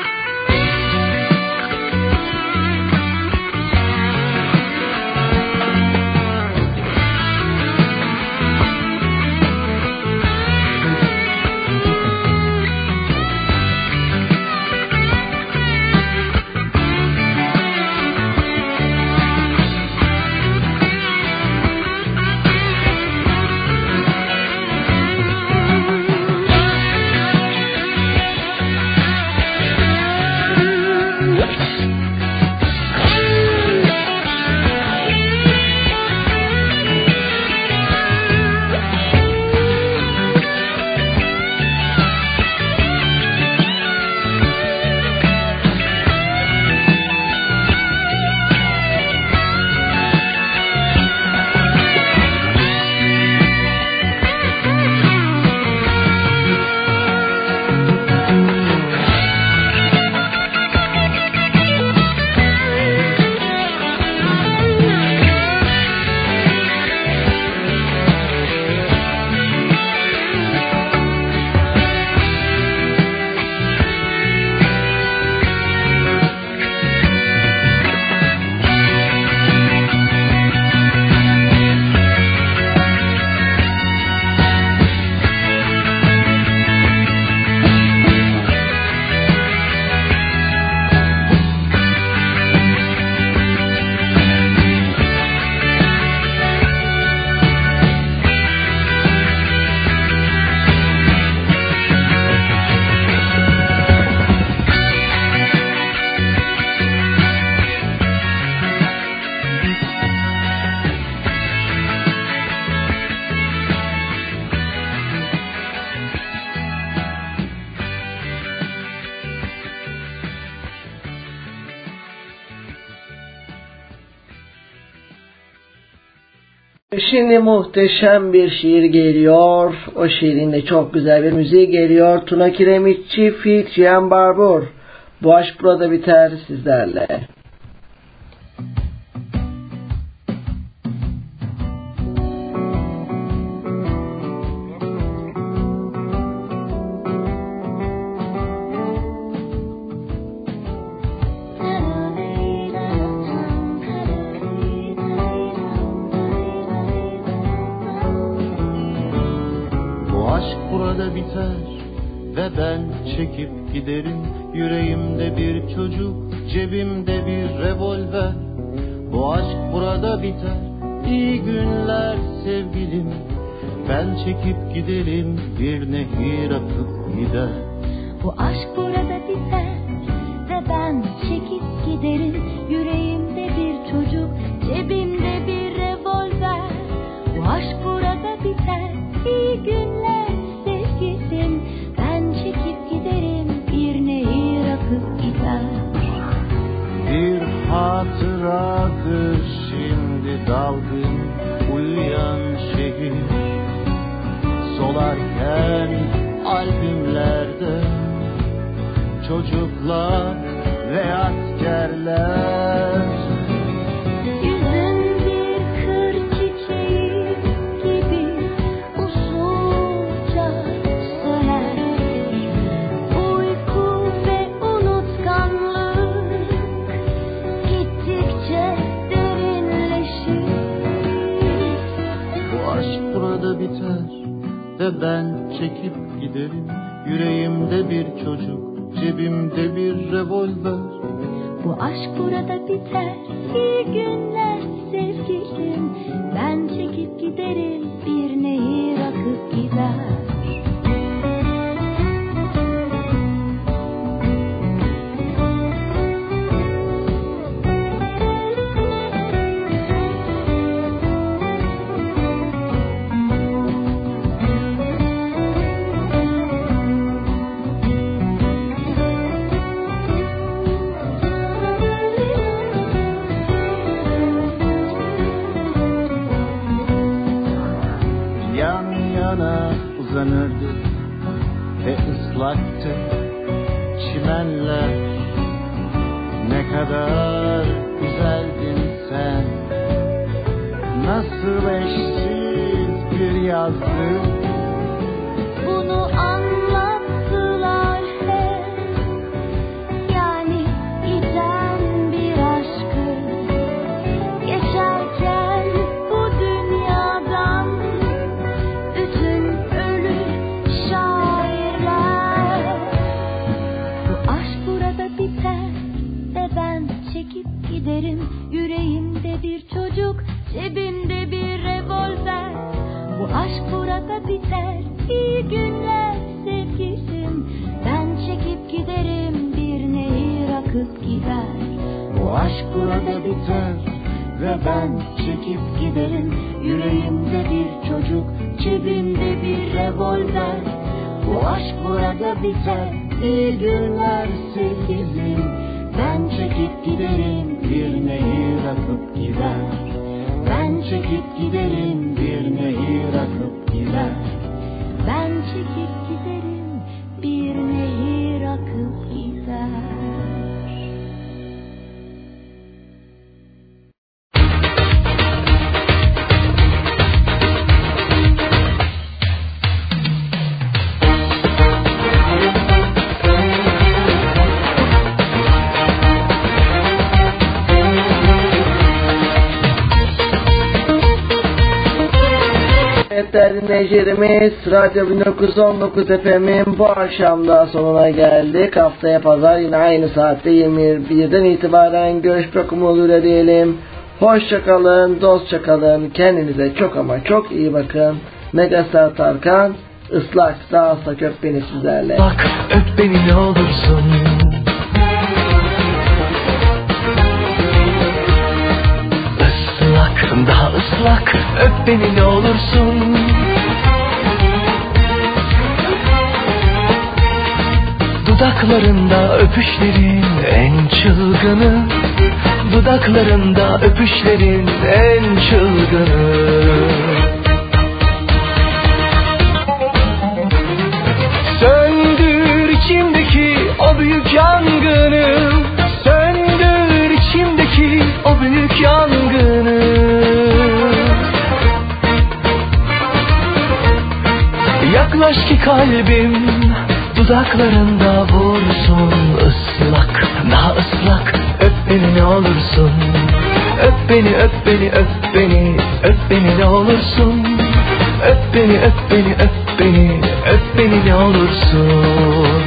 Şimdi muhteşem bir şiir geliyor. O şiirin de çok güzel bir müziği geliyor. Tuna Kiremitçi feat. Cihan Barbur. Bu aşk burada biter sizlerle. Ve ben çekip giderim. Yüreğimde bir çocuk, cebimde bir revolver. Bu aşk burada biter. İyi günler sevgilim. Ben çekip giderim, bir nehir akıp gider. Bu aşk burada biter ve ben çekip giderim. Yüreğimde bir çocuk, cebimde bir revolver. Bu aşk burada biter. İyi günler sevgilim. Ben çekip giderim, bir nehir akıp gider. Bir hatıradır şimdi dalgın uyuyan şehir. Solarken albümlerde çocuklar ve askerler. Yüzün bir kır çiçeği gibi usulca söner. Uyku ve unutkanlık gittikçe derinleşir. Bu aşk burada biter ve ben çekip giderim. Yüreğimde bir çocuk, cebimde bir revolver. Bu aşk burada biter. İyi günler sevgilim. Ben çekip giderim, bir nehir akıp gider. birlikte çimenler, ne kadar güzeldin sen. Nasıl eşsiz bir yazdı. Bunu anlattılar hep. Yani giden bir aşkı, geçerken bu dünyadan bütün ölü şairler. Bu aşk burada biter ve ben çekip giderim. Yüreğimde bir çocuk, cebimde bir revolver. Bu aşk burada biter. İyi günler sevgilim. Ben çekip giderim, bir nehir akıp gider. Bu aşk burada biter ve ben çekip giderim. Yüreğimde bir çocuk, cebimde bir revolver. Bu aşk burada biter. İyi günler sevgilim. Ben çekip giderim, bir nehir akıp gider. Ben çekip giderim, bir nehir akıp gider. Ben çekip giderim, bir nehir akıp gider. Değerli dinleyicilerimiz, Radyo 1919 FM'in bu akşam da sonuna geldik. Haftaya pazar yine aynı saatte 21'den itibaren görüşmek umuduyla diyelim. Hoşça kalın, dostça kalın, kendinize çok ama çok iyi bakın. Megastar Tarkan, ıslak daha ıslak öp beni sizlerle. Bak öp beni ne olursun. Daha ıslak öp beni ne olursun. Dudaklarında öpüşlerin en çılgını. Dudaklarında öpüşlerin en çılgını. Söndür içimdeki o büyük yangını. Söndür içimdeki o büyük yangını. Yaklaş ki kalbim dudaklarında vursun. Islak, daha ıslak öp beni ne olursun. Öp beni, öp beni, öp beni, öp beni ne olursun. Öp beni, öp beni, öp beni, öp beni ne olursun.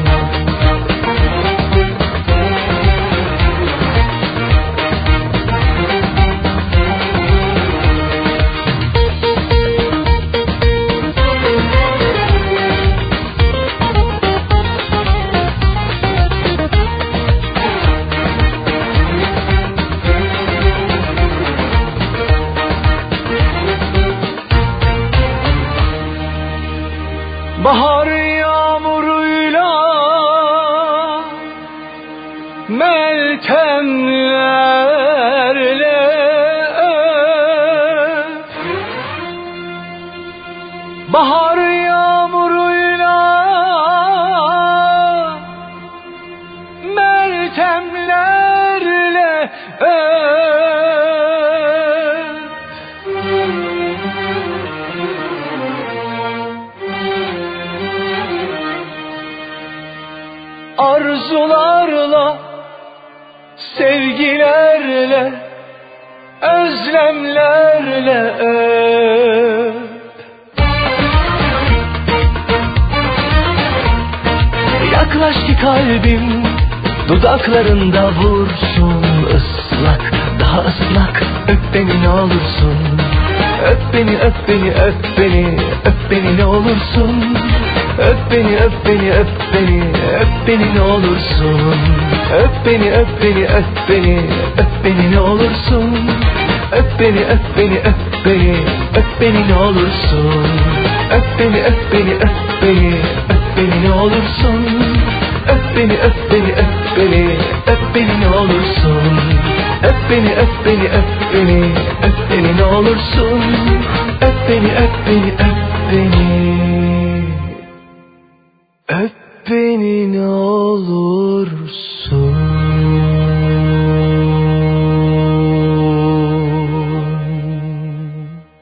Bahar yağmuruyla meltemlerle öp. Bahar yağmuruyla meltemlerle öp. Arzularla, sevgilerle, özlemlerle öp. Yaklaş ki kalbim dudaklarında vursun. Islak, daha ıslak öp beni ne olursun. Öp beni, öp beni, öp beni, öp beni ne olursun. Öp beni, öp beni, öp beni, öp beni ne olursun. Öp beni, öp beni, öp beni, öp beni ne olursun. Öp beni, öp beni, öp beni, öp beni ne olursun. Öp beni, öp beni, öp beni, öp beni ne olursun. Öp beni, öp beni, öp beni, öp beni ne olursun. Öp beni, öp beni, öp beni, öp beni ne olursun. Öp beni, öp beni, öp beni. Öp beni ne olursun.